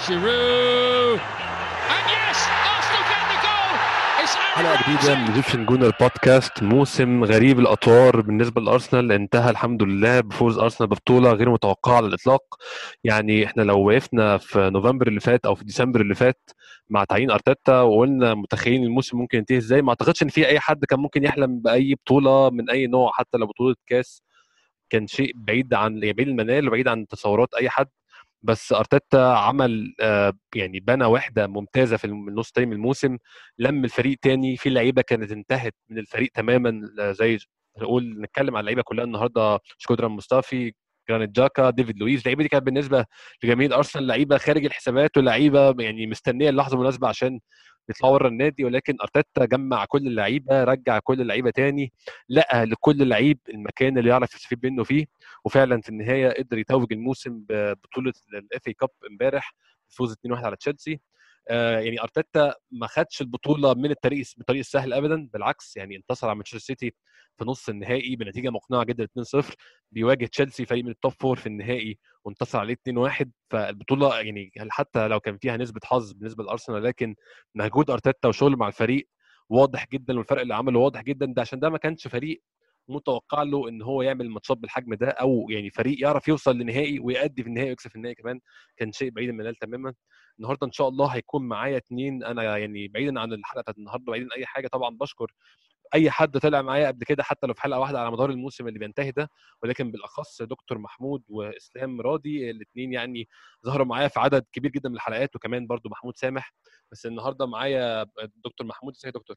Giroud. And yes, Arsenal get the goal. It's حلقة جديدة من ايجيبشن جونر بودكاست. موسم غريب الأطوار بالنسبة لأرسنال انتهى الحمد لله بفوز أرسنال ببطولة غير متوقعة على الإطلاق. يعني احنا لو وقفنا في نوفمبر اللي فات أو في ديسمبر اللي فات مع تعيين أرتيتا وقلنا متخيلين الموسم ممكن ينتهي ازاي، ما أعتقدش إن في أي حد كان ممكن يحلم بأي بطولة من أي نوع، حتى لو بطولة كاس. كان شيء بعيد عن بعيد المنال وبعيد عن تصورات أي حد. بس ارتيتا عمل يعني بنى وحده ممتازه في النص الثاني من الموسم. لم الفريق تاني في لعيبه كانت انتهت من الفريق تماما، زي نقول نتكلم عن اللعيبه كلها النهارده: شكودران مصطفي، جرانيت جاكا، ديفيد لويس. اللعيبه دي كانت بالنسبه لجماهير ارسنال لعيبه خارج الحسابات، ولعيبه يعني مستنيه اللحظه المناسبه عشان يطلعوا بره النادي. ولكن ارتيتا جمع كل اللعيبه، رجع كل اللعيبه تاني، لقى لكل لعيب المكان اللي يعرف يستفيد منه فيه. وفعلا في النهايه قدر يتوج الموسم ببطوله الاف اي كاب امبارح، فوز 2-1 على تشيلسي. يعني ارتيتا ما خدش البطوله من بالطريق السهل ابدا، بالعكس يعني انتصر على مانشستر سيتي في نص النهائي بنتيجه مقنعه جدا 2-0. بيواجه تشيلسي فريق من التوب فور في النهائي وانتصر عليه 2-1. فالبطوله يعني حتى لو كان فيها نسبه حظ بالنسبه لارسنال، لكن مجهود ارتيتا وشغل مع الفريق واضح جدا، والفرق اللي عمله واضح جدا. ده عشان ده ما كانش فريق متوقع له ان هو يعمل ماتشات بالحجم ده، او يعني فريق يعرف يوصل لنهائي ويأدي في النهائي ويكسب في النهائي كمان. كان شيء بعيد من المنال تماما. النهارده ان شاء الله هيكون معايا اتنين. انا يعني بعيدا عن الحلقه بتاعت النهارده، بعيدا عن اي حاجه، طبعا بشكر اي حد طلع معايا قبل كده حتى لو في حلقه واحده على مدار الموسم اللي بينتهي ده، ولكن بالاخص دكتور محمود واسلام راضي، الاثنين يعني ظهروا معايا في عدد كبير جدا من الحلقات، وكمان برضو محمود سامح. بس النهارده معايا دكتور محمود. ازيك يا دكتور؟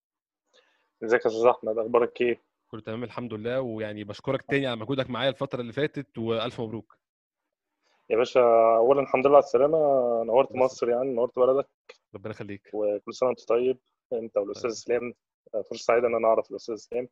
ازيك يا استاذ احمد، اخبارك ايه؟ كله تمام الحمد لله. ويعني بشكرك تاني على مجهودك معايا الفتره اللي فاتت، والف مبروك. يا باشا، اولا الحمد لله على السلامه. نورت بس مصر، يعني نورت بلدك. ربنا يخليك. وكل سنه وانت طيب، انت والاستاذ اسلام. فرصه سعيده ان انا اعرف الاستاذ اسلام.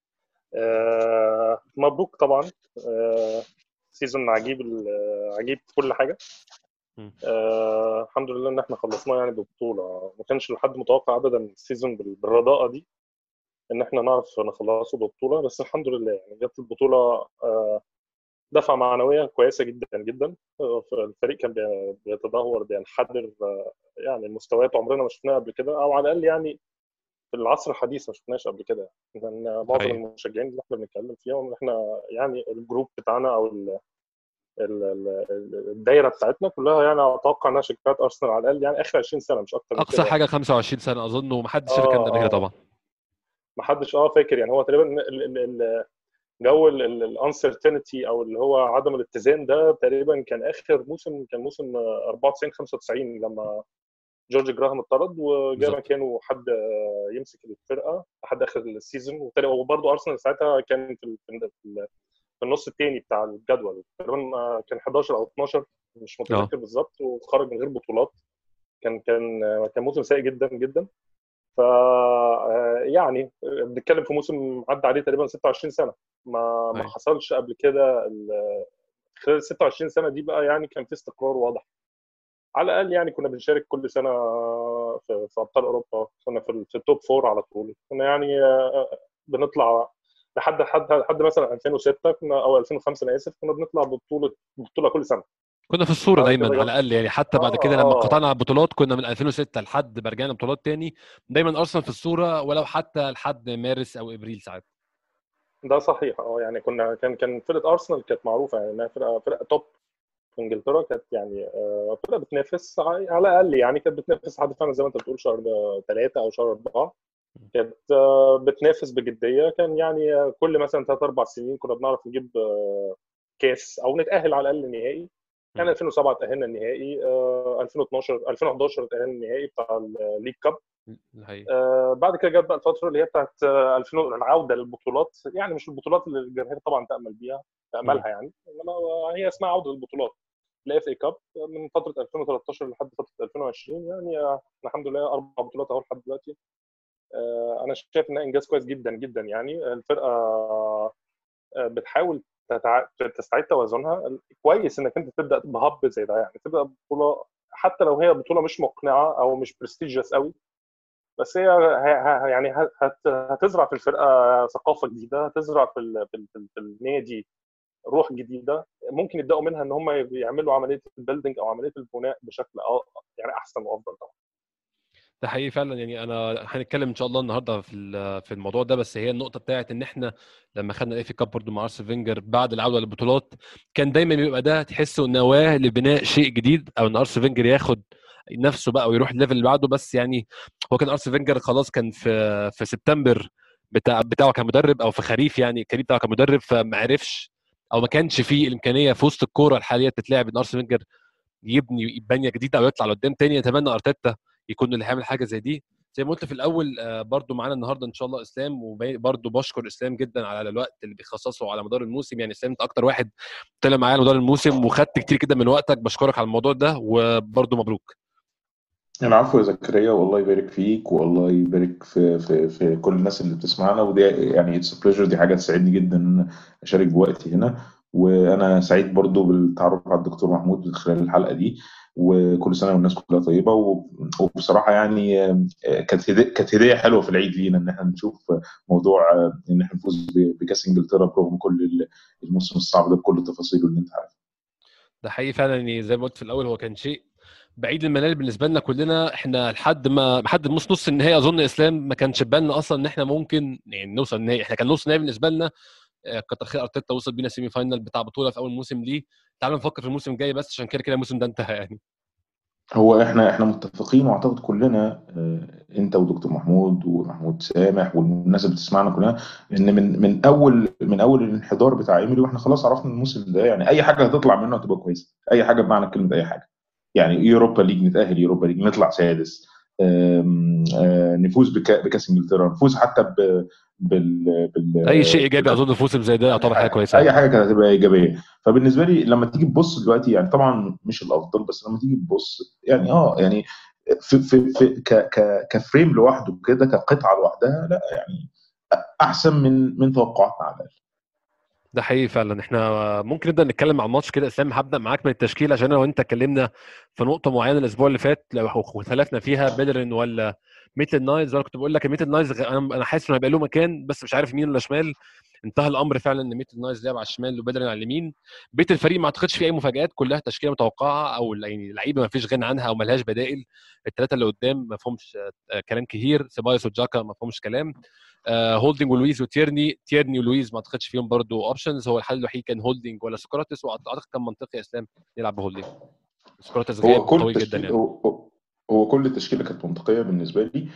مبروك طبعا. سيزون عجيب، عجيب في كل حاجه. مم. الحمد لله ان احنا خلصناه يعني ببطوله. ما كانش لحد متوقع ابدا السيزون بالرداءه دي ان احنا نعرف نخلصه ببطوله، بس الحمد لله يعني جت البطوله. دفعة معنوية كويسة جدا جدا. الفريق كان بيتدهور، بينحدر. يعني المستويات عمرنا ما شفناها قبل كده، او على الاقل يعني في العصر الحديث ما شفناش قبل كده. لان معظم حقيقي. المشجعين اللي احنا بنتكلم فيهم، احنا يعني الجروب بتاعنا او الدايره بتاعتنا كلها، يعني اتوقع انها شركات ارسنال على الاقل يعني اخر 20 سنه، مش اكتر من اقصى كده يعني. حاجه 25 سنه اظن، ومحدش شاف الكلام اه ده قبل كده اه طبعا. ما حدش فاكر يعني. هو تقريبا جو الانسرتينتي او اللي هو عدم الاتزان ده، تقريبا كان اخر موسم، كان موسم 94 95 لما جورج جراهام اتطرد وجاء بالظبط. مكانه حد يمسك الفرقه لحد اخر السيزون. وبرضه ارسنال ساعتها كان في النص الثاني بتاع الجدول تقريبا. كان 11 او 12، مش اه متذكر بالظبط، وخرج من غير بطولات. كان موسم سيء جدا جدا. ف يعني بنتكلم في موسم عدى عليه تقريبا 26 سنه، ما حقيقي. حصلش قبل كده. خلال ال 26 سنه دي بقى يعني كان في استقرار واضح. على الاقل يعني كنا بنشارك كل سنه في ابطال اوروبا. كنا في التوب فور على طول. كنا يعني بنطلع لحد مثلا 2006 كنا، او 2005 انا اسف، كنا بنطلع بطوله كل سنه. كنا في الصوره بعد كده دايما على جت الاقل، يعني حتى بعد كده لما قطعنا البطولات كنا من 2006 لحد ما رجعنا بطولات تاني دايما ارسنال في الصوره، ولو حتى لحد مارس او ابريل ساعات. ده صحيح. يعني كان فرقه ارسنال كانت معروفه يعني انها فرقه توب في انجلترا. كانت يعني فرقه بتنافس على الاقل، يعني كانت بتنافس لحد فعلا زي ما انت بتقول شهر 3 او شهر 4. كانت بتنافس بجديه. كان يعني كل مثلا 3 4 سنين كنا بنعرف نجيب كاس او نتاهل على الاقل النهائي. يعني 2007 تاهلنا النهائي، 2012 2011 تاهلنا النهائي بتاع الليج كاب. الحقيقي. بعد كده جت بقى الفتره اللي هي بتاعت 2000، العوده للبطولات. يعني مش البطولات اللي الجماهير طبعا تاملها يعني، انما هي اسمها عوده للبطولات. الاف اي كاب من فتره 2013 لحد فتره 2020. يعني الحمد لله 4 بطولات اهو لحد دلوقتي. انا شايف انها انجاز كويس جدا جدا. يعني الفرقه بتحاول تستعيد توازنها. كويس انك انت تبدا بهب زي ده، يعني تبدا ببطوله حتى لو هي بطوله مش مقنعه او مش برستيجيوس قوي، بس هي يعني هتزرع في الفرقه ثقافه جديده، هتزرع في النادي روح جديده. ممكن يبداوا منها ان هم يعملوا عمليه البيلدينج او عمليه البناء بشكل يعني احسن وافضل طبعا. ده حقيقي فعلا. يعني انا هنتكلم ان شاء الله النهارده في الموضوع ده، بس هي النقطه بتاعت ان احنا لما خدنا الاف كاب برضه مع ارسنال فينجر بعد العوده للبطولات، كان دايما بيبقى ده تحسه نواه لبناء شيء جديد، او ان ارسنال فينجر ياخد نفسه بقى ويروح الليفل اللي بعده. بس يعني هو كان ارسنال فينجر خلاص كان في سبتمبر بتاعه كمدرب، او في خريف يعني الكارير بتاعه كمدرب، فما عرفش او ما كانش فيه الامكانيه في وسط الكوره الحاليه تتلعب ان ارسنال فينجر يبني بنيه جديده او يطلع لقدام تاني. اتمنى ارتيتا يكون اللي هيعمل حاجه زي دي. زي ما قلت في الاول، برضو معانا النهارده ان شاء الله اسلام، وبرضو بشكر اسلام جدا على الوقت اللي بيخصصه على مدار الموسم. يعني اسلام انت اكتر واحد طلع معايا على مدار الموسم وخدت كتير كده من وقتك، بشكرك على الموضوع ده وبرضو مبروك. العفو يا زكريا، والله يبارك فيك والله يبارك في كل الناس اللي بتسمعنا، ودي يعني اتس بليجر، دي حاجه تسعدني جدا ان اشارك بوقتي هنا. وانا سعيد برضو بالتعرف على الدكتور محمود خلال الحلقه دي، وكل سنه والناس كلها طيبه. وبصراحه يعني كانت هديه حلوه في العيد لينا ان احنا نشوف موضوع ان احنا نفوز بكاس انجلترا برغم كل الموسم الصعب ده بكل تفاصيله اللي انت عارف. ده حقيقي فعلا. يعني زي ما قلت في الاول هو كان شيء بعيد المنال بالنسبه لنا كلنا. احنا لحد نص النهائي اظن اسلام ما كانش بالنا اصلا ان احنا ممكن يعني نوصل النهائي. احنا كان نص النهائي بالنسبه لنا كتر خير ارتيتا وصل بينا سيمي فاينال بتاع بطوله في اول موسم ليه. تعالوا نفكر في الموسم الجاي بس، عشان كده الموسم ده انتهى يعني. هو احنا متفقين، واعتقد كلنا انت ودكتور محمود ومحمود سامح والناس اللي بتسمعنا كلنا، ان من اول الانحدار بتاع ايميلي واحنا خلاص عرفنا الموسم ده يعني اي حاجه هتطلع منه هتبقى كويسه. اي حاجه بمعنى كلمه اي حاجه، يعني يوروبا ليج نتاهل يوروبا ليج نطلع سادس، نفوز بكاس انجلترا، نفوز حتى اي شيء ايجابي اظن في موسم زي ده يعتبر حاجه كويسه اي يعني. حاجه كانت هتبقى ايجابيه. فبالنسبه لي لما تيجي تبص دلوقتي، يعني طبعا مش الافضل، بس لما تيجي تبص يعني يعني في كفريم لوحده كده، كقطعه لوحدها، لا يعني احسن من توقعاتنا على الاقل. ده حقيقي فعلا. احنا ممكن نبدا نتكلم عن الماتش كده. اسلام هبدا معاك من التشكيل، عشان انا وانت اتكلمنا في نقطه معينه الاسبوع اللي فات لو واختلفنا فيها، بيلرين ولا ميتل نايلز. وانا كنت بقول لك ميتل نايلز انا حاسس انه هيبقى له مكان، بس مش عارف يمين ولا شمال. انتهى الامر فعلا ان ميتل نايلز لعب على الشمال وبيلرين على اليمين. بيت الفريق ما اعتقدش فيه اي مفاجات، كلها تشكيله متوقعه، او يعني لعيبه ما فيش غنى عنها او ما لهاش بدائل. الثلاثه اللي قدام ما فيهمش كلام كتير. سيبايوس وجاكا ما فيهمش كلام. هولدنج ولويز تيرني ولويز ما اعتقدش فيهم برضو اوبشنز. هو الحل الوحيد كان هولدنج ولا سقراطس، واعتقد كان منطقي اسلام يلعب بهولدنج. سقراطس هو غاب كل قوي جدا التشكيل يعني. هو كل التشكيله كانت منطقيه بالنسبه لي.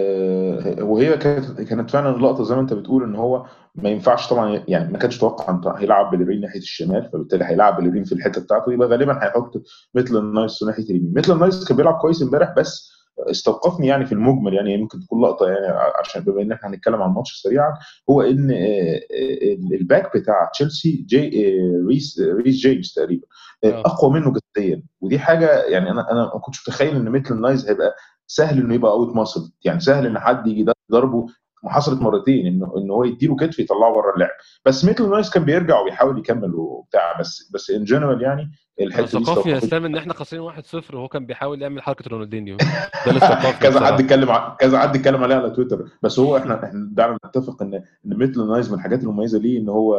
وهي كانت فعلا لقطه زي ما انت بتقول، ان هو ما ينفعش طبعا، يعني ما كانش توقع ان هيلعب بليرين ناحيه الشمال، فبالتالي هيلعب بليرين في الحته بتاعته، يبقى غالبا هيحط مثل النايس ناحيه اليمين. مثل النايس كان بيلعب كويس امبارح، بس استوقفني يعني في المجمل، يعني ممكن تكون لقطه يعني عشان بما ان احنا هنتكلم عن الماتش سريعا، هو ان الباك بتاع تشيلسي ريس جيمس تقريبا اه اقوى منه جسديا. ودي حاجه يعني انا ما كنتش متخيل ان مثل النايز هيبقى سهل انه يبقى اوت ماسل، يعني سهل ان حد يجي ضربه. حصلت مرتين انه هو يديله كتف يطلعه بره اللعب، بس مثل نايس كان بيرجع وبيحاول يكمل وبتاع. بس ان جنرال يعني انا الحته دي استوقفني يا استوقفتني. اسلام ان احنا خاسرين 1-0 وهو كان بيحاول يعمل حركه رونالدينيو. ده اللي استوقفني بصراحه. كذا حد اتكلم عليها على تويتر. بس هو احنا دعنا نتفق ان مثل نايس من الحاجات المميزه ليه ان هو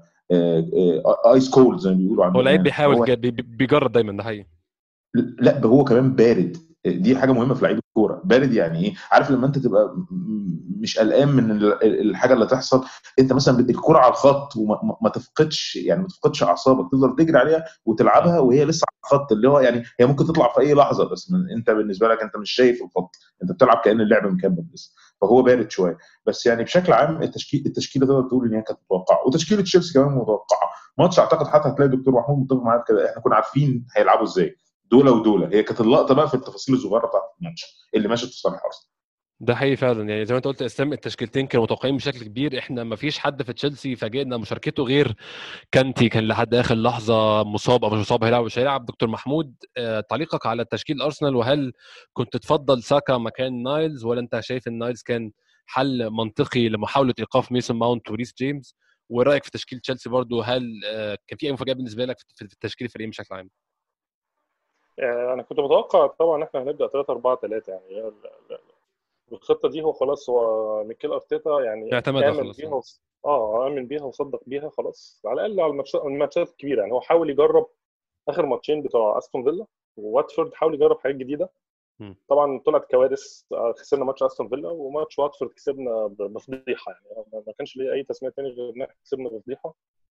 ايس كولد زي ما بيقولوا هو عندنا لعيب هنا. بيحاول بيجرب دايما، ده حقيقي. لا هو كمان بارد. دي حاجه مهمه في لعيب الكوره. بارد يعني ايه؟ عارف لما انت تبقى مش قلقان من الحاجه اللي تحصل، انت مثلا الكوره على الخط وما تفقدش، يعني ما تفقدش اعصابك، تفضل تجري عليها اه وتلعبها وهي لسه على الخط، اللي هو يعني هي ممكن تطلع في اي لحظه، بس انت بالنسبه لك انت مش شايف الخط، انت بتلعب كأن اللعب مكمل لسه. فهو بارد شويه. بس يعني بشكل عام التشكيله تقدر تقول ان هي كانت متوقعه، وتشكيله تشيلسي كمان متوقعه. ماتش اعتقد حتى هتلاقي دكتور محمود متفق معايا في كده، احنا كنا عارفين هيلعبوا ازاي دول ودول. هي كانت اللقطه بقى في التفاصيل الصغيره بتاعت الماتش اللي ماشيه في صالح ارسنال. ده حقيقي فعلا. يعني زي ما انت قلت يا اسلام التشكيلتين كانوا متوقعين بشكل كبير. احنا ما فيش حد في تشيلسي فاجئنا مشاركته غير كانتي، كان لحد اخر لحظه مصاب او مش مصاب، هيلعب مش هيلعب. دكتور محمود تعليقك على تشكيل ارسنال، وهل كنت تفضل ساكا مكان نايلز، ولا انت شايف ان نايلز كان حل منطقي لمحاوله ايقاف ميسون ماونت وريس جيمس؟ ورايك في تشكيل تشيلسي برضو، هل كان في اي مفاجاه بالنسبه لك في التشكيل الفريق بشكل عام؟ انا كنت متوقع طبعا ان احنا هنبدا 3-4-3 يعني. الخطه دي هو خلاص، هو ميكيل ارتيتا يعني اعتمدها امن خلاص. بيها امن بيها وصدق بيها خلاص، على الاقل على الماتشات الكبيره. يعني هو حاول يجرب اخر ماتشين بتوع استون فيلا وواتفورد، حاول يجرب حاجات جديده. مم. طبعا طلعت كوارث. خسرنا ماتش استون فيلا وماتش واتفورد كسبنا بفضيحه. يعني ما كانش ليه اي تسميه تاني غير ان احنا كسبنا بفضيحه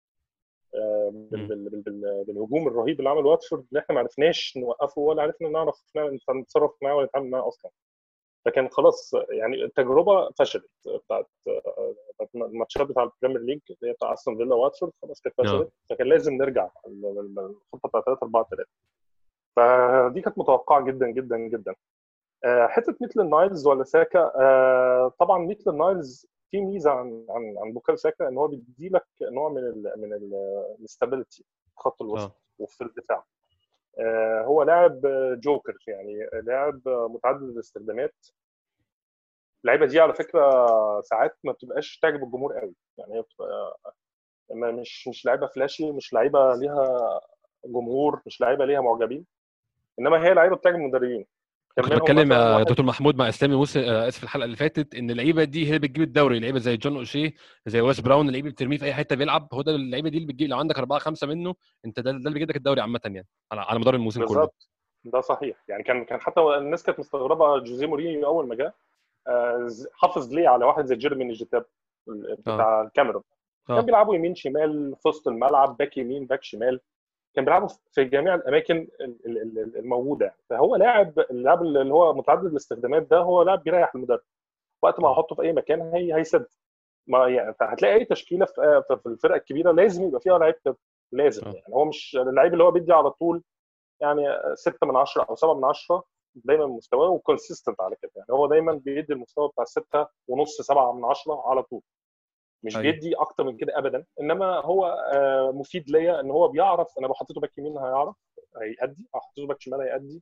مم. بالهجوم الرهيب اللي عمله واتفورد، اللي احنا ما عرفناش نوقفه ولا عرفنا نعرف نتصرف معاه ولا نتعامل معاه اصلا. فكان خلاص يعني التجربه فشلت بتاعت الماتشات بتاع البريمير ليج اللي هي بتاع استون فيلا واتفورد، خلاص كانت اه فشلت. فكان لازم نرجع الخطه بتاعت 3-4-3. فدي كانت متوقعه جدا جدا جدا. حته مثل نايلز ولا ساكا، طبعا مثل نايلز في ميزه عن بوكايو ساكا، ان هو بيدي لك نوع من الاستابيليتي في خط الوسط اه وفي الدفاع. هو لاعب جوكر، يعني لاعب متعدد الاستخدامات. اللعيبه دي على فكره ساعات ما بتبقاش تعجب الجمهور قوي، يعني هي بتبقى مش لعيبه فلاشي، مش لعيبه ليها جمهور، مش لعيبه ليها معجبين، انما هي لعيبه بتعجب المدربين. كان كنت منهم بتكلم مثلا يا واحد. دكتور محمود مع اسلامي موسى اسف الحلقه اللي فاتت ان اللعيبه دي هي اللي بتجيب الدوري. لعيبه زي جون اوشي، زي واس براون، اللعيبه بترميه في اي حته بيلعب، هو ده اللعيبه دي اللي بتجيب. لو عندك 4 5 منه انت ده اللي بيجيب لك الدوري عامه يعني على مدار الموسم كله. بالظبط، ده صحيح. يعني كان حتى الناس كانت مستغربه جوزيه مورينيو اول ما جه حافظ ليه على واحد زي جيرمي نيجيتاب اه بتاع الكاميرون. كان اه بيلعبوا يمين شمال في وسط الملعب، باك يمين باك شمال، كان بيلعبوا في جميع الاماكن الموجوده. يعني فهو اللاعب اللي هو متعدد الاستخدامات ده، هو لاعب بيريح المدرب. وقت ما احطه في اي مكان هيسد. ما يعني هتلاقي اي تشكيله في الفرقه الكبيره لازم يبقى فيها لعيب كده. لازم. اه يعني هو مش اللعيب اللي هو بيدي على طول يعني 6 من 10 او 7 من 10 دايما مستواه وكونسيستنت على كده. يعني هو دايما بيدي المستوى بتاع 6 ونص 7 من 10 على طول، مش ايوه بيدي اكتر من كده ابدا. انما هو مفيد ليا، ان هو بيعرف انا لو حطيته باك يمين هيعرف هيأدي، او حطيته باك شمال هيأدي.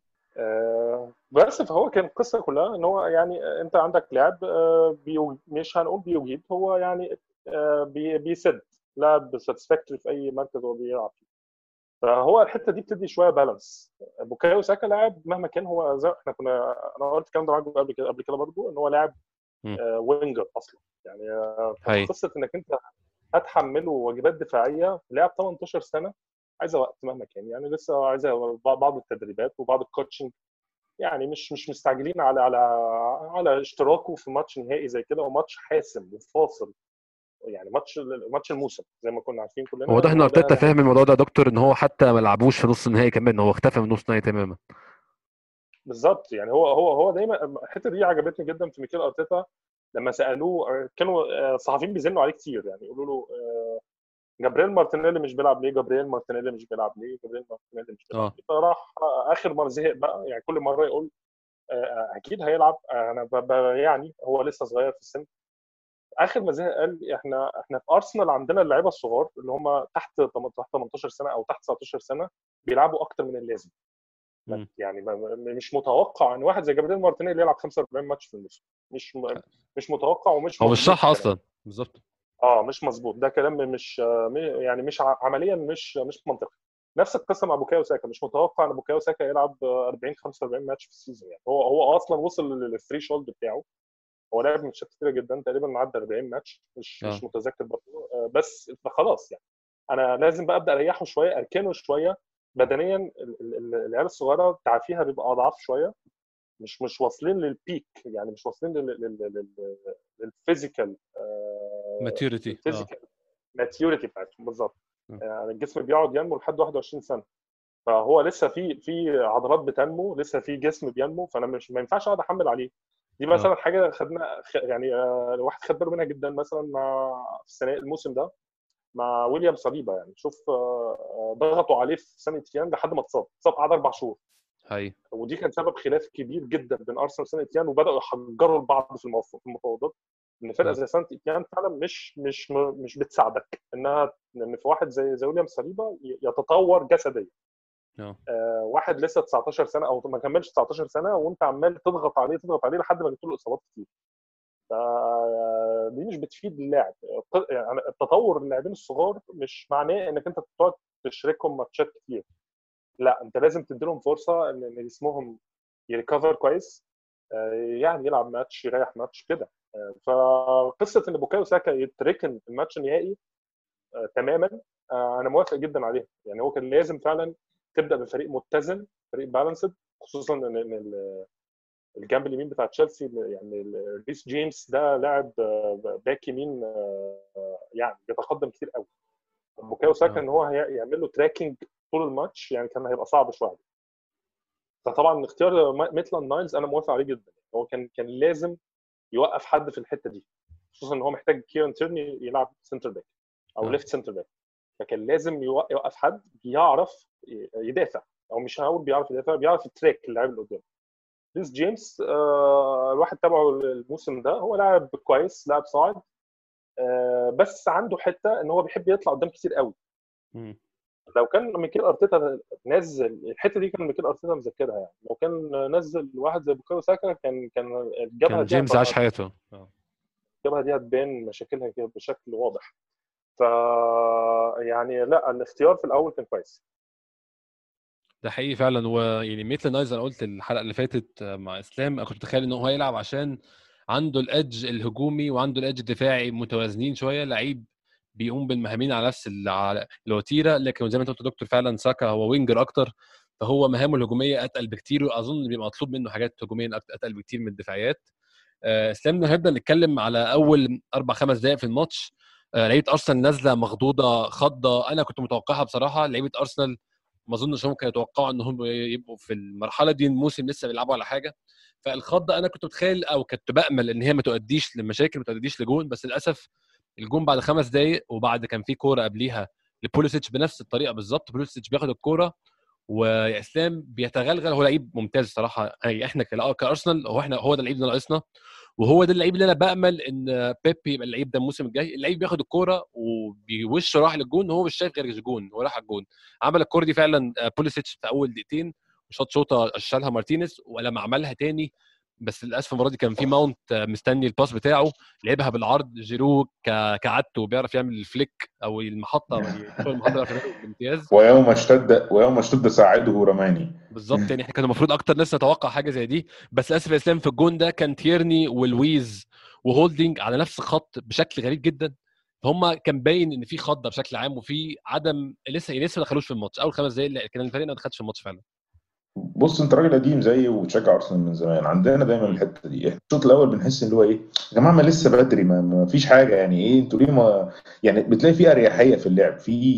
بس فهو كان القصه كلها ان هو يعني انت عندك لاعب مش هنقول بيجيد، هو يعني بيسد لاعب ساتسفاكتوري في اي مركز هو بيلعب فيه. فهو الحته دي بتدي شويه بالانس. بوكايو ساكا لاعب مهما كان، هو زي احنا كنا، انا قلت الكلام ده معاكم قبل كده برضه، ان هو لاعب امم وينجر اصلا. يعني هاي فقصه انك انت هتحمله واجبات دفاعيه، لاعب 18 سنه عايزه وقت مهما كان. يعني لسه عايزه بعض التدريبات وبعض الكوتشنج. يعني مش مستعجلين على اشتراكه في ماتش نهائي زي كده، وماتش حاسم وفاصل. يعني ماتش الموسم زي ما كنا عارفين كلنا، واضح ان هو ده ارتيتا اللي فاهم الموضوع ده يا دكتور، ان هو حتى ما لعبوش في نص النهائي كمان، هو اختفى من نص النهائي تماما. بالظبط. يعني هو دايما الحته دي عجبتني جدا في ميكيل ارتيتا. لما سالوه كانوا الصحفيين بيزنوا عليه كتير، يعني يقولوا له جابرييل مارتينيلي مش بيلعب ليه، جابرييل مارتينيلي مش بيلعب ليه، جابرييل مارتينيلي مش بيلعب اه ليه. فراح اخر مره زهق بقى، يعني كل مره يقول اكيد هيلعب. انا يعني هو لسه صغير في السن. اخر ما زهق قال احنا في ارسنال عندنا اللعيبه الصغار اللي هم تحت 18 سنه او تحت 19 سنه بيلعبوا اكتر من اللازم. امم يعني مش متوقع ان واحد زي جابرييل مارتينيلي يلعب 45 ماتش في الموسم. مش مش متوقع ومش هو مش مظبوط صح كمان. اصلا. بالظبط. مش مظبوط، ده كلام مش يعني مش عمليا مش منطقي. نفس القصه مع بوكايو ساكا. مش متوقع ان بوكايو ساكا يلعب 40 45 ماتش في السيزون. يعني هو اصلا وصل للثري شولد بتاعه. هو لعب ماتشات كتيره جدا، تقريبا معدى 40 ماتش، مش اه متذكر برضه. بس خلاص يعني انا لازم بقى ابدا اريحه شويه، اركنه شويه بدنيا. العيال الصغيره تعافيها بيبقى اضعف شويه، مش واصلين للبيك، يعني مش واصلين للفيزيكال ماتيوريتي اه الفيزيكال ماتيوريتي بتاعتهم بالظبط. آه. يعني الجسم بيقعد ينمو لحد 21 سنه، فهو لسه في عضلات بتنمو، لسه في جسم بينمو. فانا مش ما ينفعش اقعد احمل عليه. دي اه مثلا حاجه خدنا يعني الواحد خد باله منها جدا مثلا مع في الموسم ده مع ويليام صليبا. يعني شوف ضغطوا عليه في سنه تيان لحد ما اتصاب قعد 4 شهور. هاي ودي كان سبب خلاف كبير جدا بين ارسنال وسان اتيان، وبداوا يحجروا لبعض في المفاوضات. ان فرقه اه زي سان اتيان فعلا مش بتساعدك انها، ان في واحد زي ويليام صليبا يتطور جسديا. اه واحد لسه 19 سنه او ما كملش 19 سنه، وانت عمال تضغط عليه لحد ما جبت له اصابات كتير. دي مش بتفيد اللاعب. يعني التطور اللاعبين الصغار مش معناه انك انت تقعد تشركهم ماتشات كتير. لا، انت لازم تدي لهم فرصه ان جسمهم يريكفر كويس، يعني يلعب ماتش يريح ماتش كده. فقصه ان بوكايو ساكا يتركن الماتش النهائي تماما، انا موافق جدا عليها. يعني هو كان لازم فعلا تبدا بفريق متزن، فريق بالانسد، خصوصا ان الجنب اليمين بتاع تشيلسي يعني ريس جيمس ده لاعب باك يمين يعني بيتقدم كتير قوي. بوكايو ساكا ان هو يعمل له تراكنج طول الماتش يعني كان هيبقى صعب شويه. فطبعا اختيار ميتلاند نايلز انا موافق عليه جدا. هو كان لازم يوقف حد في الحته دي، خصوصا ان هو محتاج كيرن تيرني يلعب سنتر باك او ليفت سنتر باك. فكان لازم يوقف حد بيعرف يدافع، او مش هقول بيعرف يدافع، بيعرف يتراك اللاعب اللي قدامه. ريس جيمس الواحد تابعه الموسم ده، هو لاعب كويس، لاعب صاعد، بس عنده حته ان هو بيحب يطلع قدام كتير قوي. لو كان ميكيل ارتيتا نزل الحته دي، كان ميكيل ارتيتا مذكرها يعني، لو كان نزل واحد زي بوكايو ساكا كان الجبهه كان دي جيمس عاش حياته. الجبهه دي هتبان مشاكلها كده بشكل واضح. ف يعني لا، الاختيار في الاول كان كويس. ده حقيقي فعلا. ويعني ميتلاند نايلز انا قلت الحلقه اللي فاتت مع اسلام، انا كنت متخيل ان هو هيلعب عشان عنده الادج الهجومي وعنده الادج الدفاعي متوازنين شويه، لعيب بيقوم بالمهامين على نفس الوتيره. لكن زي ما انت قلت دكتور فعلا ساكا هو وينجر اكتر، فهو مهامه الهجوميه اتقل بكتير، واظن بيبقى مطلوب منه حاجات هجوميه اتقل بكتير من الدفاعيات. اسلام هنبدا نتكلم على اول 4-5 دقائق في الماتش. لعيبه ارسنال نازله مخضوضه خضه، انا كنت متوقعها بصراحه. لعيبه ارسنال ما اظنش هم كانوا يتوقعوا انهم يبقوا في المرحله دي الموسم لسه بيلعبوا على حاجه. فالخضه انا كنت متخيل او كنت بامل ان هي ما تؤديش لمشاكل، ما تؤديش لجون، بس للاسف الجون بعد 5 دقائق، وبعد كان في كوره قبليها لبوليسيتش بنفس الطريقه بالظبط. بوليسيتش بياخد الكوره ويا اسلام بيتغلغل. هو لعيب ممتاز صراحه، يعني احنا كارسنال هو ده اللعيب اللي ناقصنا، وهو ده اللعيب اللي انا بامل ان بيبي يبقى اللعيب ده الموسم الجاي. اللعيب بياخد الكوره وبيوش راح للجون، وهو مش شايف غير الجون، هو راح على الجون. عمل الكوره دي فعلا بوليسيتش في اول دقيقتين، وشاط شوطه شالها مارتينيز، ولما عملها تاني بس للاسف المره دي كان في ماونت مستني الباس بتاعه، لعبها بالعرض. جيرو كعادته بيعرف يعمل الفليك او المحطه، شغل المحطه بيعرف يعمله بامتياز. ويوم اشتد ساعده رماني. بالظبط، يعني احنا كان المفروض اكتر ناس نتوقع حاجه زي دي، بس للاسف يا اسلام في الجون ده كان تيرني ولويز وهولدنج على نفس الخط بشكل غريب جدا. فهم كان باين ان في خضه بشكل عام، وفي عدم لسه ما دخلوش في الماتش. اول 5 دقائق كان الفريق ما دخلش في الماتش فعلا. بص، انت راجل قديم زيي وبتشجع ارسنال من زمان، عندنا دايما الحته دي. احنا الشوط الاول بنحس ان هو ايه، يا جماعه ما لسه بدري، ما فيش حاجه، يعني ايه انتوا ليه ما، يعني بتلاقي في اريحيه في اللعب،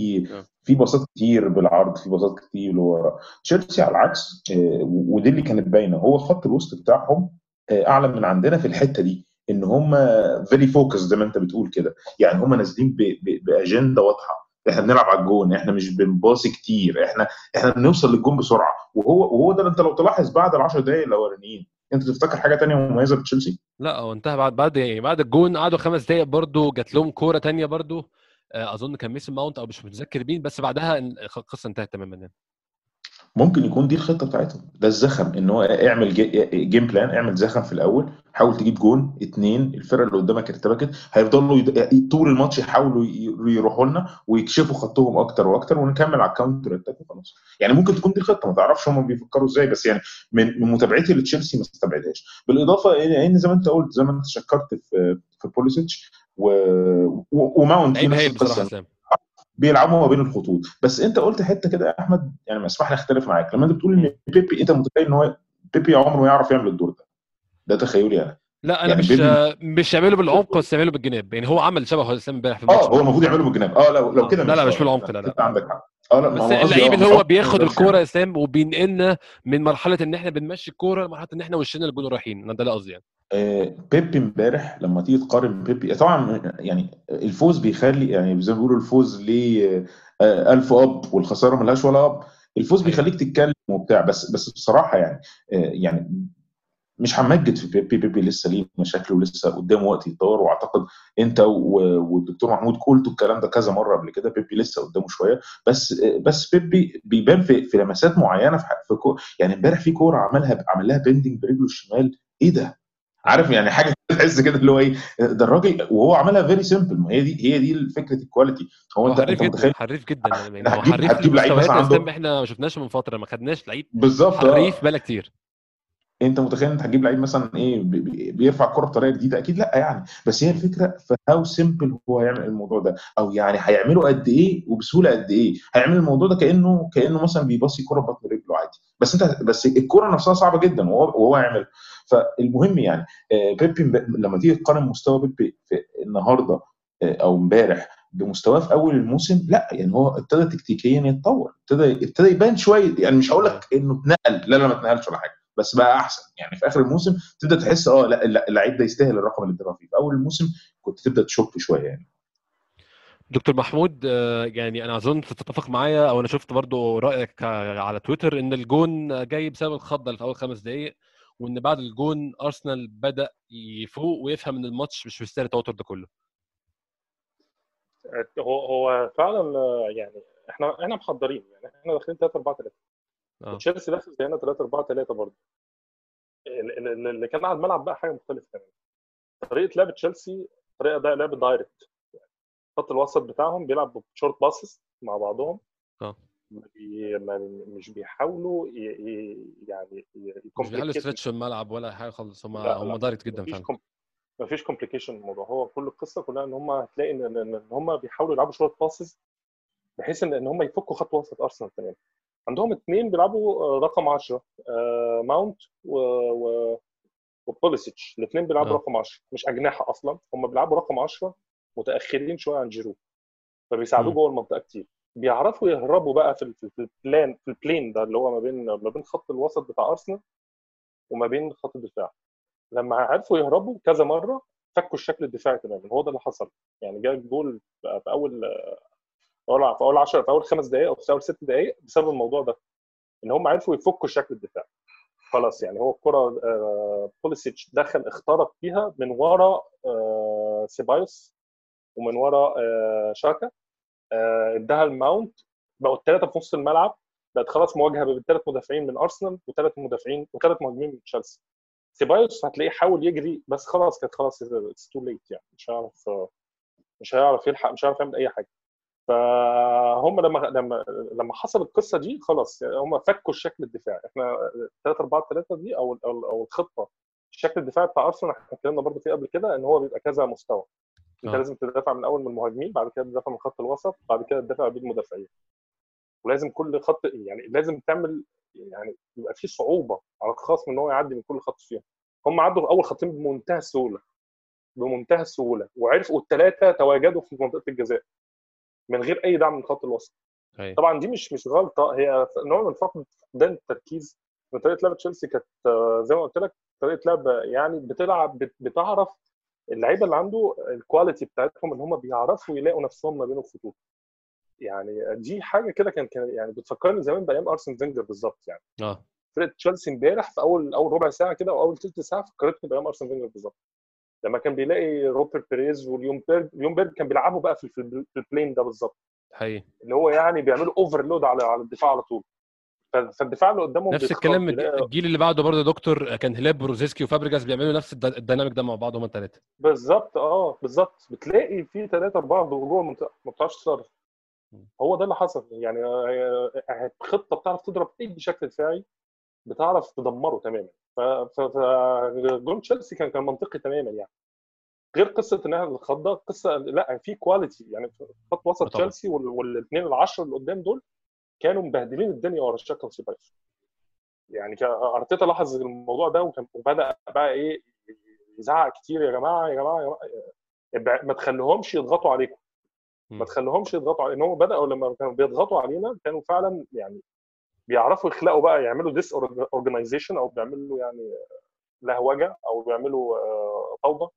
في باصات كتير بالعرض، في باصات كتير لورا. تشيلسي على العكس، ودي اللي كانت باينه، هو خط الوسط بتاعهم اعلى من عندنا في الحته دي، ان هم فيري فوكس زي ما انت بتقول كده. يعني هم نازلين باجنده واضحه، احنا بنلعب على الجون، احنا مش بنباصي كتير، احنا بنوصل للجون بسرعه. وهو ده، انت لو تلاحظ بعد ال10 دقائق الاولانيين، انت تفتكر حاجه تانية مميزه بتشيلسي؟ لا، هو انتهى بعد الجون قعدوا 5 دقائق برضو، جات لهم كوره تانية برضو. اظن كان ميسن ماونت او مش متذكر مين، بس بعدها القصه انتهت تماما يعني. ممكن يكون دي الخطه بتاعتهم، ده الزخم، ان هو اعمل جيم بلان، اعمل زخم في الاول، حاول تجيب جون اتنين، الفرقه اللي قدامك ارتبكت، هيفضلوا طول الماتش يحاولوا يروحوا لنا ويكشفوا خطهم اكتر واكتر، ونكمل على الكاونتر اتاك وخلاص. يعني ممكن تكون دي الخطه، ما تعرفش هم بيفكروا ازاي، بس يعني من متابعتي لتشيلسي ما استبعدهاش. بالاضافه ان زي ما انت قلت، زي ما انت شكرت في بوليسيتش وماونت في لعيب نفس هايل بصراحه القصه، اسلام. بيلعبوا ما بين الخطوط. بس انت قلت حته كده يا احمد، يعني ما اسمح لي اختلف معاك، لما انت بتقول ان بيبي، انت متخيل ان هو بيبي عمره ما يعرف يعمل الدور ده تخيلي انا. لا، انا يعني مش بيبي مش يعمله بالعمق، بس يعمله بالجناب. يعني هو عمل شبه اسلام امبارح في الماتش هو برضه. المفروض يعمله من الجناب، لو كده لا لا، ماشي، مش بالعمق، لا لا لا. انت عندك حق. لا، بس ما قصدي اللعيب اللي مش هو عمره ما بياخد يقدرش الكوره يعمله. يا اسلام وبينقلنا من مرحله ان احنا بنمشي الكوره لمرحله ان احنا وشنا الجون رايحين. انا ده اللي قصدي يعني. بيبي امبارح لما تيجي تقارن بيبي، طبعا يعني الفوز بيخلي، يعني زي ما بيقولوا الفوز ليه 1000 اب والخساره ملهاش ولا اب. الفوز صحيح. بيخليك تتكلم وبتاع، بس بصراحه يعني، يعني مش همجد في بيبي لسه ليه مشاكل ولسه قدامه وقت يتطور. واعتقد انت والدكتور محمود قلتوا الكلام ده كذا مره قبل كده، بيبي لسه قدامه شويه. بس بيبي بيبان في لمسات معينه، يعني امبارح في كوره عمل لها بيندنج برجله الشمال، ايه ده؟ عارف يعني حاجه تحس كده اللي هو ايه ده الراجل، وهو عملها فيري سيمبل. ما هي دي فكره الكواليتي. هو هو حريف انت جدا، متخيل حريف جدا ان يعني. هو هتجيب حريف هتجيب لعيب لمستويات مثلا يا اسلام عنده، احنا ما شفناش من فتره، ما خدناش لعيب بالظبط حريف بقى كتير. انت متخيل انت هتجيب لعيب مثلا ايه بيرفع الكره بطريقه جديده؟ اكيد لا يعني. بس هي الفكره في هاو سيمبل هو هيعمل الموضوع ده، او يعني هيعمله قد ايه وبسهوله قد ايه. هيعمل الموضوع ده كانه مثلا بيباصي كره ببطن رجله عادي، بس الكره نفسها صعبه جدا وهو يعمل. فالمهم يعني بيبي لما تيجي تقارن مستوى بيبي في النهارده او امبارح بمستواه في اول الموسم، لا يعني هو ابتدى تكتيكيا يتطور، ابتدى يبان شويه. يعني مش هقول ايوه. لك انه اتنقل، لا لا، ما اتنقلش ولا حاجه، بس بقى احسن. يعني في اخر الموسم تبدا تحس لا اللعيب ده يستاهل الرقم اللي اتدفع فيه. في اول الموسم كنت تبدا تشك شويه يعني. دكتور محمود، يعني انا اظن تتفق معايا، او انا شفت برضو رايك على تويتر ان الجون جاي بسبب الخضه اللي في اول 5 دقائق، وان بعد الجون ارسنال بدا يفوق ويفهم ان الماتش مش مستاهل التوتر ده كله. هو فعلا يعني احنا محضرين، يعني احنا داخلين 3-4-3، اه. وتشيلسي داخل زينا 3-4-3 برضه. اللي كان على الملعب بقى حاجه مختلفه تماما. طريقه لعب تشيلسي طريقه لعب دايركت. خط الوسط بتاعهم بيلعب بشورت باسز مع بعضهم. اه. مش بيحاولوا يعني مش بيحاولوا يكومبليكيت. يسترتشوا الملعب ولا حاجه خالص، هم لا هم لا، دايركت جدا مفيش فعلا. مفيش كومبليكيشن الموضوع. هو كل القصه كلها ان هم هتلاقي ان هم بيحاولوا يلعبوا شورت باسز، بحيث ان هم يفكوا خط وسط ارسنال تماما. عندهم اثنين بيلعبوا رقم 10، ماونت وبوليسيتش. الاثنين بيلعبوا اه. رقم 10، مش اجنحه اصلا، هم بيلعبوا رقم 10 متاخرين شويه عن جيرو، فبيساعدوه امم. جوه المنطقه كتير. بيعرفوا يهربوا بقى في البلين ده اللي هو ما بين خط الوسط بتاع ارسنال وما بين خط الدفاع. لما عرفوا يهربوا كذا مره فكوا الشكل الدفاعي تماما. هو ده اللي حصل. يعني جاب جول في اول 10، في اول 5 دقائق او في اول 6 دقائق بسبب الموضوع ده، ان هم عرفوا يفكوا الشكل الدفاعي. خلاص يعني هو الكره بوليسيتش دخل اخترق فيها من ورا سيبايوس ومن ورا شاكا. اداها الماونت، بقوا الثلاثه في نص الملعب. بقت خلاص مواجهه بين 3 مدافعين من ارسنال و3 مدافعين و3 مهاجمين من تشيلسي. سيبايوس هتلاقيه حاول يجري بس خلاص كانت خلاص اتس تو ليت، يعني مش هيعرف يلحق، مش هيعرف يعمل اي حاجه. فهم لما حصل القصه دي خلاص، يعني هم فكوا الشكل الدفاعي. احنا 3-4-3 دي او الخطه، الشكل الدفاعي بتاع ارسنال احنا اتكلمنا برضه فيه قبل كده، ان هو بيبقى كذا مستوى. انت اه. لازم تدافع من اول من المهاجمين، بعد كده تدافع من خط الوسط، بعد كده تدافع بالمدافعين. ولازم كل خط يعني لازم تعمل، يعني يبقى في صعوبه على الخصم ان هو يعدي من كل خط فيهم. هم عدوا اول خطين بمنتهى السهوله، بمنتهى السهوله، وعرفوا الثلاثه تواجدوا في منطقه الجزاء من غير اي دعم من خط الوسط. ايوه. طبعا دي مش غلطه، هي نوع من فقدان التركيز. من طريقه لعب تشيلسي كانت زي ما قلت لك طريقه لعب، يعني بتعرف اللعيبه اللي عنده الكواليتي بتاعتهم، اللي هم بيعرفوا يلاقوا نفسهم ما بين الخطوط. يعني دي حاجه كده كان يعني بتفكرني زمان بايام ارسن فينجر بالظبط يعني. اه. فرقه تشيلسي امبارح في اول ربع ساعه كده او اول ثلث ساعه فكرتني بايام ارسن فينجر بالظبط. لما كان بيلاقي روبرت بيريز واليومبيرج كان بيلعبوا بقى في البلين ده بالظبط، حقيقي. اللي هو يعني بيعملوا اوفرلود على الدفاع على طول. فالدفاع اللي قدامهم نفس بيتخض الكلام بيلاقي. الجيل اللي بعده برضه يا دكتور، كان هلاب بروزيسكي وفابريجاس بيعملوا نفس الديناميك ده مع بعض، هم الثلاثه. بالظبط بالظبط، بتلاقي في 3-4 جوه المنطقه ما بتعرفش تصرف. هو ده اللي حصل يعني. خطه بتعرف تضرب اي شكل دفاعي، بتعرف تدمره تماما. جون تشيلسي كان منطقي تماما يعني. غير قصه انها الخضه، قصه لا في كواليتي يعني في خط وسط طبعا. تشيلسي والاثنين العشر اللي قدام دول كانوا مبهدلين الدنيا ورا الشكل وسيبايوس. يعني ارتيتا لاحظ الموضوع ده وبدا بقى ايه يزعق كتير: يا جماعه يا جماعه يا جماعه، ما تخليهمش يضغطوا عليكم، ما مم. تخليهمش يضغطوا علينا. ان هم بداوا لما كانوا بيضغطوا علينا كانوا فعلا يعني بيعرفوا يخلقوا بقى، يعملوا ديس اورجنايزيشن او بيعملوا يعني لهوجه او بيعملوا فوضى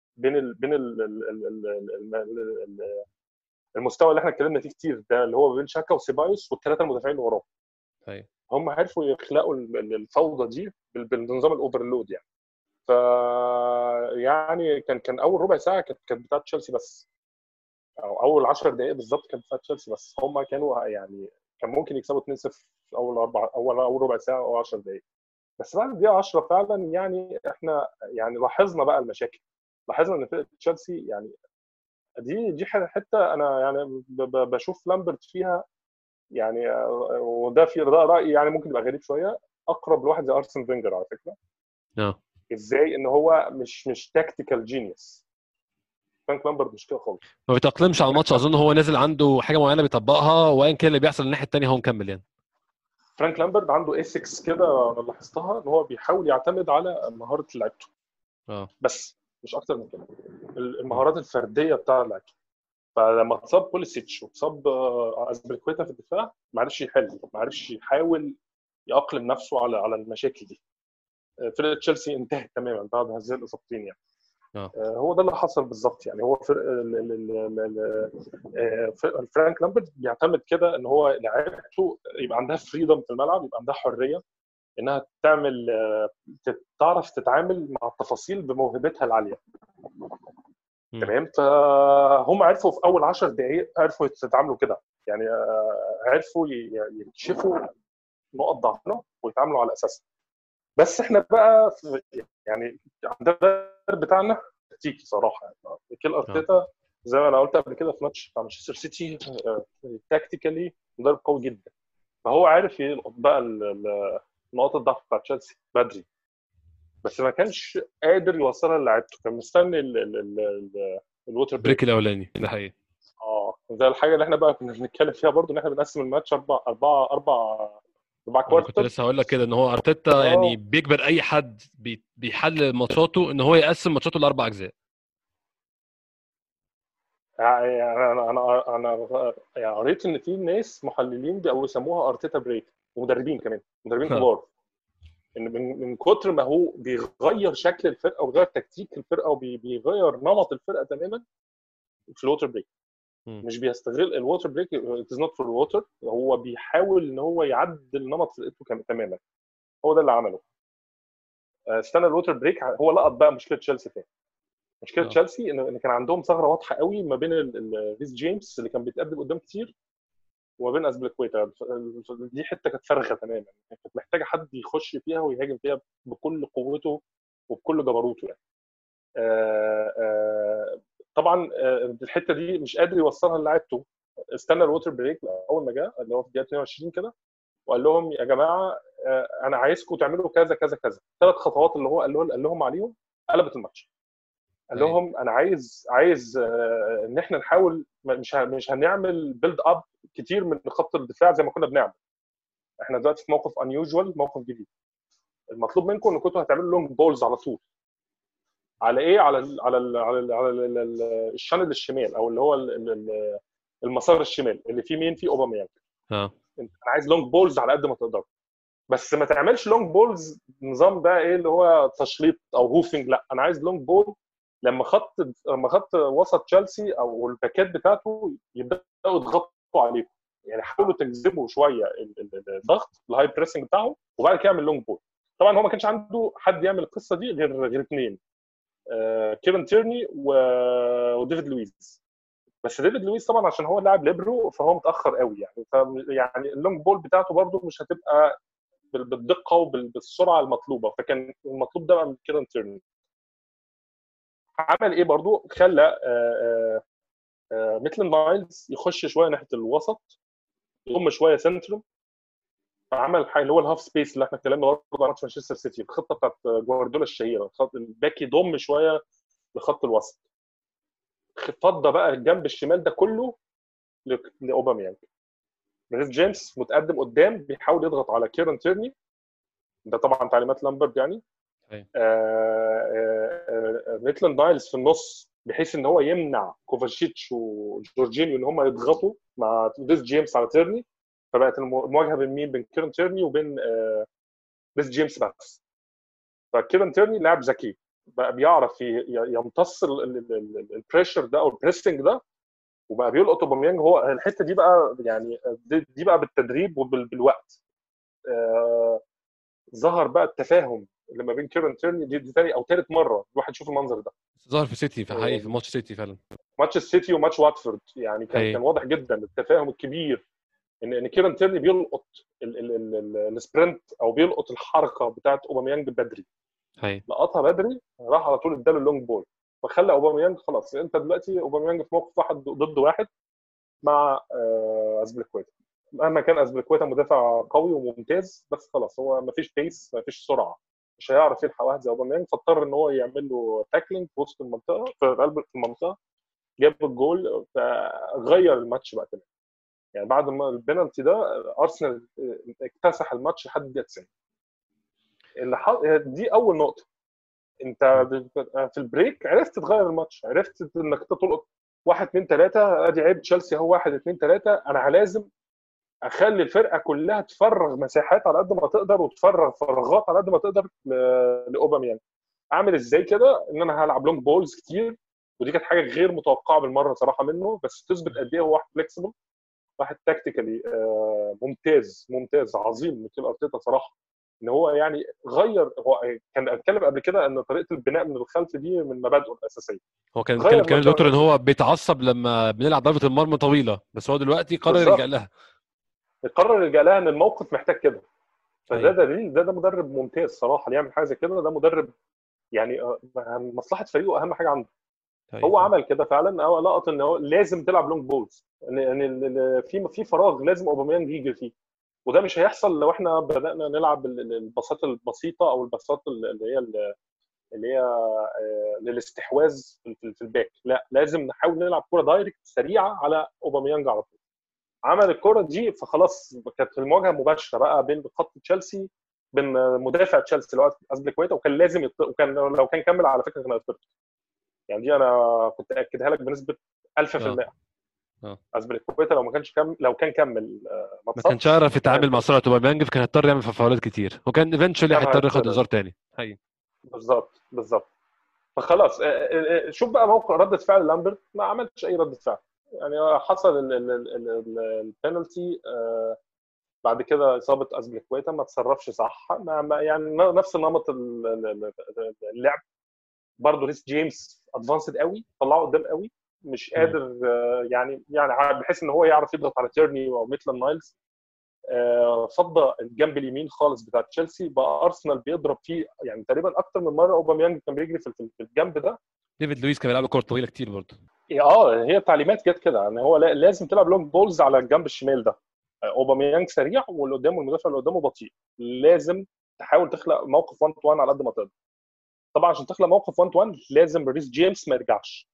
بين المستوى اللي احنا اتكلمنا فيه كتير ده، اللي هو بين شاكا وسيبايوس والثلاثه المدافعين اللي وراهم. ايوه. هم عرفوا يخلقوا الفوضى دي بالنظام الاوفرلود يعني. ف يعني كان اول ربع ساعه كانت بتاعت تشيلسي بس، او اول 10 دقائق بالظبط كانت بتاعت تشيلسي بس. هم كانوا يعني كان ممكن يكسبوا 2-0 في اول ربع ساعه او 10 دقائق. بس بعد الدقيقه 10 فعلا يعني احنا يعني لاحظنا بقى المشاكل. لاحظنا ان فرقه تشيلسي يعني دي حته انا يعني بشوف لامبرت فيها يعني. وده في راي يعني ممكن يبقى غريب شويه. اقرب لواحد زي ارسن فينجر على فكره. اه ازاي ان هو مش تاكتيكال جينيوس. فرانك لامبرد مش كده خالص. ما بيتأقلمش على الماتش، اظن هو نازل عنده حاجه معينه بيطبقها، وان كان اللي بيحصل الناحيه الثانيه هو مكمل يعني. فرانك لامبرد عنده ايثكس كده، انا لاحظتها ان هو بيحاول يعتمد على مهاره لعيبته اه بس، مش اكتر من كده. المهارات الفرديه بتاع لعيبته. فلما اتصاب بوليسيتش واتصاب ازبلكويتا في الدفاع، ما عرفش يحل، ما عرفش يحاول يأقلم نفسه على المشاكل دي. فرقه تشيلسي انتهت تماما بعد هذه الاصابتين يعني. اه هو ده اللي حصل بالظبط يعني. هو فرانك لامبرد بيعتمد كده ان هو لعيبته يبقى عندها فريدم في الملعب، يبقى عندها حريه انها تعمل، تعرف تتعامل مع التفاصيل بموهبتها العاليه. مم. تمام. فهم عرفوا في اول 10 دقائق عرفوا يتعاملوا كده يعني. عرفوا يكشفوا نقط ضعفنا ويتعاملوا على اساسها. بس احنا بقى يعني عندنا المدرب بتاعنا تكتيكي صراحه يعني. ميكيل ارتيتا زي ما انا قلت قبل كده في ماتش بتاع مانشستر سيتي، تاكتيكالي مدرب قوي جدا. فهو عارف يلقط بقى نقاط الضعف بتاع تشيلسي بدري، بس ما كانش قادر يوصلها للاعيبته. كان مستني الووتر البريك بريك. الاولاني ده حقيقي. زي الحاجه اللي احنا بقى كنا بنتكلم فيها برضو، ان احنا بنقسم الماتش اربع انا كنت كوارتر. لسه هقول لك كده ان هو ارتيتا يعني اه بيجبر اي حد بيحلل ماتشاته ان هو يقسم ماتشاته لاربع اجزاء. يعني انا يعني قريت ان في ناس محللين او يسموها ارتيتا بريك، ومدربين كمان، مدربين كبار، ان من كتر ما هو بيغير شكل الفرقه وبيغير تكتيك الفرقه وبيغير نمط الفرقه تماما في الووتر بريك. مش بيستغل الووتر بريك، ات از نوت فور ووتر، هو بيحاول ان هو يعدل نمط فرقته تماما. هو ده اللي عمله. استنى الووتر بريك، هو لقط بقى مشكله تشيلسي فين. مشكله تشيلسي ان كان عندهم ثغره واضحه قوي ما بين ريس جيمس اللي كان بيتقدم قدام كتير، وما بين ازبلكويتا. دي حته كانت فارغه تماما، كانت محتاجه حد يخش فيها ويهاجم فيها بكل قوته وبكل جبروته يعني. طبعا الحته دي مش قادر يوصلها للاعيبته. استنى الووتر بريك اول ما جاء اللي هو في الدقيقه 22 كده، وقال لهم يا جماعه انا عايزكم تعملوا كذا كذا كذا. 3 خطوات اللي هو قال لهم عليهم قلبت الماتش. قال لهم انا عايز ان احنا نحاول، مش هنعمل بيلد اب كتير من خط الدفاع زي ما كنا بنعمل. احنا دلوقتي في موقف انيوجوال، موقف جديد. المطلوب منكم ان كنتوا هتعملوا لونج بولز على طول. على ايه؟ على الشانل الشمال، او اللي هو المسار الشمال اللي فيه مين؟ فيه اوباميانج. انا عايز لونج بولز على قد ما تقدر، بس ما تعملش لونج بولز نظام بقى ايه اللي هو تشليط او هوفنج. لا، انا عايز لونج بول لما خط وسط تشيلسي او الباكات بتاعته يبداوا يضغطوا عليكم. يعني حاولوا تجذبوا شويه الضغط، الهاي بريسنج بتاعه، وبعد كده يعمل لونج بول. طبعا هو ما كانش عنده حد يعمل القصه دي غير 2، كيفن تيرني وديفيد لويز. بس ديفيد لويز طبعا عشان هو لاعب ليبرو فهو متاخر قوي يعني. يعني اللونج بول بتاعته برده مش هتبقى بالدقه وبالسرعه المطلوبه، فكان المطلوب ده من كيفن تيرني. عمل ايه برضو؟ خلى ميتلند نايلز يخش شويه ناحيه الوسط، يضم شويه سنترم. عمل حاجه اللي هو الهاف سبيس اللي احنا اتكلمنا برضه عن مانشستر سيتي، الخطه بتاعت جوارديولا الشهيره، خط الباك يضم شويه لخط الوسط. فضى بقى الجنب الشمال ده كله لاوباميانج. ريس جيمس متقدم قدام بيحاول يضغط على كيرن تيرني، ده طبعا تعليمات لامبرد يعني. ميتلاند نايلز في النص بحيث ان هو يمنع كوفاشيتش وجورجينيو ان هم يضغطوا مع ريس جيمس على تيرني. فبقت المواجهه بين مين؟ بين كيرن تيرني وبين ريس جيمس بس. فكيرن تيرني لاعب ذكي بقى، بيعرف يمتص البريشر ده او البريسنج ده، وبقى بيلقط اوباميانج. هو الحته دي بقى يعني دي بقى بالتدريب وبالوقت ظهر بقى التفاهم اللي ما بين كيرن تيرني. دي ثاني او ثالث مره الواحد يشوف المنظر ده. ظهر في سيتي، في حقيقي في ماتش سيتي فعلا، ماتش السيتي وماتش واتفورد يعني كان واضح جدا التفاهم الكبير ان كيرن تيرني بيلقط السبرنت او بيلقط الحركه بتاعت اوباميانج بدري. لقطها بدري، راح على طول اداله اللونج بول، فخلى اوباميانج خلاص انت دلوقتي اوباميانج في موقف واحد ضد واحد مع ازبلكويتا. مهما كان ازبيكويتا مدافع قوي وممتاز، بس خلاص هو مفيش بيس، مفيش سرعه، مش هيعرف يلحق واحد زي اوباميانج، فاضطر ان هو يعمل له تاكلينج في وسط المنطقه، في قلب المنطقه، جاب الجول، فغير الماتش بقى تمام. يعني بعد ما البينالتي ده ارسنال اكتسح الماتش لحد الدقيقه 90. دي اول نقطه. انت في البريك عرفت تغير الماتش، عرفت انك تطلق 1 2 3، ادي عيب تشيلسي هو 1 2 3، انا لازم اخلي الفرقه كلها تفرغ مساحات على قد ما تقدر وتفرغ فراغات على قد ما تقدر لاوباميانج. اعمل ازاي كده؟ ان انا هلعب لونج بولز كتير، ودي كانت حاجه غير متوقعه بالمره صراحه منه، بس تثبت قد ايه هو واحد فليكسبل، واحد تكتيكالي ممتاز ممتاز عظيم ميكيل ارتيتا صراحه. ان هو يعني غير، هو كان اتكلم قبل كده ان طريقه البناء من الخلف دي من مبادئه الاساسيه. هو كان بيتكلم غير كمان دكتور ان مجرد هو بيتعصب لما بنلعب ضربه المرمى طويله، بس هو دلوقتي قرر يلجأ بالظبط، لها. قرر يلجأ لها ان الموقف محتاج كده. فده ايوه دليل، ده مدرب ممتاز صراحه اللي يعمل حاجه زي كده، ده مدرب يعني مصلحه فريقه اهم حاجه عنده. ايوه هو عمل كده فعلا، هو لقط ان هو لازم تلعب لونج بولز، ان في فراغ لازم اوباميانج يجي فيه، وده مش هيحصل لو احنا بدانا نلعب الباصات البسيطه او الباصات اللي هي للاستحواذ في الباك. لا، لازم نحاول نلعب كره دايركت سريعه على اوباميانج على طول. عمل الكره دي، فخلاص كانت المواجهه مباشره بقى بين خط تشيلسي، بين مدافع تشيلسي اللي هو ازبيكويتا، وكان لازم وكان لو كان كمل على فكره كان هيطرد. يعني دي انا كنت اكدها لك بنسبه اه 1000%. اه ازبيكويتا لو كان كمل ما ما كانش اتصابش يعرف كان يتعامل مع هيطرد. سرعه اوباميانج، فكان هيضطر يعمل فاولات كتير، وكان ايفنشولي كان هيضطر ياخد هيطرد انذار تاني حقيقي. بالظبط بالظبط. فخلاص شوف بقى موقع ردة فعل لامبرت، ما عملش اي ردة فعل. يعني حصل البينالتي، بعد كده اصابه ازبيكويتا ما تصرفش صح، يعني نفس نمط اللعب. برضه ريس جيمس ادفانسد قوي، طلعه قدام قوي، مش مم. قادر يعني بحيث ان هو يعرف يضغط على تيرني او ميتلاند نايلز. فضى الجنب اليمين خالص بتاع تشيلسي، بقى ارسنال بيضرب فيه يعني تقريبا اكتر من مره. اوباميانج كان بيجري في الجنب ده. ديفيد لويس كان بيلعب كور طويله كتير برضه. هي التعليمات جت كده ان هو لازم تلعب لونج بولز على الجنب الشمال ده. اوباميانج سريع، واللي قدامه المدافع اللي قدامه بطيء، لازم تحاول تخلق موقف 1 تو 1 على قد ما تقدر. طبعا عشان تخلق موقف 1 تو 1 لازم ريس جيمس ما يرجعش،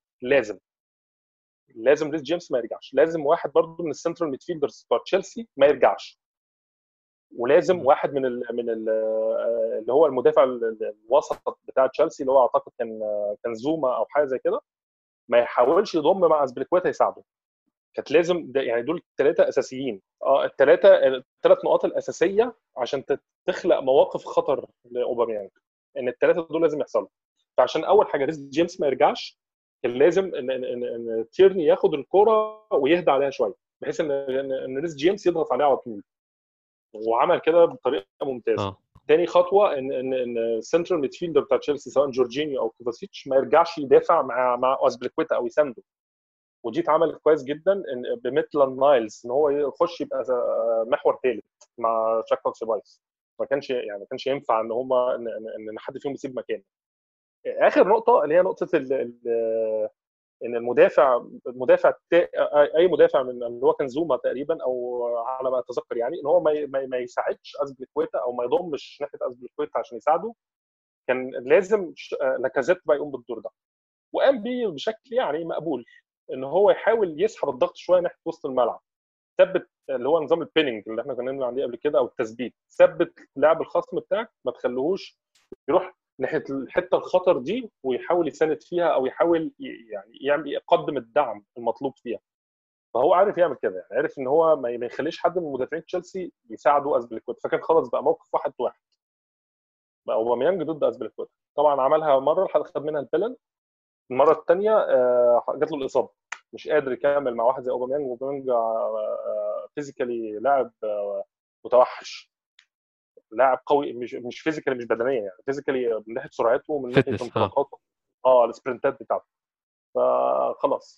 لازم ريس جيمس ما يرجعش، لازم واحد برضه من السنترال ميدفيلدرز بتوع تشيلسي ما يرجعش، ولازم مم. واحد من اللي هو المدافع الوسط بتاع تشيلسي اللي هو اعتقد كان زوما او حاجه زي كده، ما يحاولش يضم مع اسبليكويتا يساعده. كانت لازم ده، يعني دول الثلاثه اساسيين، الثلاث نقاط الاساسيه عشان تخلق مواقف خطر لاوباميانج، ان الثلاثه دول لازم يحصلوا. فعشان اول حاجه ريس جيمس ما يرجعش، كان لازم ان تيرني ياخد الكوره ويهدى عليها شويه، بحيث ان ريس جيمس يضغط عليها على طول، وعمل كده بطريقه ممتازه. اه تاني خطوه ان السنترال ميدفيلدر بتاع تشيلسي سواء جورجينيو او كوفاسيتش ما يرجعش يدافع مع اسبليكويتا او يسانده، ودي اتعملت كويس جدا ان بميتلاند نايلز ان هو يخش يبقى محور ثالث مع شاكل سيبايس. ما كانش ينفع ان هما ان حد فيهم يسيب مكانه. اخر نقطه اللي هي نقطه ان اي مدافع من اللي هو كان زوما تقريبا او على ما اتذكر، يعني ان هو ما يساعدش ازبليكويتا او ما يضمش ناحيه ازبليكويتا عشان يساعده. كان لازم لاكازيت بقى يقوم بالدور ده، وقام بيه بشكل يعني مقبول، ان هو يحاول يسحب الضغط شويه ناحيه وسط الملعب، ثبت اللي هو نظام البيننج اللي احنا كنا بنعمل عليه قبل كده، او التثبيت، ثبت لاعب الخصم بتاعك، ما تخليهوش يروح ناحيه الحته الخطر دي ويحاول يساند فيها، او يحاول يعني يقدم الدعم المطلوب فيها. فهو عارف يعمل كده، يعني عارف ان هو ما يخليش حد من مدافعين تشيلسي يساعده ازبليكويتا، فكان خلاص بقى موقف 1-1 بقى اوباميانج ضد ازبليكويتا. طبعا عملها مره لحد خد منها البلن، المره الثانيه جات له الاصابه، مش قادر يكمل مع واحد زي اوباميانج. اوباميانج فيزيكالي لاعب متوحش، لاعب قوي، مش فيزيكالي، مش بدنيا، يعني فيزيكالي من ناحيه سرعته ومن ناحيه فتنس اه. انطلاقاته، السبرنتات بتاعته. فخلاص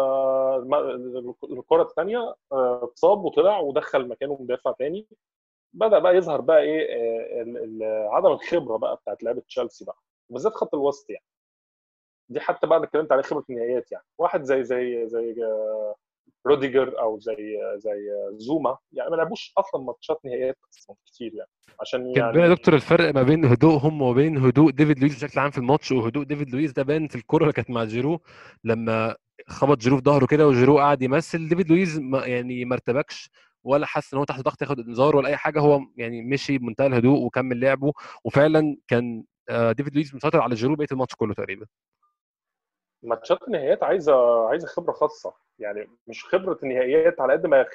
الكره الثانيه اتصاب وطلع ودخل مكانه مدافع ثاني. بدا بقى يظهر بقى ايه عدم الخبره بقى بتاعت لعيبه تشيلسي بقى، بالذات خط الوسط يعني. دي حتى بقى انا اتكلمت عليه خبره النهائيات، يعني واحد زي روديجر او زي زوما، يعني ما لعبوش اصلا ماتشات نهائيات اصلا كتير يعني، عشان كان بين يا يعني دكتور الفرق ما بين هدوءهم وبين هدوء ديفيد لويس بشكل عام في الماتش. وهدوء ديفيد لويس ده بان في الكرة اللي كانت مع جيرو، لما خبط جيرو في ظهره كده وجيرو قاعد يمثل. ديفيد لويس ما يعني ما ارتبكش ولا حس ان هو تحت ضغط ياخد انذار ولا اي حاجه، هو يعني مشي بمنتهى الهدوء وكمل لعبه. وفعلا كان ديفيد لويس مسيطر على جيرو بقيه الماتش كله تقريبا. ماتشات النهائيات عايزه خبره خاصه، يعني مش خبره النهائيات على قد ما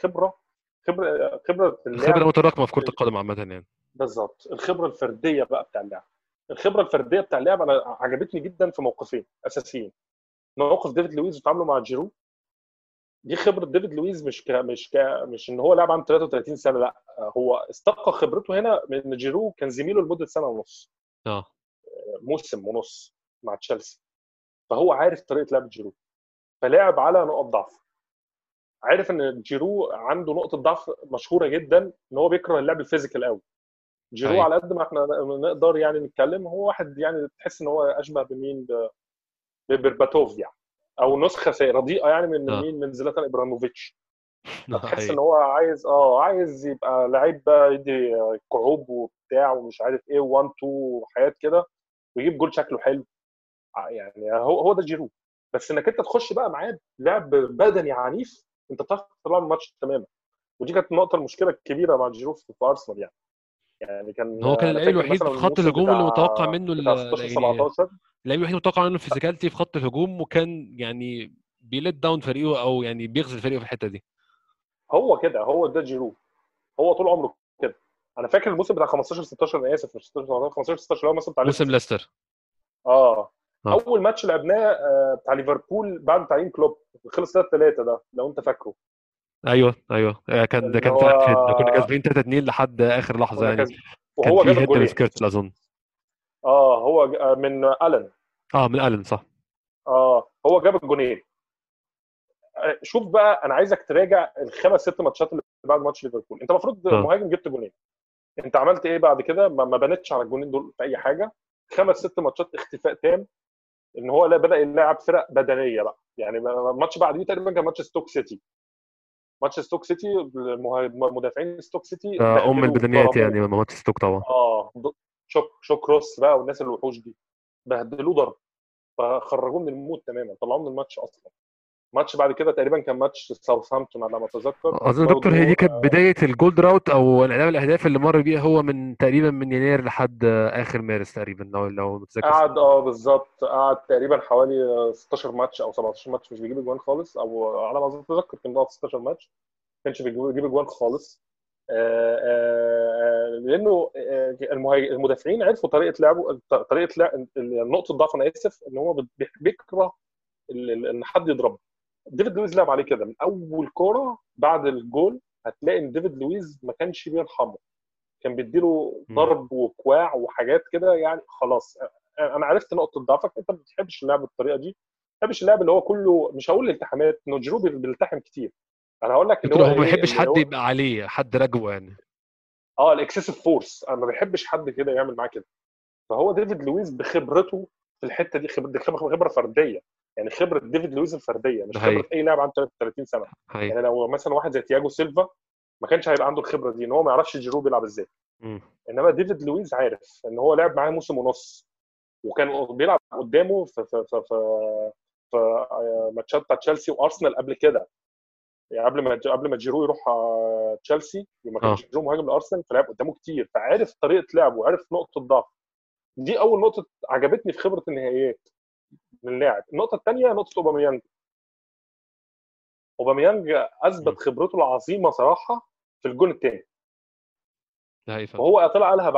خبره الخبره اللعب. متراكمه في كره القدم عامه يعني. بالظبط، الخبره الفرديه بقى بتاع اللعب. الخبره الفرديه بتاع اللعب انا عجبتني جدا في موقفين اساسيين. موقف ديفيد لويس وتعامله مع جيرو، دي خبره ديفيد لويس، مش ان هو لاعب عنده 33 سنه، لا، هو استبقى خبرته هنا من إن جيرو كان زميله لمده سنه ونص، اه موسم ونص مع تشيلسي. فهو عارف طريقه لعب جيرو، فلاعب على نقط ضعف. عارف ان جيرو عنده نقطه ضعف مشهوره جدا، ان هو بيكره اللعب الفيزيكال قوي. جيرو ايوه على قد ما احنا نقدر يعني نتكلم، هو واحد يعني تحس ان هو اشبه بمين، ببرباتوف يعني، او نسخه رديئه يعني من اه مين، من زلاتان ابراهيموفيتش. فتحس حقيقي. ان هو عايز يبقى لعيب بقى، يدي كعوب وبتاع ومش عارف ايه 1 2 وحاجات كده، ويجيب جول شكله حلو. يعني هو ده جيرو. بس انك انت تخش بقى معاه لعب بدني عنيف، انت بتعرف تطلع من الماتش تماما. ودي كانت النقطه المشكله الكبيره مع جيرو في ارسنال يعني. يعني كان هو كان انا اللعيب فاكر الوحيد مثلا في خط الموسم الهجوم اللي بتاع متوقع منه بتاع 16 يعني 17. اللعيب الوحيد متوقع منه فيزيكاليتي في خط الهجوم، وكان يعني بيلت داون فريقه او يعني بيغزل فريقه في الحته دي. هو كده، هو ده جيرو، هو طول عمره كده. انا فاكر الموسم بتاع 15 16، انا اسف، مش 16 17، 15 16 اللي هو الموسم بتاع موسم ليستر. ليستر. اه، اه اول ماتش لعبناه بتاع ليفربول بعد تعيين كلوب، خلص 3-3 ده لو انت فاكره. ايوه ايوه كان ده اللي كان في هو انفيلد، كنا كاسبين 3-2 لحد اخر لحظه كنا يعني. كسب، كان وهو في جاب هيد الجولين. لسكيرتل اظن. هو من الن. اه من الن صح. هو جاب الجولين. شوف بقى، انا عايزك تراجع الخمس ست ماتشات اللي بعد ماتش ليفربول. انت المفروض اه مهاجم جبت جولين، انت عملت ايه بعد كده؟ ما بنتش على الجولين دول في اي حاجه. خمس ست ماتشات اختفاء تام، ان هو لا بدا يلعب فرق بدنيه بقى يعني. الماتش بعديه تقريبا كان ماتش ستوك سيتي. ماتش ستوك سيتي، مدافعين ستوك سيتي ام بهدلوه البدنيات ضربوه. يعني ماتش ستوك طبعا. اه، شوك روس بقى والناس الوحوش دي بهدلوه ضرب، فخرجوه من المود تماما، طلعوه من الماتش اصلا. ماتش بعد كده تقريبا كان ماتش ساوثهامبتون على ما اتذكر اظن دكتور هي دي برضو. كانت بدايه الجولد راوت او انعدام الاهداف اللي مر بيها هو من تقريبا من يناير لحد اخر مارس تقريبا، لو متذكر صح. قعد بالظبط، قعد تقريبا حوالي 16 ماتش او 17 ماتش مش بيجيب اجوان خالص، او على ما اتذكر كان بقى 16 ماتش ما كانش بيجيب اجوان خالص. لانه المدافعين عرفوا طريقه لعبه، طريقه لعب نقطه ضعف، انا اسف، ان هو بيكره ان حد يضربه. ديفيد لويز لعب عليه كده من اول كوره بعد الجول. هتلاقي ان ديفيد لويز ما كانش بيرحمه، كان بيديله مم. ضرب وكواع وحاجات كده يعني. خلاص، انا عرفت نقطه ضعفك، انت ما بتحبش اللعب بالطريقه دي، ما بتحبش اللعب اللي هو كله، مش هقول الالتحامات، انه جيرو بيلتحم كتير. انا هقول لك اللي دكتور هو هو ما ايه، بيحبش اللي حد هو يبقى عليه حد راجعه يعني. الاكسسيف فورس، انا ما بحبش حد كده يعمل معاه كده. فهو ديفيد لويز بخبرته في الحته دي، خبره فرديه يعني، خبره ديفيد لويز الفرديه، ده مش خبره حقيقي. اي لاعب عنده 33 سنه. حقيقي. يعني لو مثلا واحد زي تياجو سيلفا ما كانش هيبقى عنده الخبره دي، ان هو ما يعرفش جيرو بيلعب ازاي. مم. انما ديفيد لويز عارف ان هو لعب معاه موسم ونص، وكان بيلعب قدامه في ماتشات بتاع تشيلسي وارسنال قبل كده، يعني قبل ما جيرو يروح تشيلسي، لما كان اه جيرو مهاجم الارسنال، فلعب قدامه كتير، فعارف طريقه لعبه وعارف نقطه ضعف. دي اول نقطه عجبتني في خبره النهائيات من اللاعب. النقطه الثانيه نقطه اوباميانج. اوباميانج مم. اثبت خبرته العظيمه صراحه في الجون الثاني. ده حقيقي فعلا. وهو طلع قالها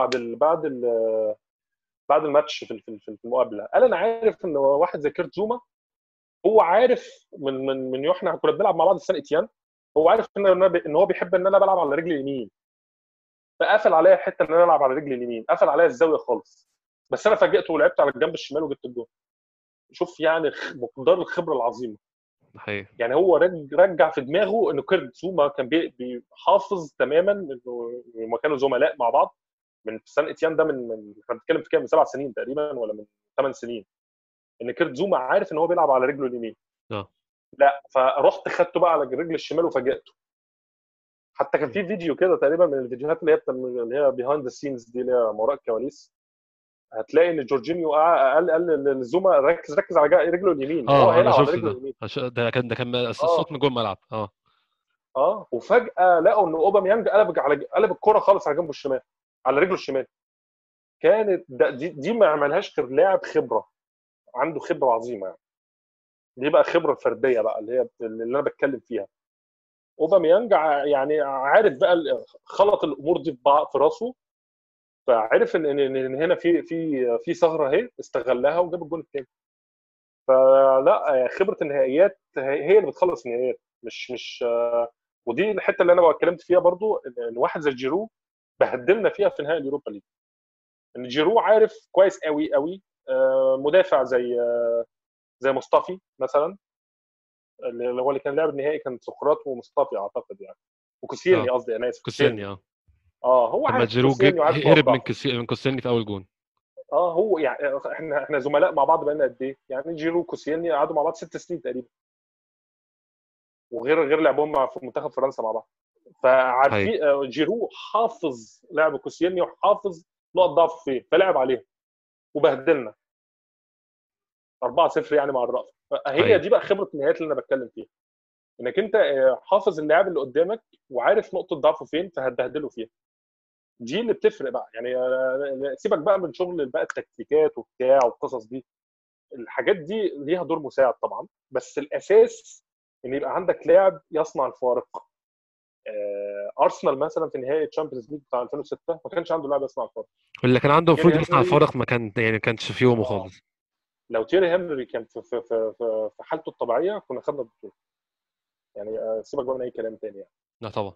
بعد الماتش في المقابله، قال انا عارف ان واحد زي كيرت زوما، هو عارف من يوحنا كنا بنلعب مع بعض في سان اتيان، هو عارف ان هو بيحب ان انا بلعب على رجلي اليمين، فقفل عليا الحته ان انا العب على رجلي اليمين، قفل عليا الزاويه خالص، بس انا فاجئته ولعبت على الجنب الشمال وجبت الجول. شوف يعني مقدار الخبره العظيمه. ده حقيقي. يعني هو رجع في دماغه انه كيرت زوما كان بيحافظ تماما انه هم كانوا زملاء مع بعض من سان اتيان ده، احنا بنتكلم في كام، من 7 سنين تقريبا ولا من 8 سنين، ان كيرت زوما عارف ان هو بيلعب على رجله اليمين. اه لا، فرحت خدته بقى على الرجل الشمال وفاجئته. حتى كان في فيديو كده تقريبا من الفيديوهات اللي هي بيهايند ذا سينز دي، اللي هي ما وراء الكواليس، هتلاقي ان جورجينيو قال للزوما ركز على رجله اليمين، وهو انا هيلعب على شفت رجله ده. اليمين. ده كان اه الصوت من جوه الملعب. وفجاه لقوا ان اوباميانج قلب الكره خالص على جنبه الشمال، على رجله الشمال. كانت دي ما عملهاش غير لاعب خبره، عنده خبره عظيمه يعني. دي بقى خبره فرديه بقى، اللي انا بتكلم فيها. اوباميانج يعني عارف بقى خلط الامور دي في راسه، فعرف ان هنا في ثغره اهي، استغلها وجاب الجول الثاني. فلا، خبره النهائيات هي اللي بتخلص النهائيات، مش ودي الحته اللي انا اتكلمت فيها برضو، ان واحد زي جيرو بهدلنا فيها في نهائي اليوروبا ليج. ان جيرو عارف كويس قوي قوي مدافع زي مصطفي مثلا، اللي هو اللي كان لاعب النهائي، كان سقراط ومصطفي اعتقد يعني، وكوسيلني اه قصدي، انا اسف، كوسيلني. كوسيلني. هو لما عارف جيرو كوسيلني وعارف هرب موقعه. من كوسيلني في اول جون. هو يعني احنا زملاء مع بعض بقالنا قد ايه يعني، جيرو وكوسيلني قعدوا مع بعض 6 سنين تقريبا، وغير لعبهم في منتخب فرنسا مع بعض. هاي فعارفين جيرو حافظ لعب كوسيلني وحافظ نقط ضعف فين، فلعب عليها وبهدلنا 4-0 يعني مع الرأفة. هاي هي دي بقى خبره النهايات اللي انا بتكلم فيها، انك انت حافظ اللاعب اللي قدامك وعارف نقطه ضعفه فين، فهتبهدله فيها. دي اللي بتفرق بقى يعني. سيبك بقى من شغل بقى التكتيكات وبتاع والقصص دي، الحاجات دي ليها دور مساعد طبعا، بس الاساس ان يبقى عندك لاعب يصنع الفارق. ارسنال مثلا في نهائي الشامبيونز ليج بتاع 2006 ما كانش عنده لاعب يصنع الفارق. واللي كان عنده تيري المفروض يصنع هنري، الفارق ما كانش في يومه اه خالص. لو تيري هنري كان في حالته الطبيعيه كنا خدنا البطوله يعني. سيبك بقى من اي كلام تاني يعني. لا طبعا،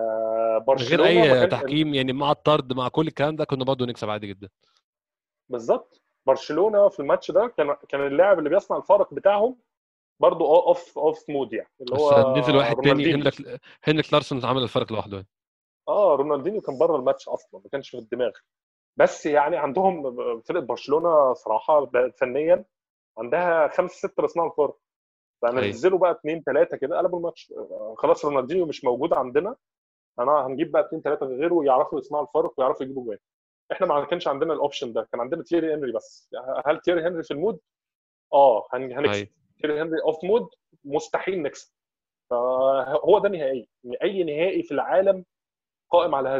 من غير برشلونه ما اي كان تحكيم يعني، مع الطرد مع كل الكلام ده كنا برضه نكسب عادي جدا. بالظبط. برشلونه في الماتش ده كان اللاعب اللي بيصنع الفارق بتاعهم برضو اوف مود يعني، اللي بس هو نزل واحد تاني، رونالدينيو. هنريك لارسون عمل الفرق لوحده يعني. رونالدينيو كان بره الماتش اصلا، ما كانش في الدماغ. بس يعني عندهم فرقه برشلونه صراحه فنيا عندها 5 6 بيصنعوا الفارق، هاي فنزلوا بقى 2 3 كده قلبوا الماتش. خلاص رونالدينيو مش موجود عندنا، انا هنجيب بقى 2 3 غيره يعرفوا يصنعوا الفارق ويعرفوا يجيبوا جوان. احنا ما كانش عندنا الاوبشن ده، كان عندنا تيري هنري بس. هل تيري هنري في المود؟ هنكسب. هاي تيري هنري اوف مود مستحيل نكسب. فهو ده نهائي، اي نهائي في العالم قائم على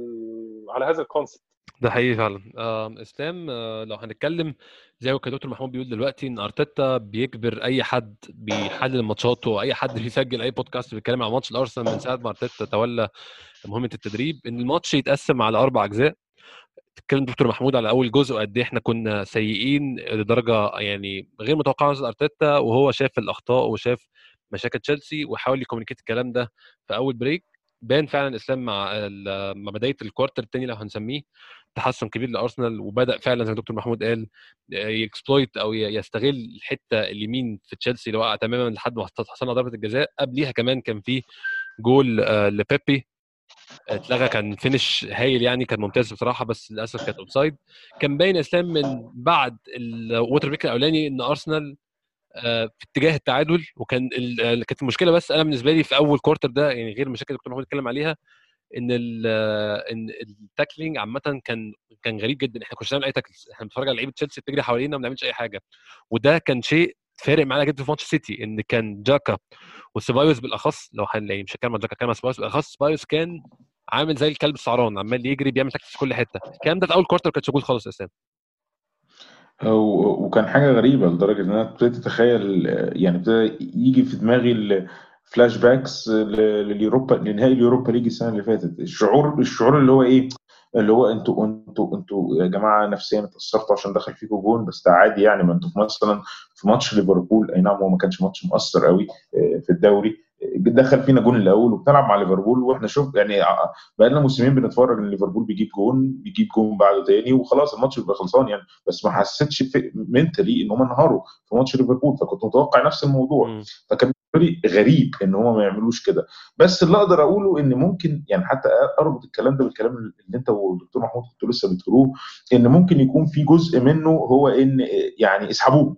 على هذا الكونسبت. ده حقيقي فعلا. اسلام، لو هنتكلم زي ما كان دكتور محمود بيقول دلوقتي، ان ارتيتا بيجبر اي حد بيحلل ماتشاته واي حد بيسجل اي بودكاست بيتكلم عن ماتش الارسنال من ساعه ما ارتيتا تولى مهمه التدريب، ان الماتش يتقسم على 4 اجزاء. اتكلم دكتور محمود على اول جزء وقد ايه احنا كنا سيئين لدرجه يعني غير متوقعه نزل ارتيتا، وهو شاف الاخطاء وشاف مشاكل تشيلسي وحاول يكومينيكيت الكلام ده في اول بريك. بان فعلا اسلام مع بدايه الكوارتر الثاني لو هنسميه تحسن كبير لارسنال، وبدا فعلا زي ما دكتور محمود قال يكسبلويت او يستغل الحته اليمين في تشيلسي اللي وقع تماما لحد ما حصلنا ضربه الجزاء. قبليها كمان كان في جول لبيبي اتلغى، كان فينش هايل يعني، كان ممتاز بصراحه، بس للاسف كانت اوفسايد. كان باين اسلام من بعد الووتر بريك الاولاني ان ارسنال في اتجاه التعادل، وكان كانت المشكله، بس انا بالنسبه لي في اول كورتر ده يعني غير المشاكل اللي دكتور محمود اتكلم عليها، ان ان التاكلينج عامه كان غريب جدا. احنا كنا بنعمل اي تاكلز، احنا بنتفرج على لعيبه تشيلسي بتجري حوالينا وما بنعملش اي حاجه. وده كان شيء فارق معانا جدا في ماتش سيتي، ان كان جاكا وسيبايوس بالاخص، لو يعني مش هتكلم عن جاكا، هتكلم عن سيبايوس بالاخص. سيبايوس كان عامل زي الكلب السعران عمال يجري بيعمل تاكتكس في كل حته. الكلام ده في اول كوارتر ما كانش موجود خالص اساسا. وكان حاجة غريبة لدرجة إن أنا ابتديت أتخيل، يعني ابتدى يجي في دماغي الفلاش باكس لليوروبا، لنهائي اليوروبا ليج السنة اللي فاتت. الشعور اللي هو إيه، اللي هو انتوا يا جماعة نفسيا اتأثرتوا عشان دخل فيكم جون، بس ده عادي يعني. ما انتوا مثلا في ماتش ليفربول، أي نعم هو ما كانش ماتش مؤثر قوي في الدوري، دخل فينا جون الأول وبنلعب مع ليفربول، واحنا شوف يعني بقى لنا موسمين بنتفرج ان ليفربول بيجيب جون بعده تاني وخلاص الماتش بيبقى خلصان يعني. بس ما حسيتش منتلي ان هم انهاروا في ماتش ليفربول، فكنت متوقع نفس الموضوع. امم فكان بالنسبه لي غريب ان هم ما يعملوش كده. بس اللي اقدر اقوله ان ممكن يعني حتى اربط الكلام ده بالكلام اللي انت والدكتور محمود كنتوا لسه بتقولوه، ان ممكن يكون في جزء منه هو ان يعني اسحبوه،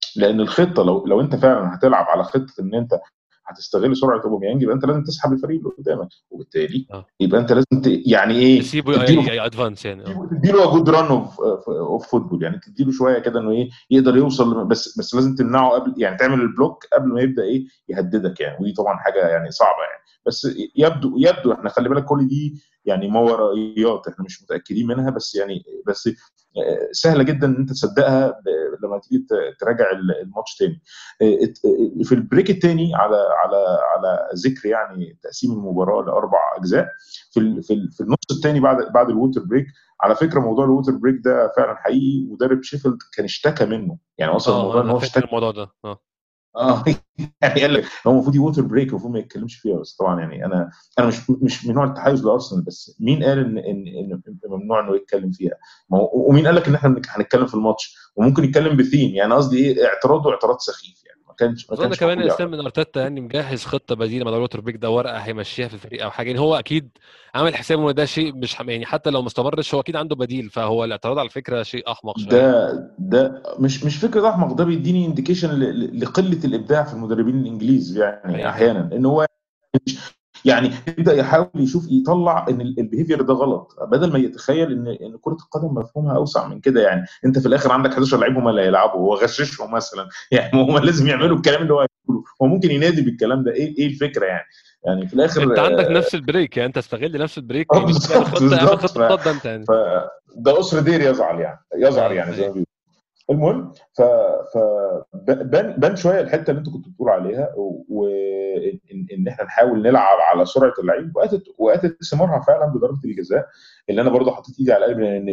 لان الخطه لو انت فعلا هتلعب على خطه ان انت هتستغل سرعه اوباميانج، يبقى انت لازم تسحب الفريق اللي قدامك، وبالتالي اه يبقى انت لازم يعني ايه تسيبه تديله ادفانس يعني. اه تديله جود ران اوف فوتبول، يعني تديله شويه كده انه ايه يقدر يوصل، بس لازم تمنعه قبل، يعني تعمل البلوك قبل ما يبدا ايه يهددك يعني، ودي طبعا حاجه يعني صعبه يعني. بس يبدو احنا خلي بالك كل دي يعني ما ورائيات احنا مش متاكدين منها، بس يعني بس سهله جدا ان انت تصدقها لما تيجي تراجع الماتش تاني. في البريك الثاني على ذكر يعني تقسيم المباراه لاربع اجزاء، في النص الثاني بعد الووتر بريك. على فكره موضوع الووتر بريك ده فعلا حقيقي، مدرب شيفيلد كان اشتكى منه، يعني اصلا الموضوع ان انا هو فاكر اشتكى. الموضوع ده. اه يعني قال لك هو المفروض ووتر بريك، المفروض ما يتكلمش فيها، بس طبعا يعني انا مش من نوع التحيز لارسنال، بس مين قال ان ممنوع انه يتكلم فيها؟ ومين قال لك ان احنا هنتكلم في الماتش وممكن يتكلم بثيم؟ يعني قصدي ايه، اعتراضه اعتراض سخيف يعني، ما اظن كانش كمان المفروض اسلام يعترض. من ارتيتا يعني مجهز خطه بديله مع الوتر بيك ده، ورقه هيمشيها في الفريق او حاجه يعني. هو اكيد عامل حسابه ان ده شيء مش يعني حتى لو ما استمرش هو اكيد عنده بديل. فهو الاعتراض على الفكره شيء احمق شويه. ده مش فكره احمق، ده بيديني انديكيشن لقله الابداع في المدربين الانجليز يعني حقيقي. احيانا، ان هو يعني يبدا يحاول يطلع ان البيهيفير ده غلط، بدل ما يتخيل ان كره القدم مفهومها اوسع من كده. يعني انت في الاخر عندك 11 لعيب هم اللي هيلعبوا، هو غششهم مثلا يعني هم لازم يعملوا الكلام اللي هو هيقوله، هو ممكن ينادي بالكلام ده، ايه الفكره يعني؟ يعني في الاخر انت عندك نفس البريك يعني، انت استغل نفس البريك يعني، اعمل بالظبط خطه، اعمل بالظبط. خطه مضاده انت يعني. ده اسر دير يزعل يعني، يزعر يعني زي ما حقيقي. بيقولوا. المهم ف بان شويه الحته اللي انت كنت بتقول عليها، وان احنا نحاول نلعب على سرعه اللعيب، واتت ثمارها فعلا بضربه الجزاء، اللي انا برضو حطيت ايدي على قلبي، لان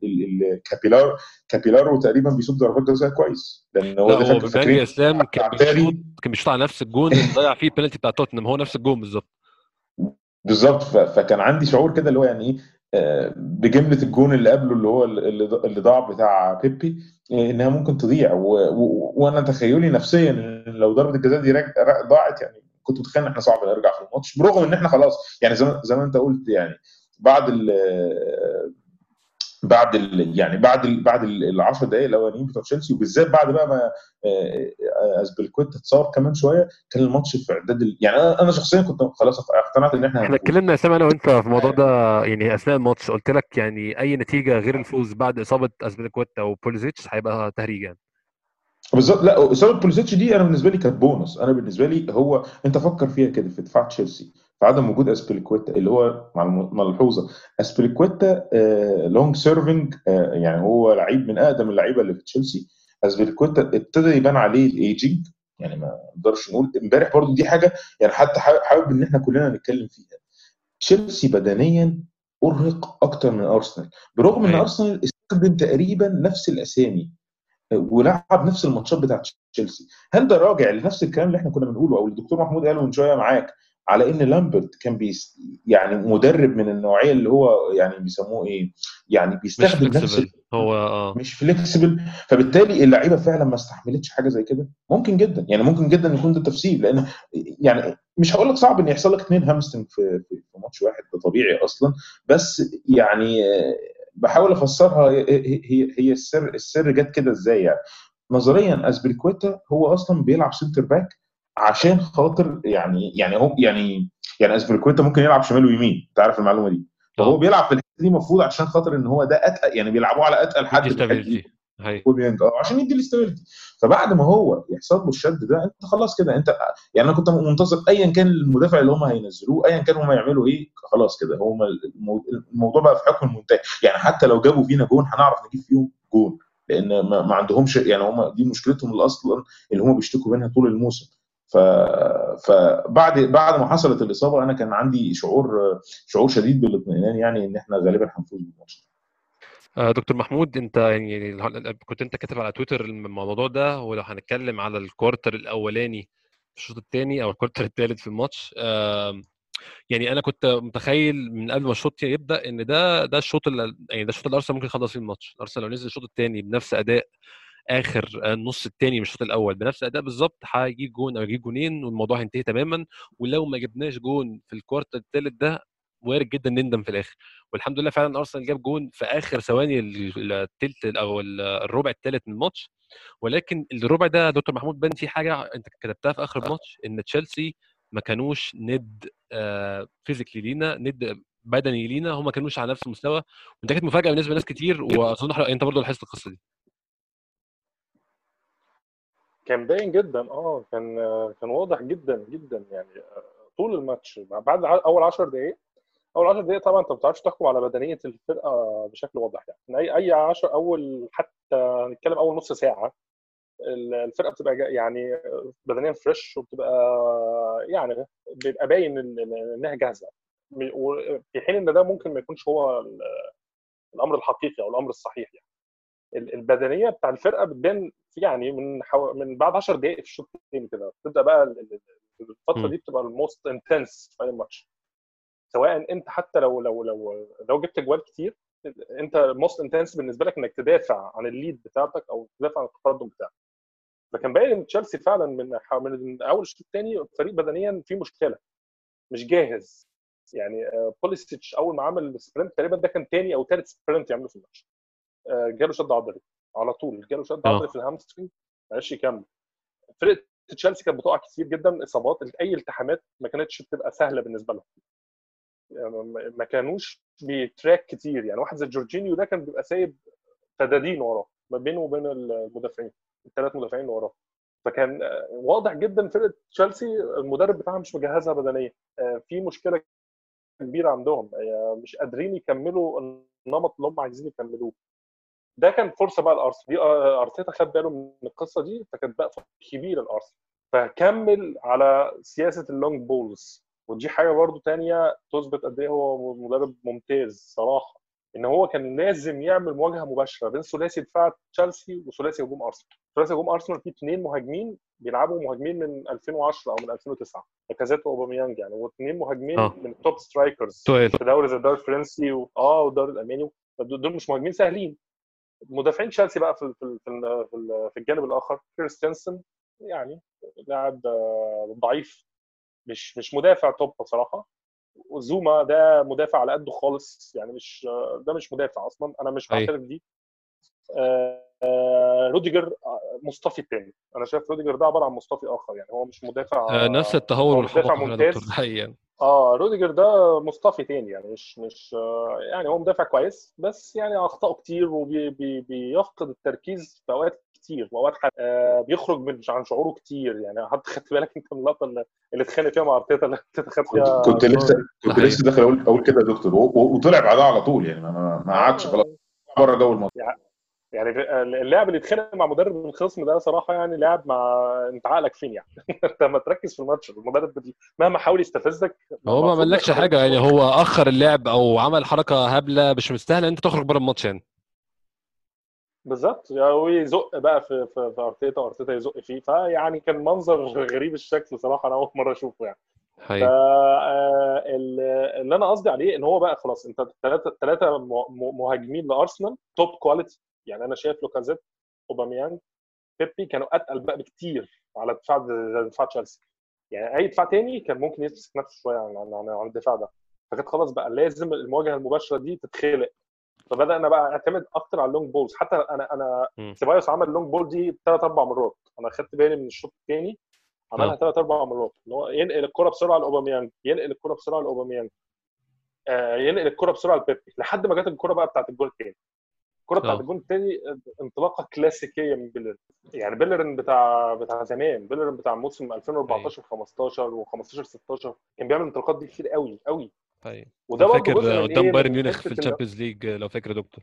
كابيلارو تقريبا بيصد ضربات جزاء كويس، لان لا هو ده هو فاكرين بيبانج اسلام بتاع كان بيشوط، تاري. كان بيشوط على نفس الجون اللي ضيع فيه البنالتي بتاع توتنهام، هو نفس الجون بالظبط. بالظبط، فكان عندي شعور كده اللي هو يعني ايه، بجمله الجون اللي قبله اللي هو اللي ضاع بتاع بيبي، انها ممكن تضيع، وانا تخيلي نفسيا ان لو ضربه الجزاء دي ضاعت يعني، كنت متخيل ان احنا صعب نرجع في الماتش، برغم ان احنا خلاص يعني زي ما انت قلت يعني، بعد ال بعد ال 10 دقائق الاولانيين بتوع تشيلسي، وبالذات بعد بقى ما اسبلكويتا اتصاب كمان شويه، كان الماتش في اعداد يعني انا شخصيا كنت خلاص اقتنعت ان احنا احنا هنفوز. اتكلمنا يا اسلام انا وانت في الموضوع ده يعني اثناء الماتش، قلت لك يعني اي نتيجه غير الفوز بعد اصابه اسبليكويتا وبوليزيتش هيبقى تهريج يعني. بالظبط. لا اصابه بوليسيتش دي انا بالنسبه لي كانت بونص، انا بالنسبه لي هو انت فكر فيها كده في دفاع تشيلسي، في عدم وجود اسبليكويتا اللي هو مع ملحوظه، اسبليكويتا لونج سيرفنج، يعني هو لعيب من اقدم اللعيبه اللي في تشيلسي. اسبليكويتا ابتدى يبان عليه الايجنج، يعني ما نقدرش نقول امبارح برضو دي حاجه يعني، حتى حابب ان احنا كلنا نتكلم فيها. تشيلسي بدنيا ارهق اكتر من ارسنال، برغم ان ايوه ارسنال استخدم تقريبا نفس الاسامي ولعب نفس الماتشات بتاعت تشيلسي. هل ده راجع لنفس الكلام اللي احنا كنا بنقوله، او الدكتور محمود قاله من شويه معاك، على ان لامبرت كان يعني مدرب من النوعيه اللي هو يعني بيسموه ايه، يعني مش بيستخدم نفس فليكسيبل هو مش فليكسبل، فبالتالي اللعيبه فعلا ما استحملتش حاجه زي كده. ممكن جدا يعني، ممكن جدا يكون ده تفسير، لان يعني مش هقول لك صعب ان يحصل لك اثنين هامستنج في ماتش واحد، ده طبيعي اصلا، بس يعني بحاول افسرها، هي السر جت كده ازاي يعني. نظريا اسبريكويتا هو اصلا بيلعب سنتر باك عشان خاطر يعني اسبريكويتا ممكن يلعب شمال ويمين، انت عارف المعلومه دي، فهو اه بيلعب في الحته دي المفروض عشان خاطر ان هو ده اتقل، يعني بيلعبوه على اتقل يدي حد في الحته دي، ستابيليتي. هي اوباميانج، عشان يدي الاستابيليتي. فبعد ما هو يحصل له الشد ده، انت خلاص كده انت، يعني انا كنت منتظر ايا كان المدافع اللي هم هينزلوه، ايا كان هم يعملوا ايه، خلاص كده هم الموضوع بقى في حكم المنتهي يعني، حتى لو جابوا فينا جون هنعرف نجيب فيهم جون، لان ما عندهمش يعني، هم دي مشكلتهم اللي اصلا اللي هم بيشتكوا منها طول الموسم. ف... فبعد ما حصلت الاصابه، انا كان عندي شعور شديد بالاطمئنان، يعني ان احنا غالبا هنفوز بالماتش. دكتور محمود انت يعني كنت انت كاتب على تويتر الموضوع ده، ولو هنتكلم على الكوارتر الاولاني في الشوط الثاني او الكوارتر الثالث في الماتش، يعني انا كنت متخيل من قبل ما الشوط يبدا ان ده الشوط يعني ده الشوط اللي ارسنال ممكن يخلص فيه الماتش. ارسنال لو نزل الشوط الثاني بنفس اداء اخر النص الثاني من الشوط الاول بنفس الاداء بالظبط، هيجيب جون او يجيب جونين والموضوع هينتهي تماما. ولو ما جبناش جون في الكوارتر الثالث ده وارد جدا نندم في الاخر. والحمد لله فعلا ارسنال جاب جون في اخر ثواني الثلث او الربع الثالث من الماتش. ولكن الربع ده دكتور محمود بان في حاجه انت كتبتها في اخر الماتش، ان تشيلسي ما كانوش ند فيزيكلي لينا، ند بدني لينا، هم ما كانوش على نفس المستوى. وده كانت مفاجاه بالنسبه لناس كتير، واظن انت برضو لاحظت القصه دي. كان باين جدا، كان واضح جدا جدا يعني. طول الماتش بعد اول 10 دقائق، اول 10 دقائق طبعا انت ما بتعرفش تحكم على بدنيه الفرقه بشكل واضح يعني. اي 10 اول، حتى نتكلم اول نص ساعه، الفرقه بتبقى يعني بدنيا فريش، وبتبقى يعني بيبقى باين انها جاهزه. في حين ان ده ممكن ما يكونش هو الامر الحقيقي او الامر الصحيح يعني. البدنيه بتاع الفرقه بتبان يعني من بعد 10 دقائق في الشوط الثاني كده بتبدا بقى الفتره دي بتبقى الموست انتنس في اي ماتش. سواء انت حتى لو جبت جوال كتير، انت الموست انتنس بالنسبه لك انك تدافع عن الليد بتاعتك او تدافع عن التقدم بتاعك. فكان باين ان تشيلسي فعلا من اول الشوط الثاني فريق بدنيا فيه مشكله، مش جاهز يعني. بوليسيتش اول ما عمل السبرنت تقريبا ده كان ثاني او ثالث سبرنت يعمله في الماتش، جاله شد عضلي على طول، جاله شد عضلي في الهامسترنج، معلش يكمل. فرقه تشيلسي كانت بتقع كتير جدا، اصابات، اي التحامات ما كانتش بتبقى سهله بالنسبه لهم. ما كانوش بيتراك كتير يعني. واحد زي جورجينيو ده كان بيبقى سايب فدادين وراه ما بينه وبين المدافعين، الثلاث مدافعين اللي وراه. فكان واضح جدا فرقه تشيلسي المدرب بتاعها مش مجهزها بدنيا. في مشكله كبيره عندهم، مش قادرين يكملوا النمط اللي هم عايزين يكملوه. ده كان فرصه بقى الارسنال دي، ارتيتا خد باله من القصه دي، فكانت بقى فرصه كبيره الارسنال، فكمل على سياسه اللونج بولز. ودي حاجه برضو تانية تثبت قد ايه هو مدرب ممتاز صراحه، ان هو كان لازم يعمل مواجهه مباشره بين ثلاثي دفاع تشيلسي وثلاثي هجوم ارسنال. ثلاثي هجوم ارسنال فيه اثنين مهاجمين بيلعبوا مهاجمين من 2010 او من 2009، لاكازيت واوباميانج يعني، واثنين مهاجمين من التوب سترايكرز في دوري زي الدوري الفرنسي والدوري الالماني. دول مش مهاجمين سهلين. مدافعين تشيلسي بقى في الجانب الاخر، كريستنسن يعني لاعب ضعيف، مش مدافع توب بصراحه. وزوما ده مدافع على قده خالص يعني، ده مش مدافع اصلا، انا مش بعترف بيه. روديجر مصطفي الثاني، انا شايف روديجر ده عباره عن مصطفي اخر يعني، هو مش مدافع، نفس التهور هو مش مدافع ممتاز حقيقي. روديجر ده مصطفي تاني يعني، مش يعني هو مدافع كويس بس يعني اخطاءه كتير، وبيفقد التركيز في اوقات كتير، واوقات بيخرج من عن شعوره كتير يعني. حتى خدت بالك انت من اللقطه اللي اتخانق فيها مع ارتيتا، اللي ارتيتا خد فيها كنت لسه داخل اقول كده يا دكتور، وطلع بعدها على طول يعني، ما قعدش خلاص بره جو الماتش يعني. اللاعب اللي يتخانق مع مدرب الخصم ده صراحه يعني لاعب، مع انت عقلك فين يعني؟ انت ما تركز في الماتش. المدرب مهما حاول يستفزك هو ما عملكش حاجه يعني، هو اخر اللعب او عمل حركه هبله مش مستاهله انت تخرج بره الماتش يعني. بالظبط، ويزق بقى في ارتيتا يزق فيه، فيعني كان منظر غريب الشكل صراحه، انا اول مره اشوفه يعني. اللي انا قصدي عليه ان هو بقى خلاص، انت ثلاثه مهاجمين لارسنال توب كواليتي يعني. انا شايف لوكازيت، اوباميانج، بيبي كانوا اتقل بقى بكتير على دفاع تشيلسي يعني. اي دفاع تاني كان ممكن يمسك نفسه شويه عن الدفاع ده. فكانت خلاص بقى لازم المواجهه المباشره دي تتخلق. فبدانا بقى اعتمد اكتر على اللونج بولز. حتى انا سيبايوس عمل اللونج بول دي 3-4 مرات، انا خدت بالي من الشوط الثاني عملها 3-4 مرات، ان هو ينقل الكره بسرعه لاوباميانج، ينقل الكره بسرعه لاوباميانج، ينقل الكره بسرعه لبيبي، لحد ما جت الكره بقى بتاعت الجول الثاني. الكره بتاعت الجول الثاني انطلاقه كلاسيكيه من بيلرين يعني. بيلرين بتاع زمان، بيلرين بتاع موسم 2014 15 و15 16 كان بيعمل الانطلاقات دي كتير قوي قوي. وده برضه جزء من قدام بايرن ميونخ في الشامبيونز ليج لو فاكر يا دكتور.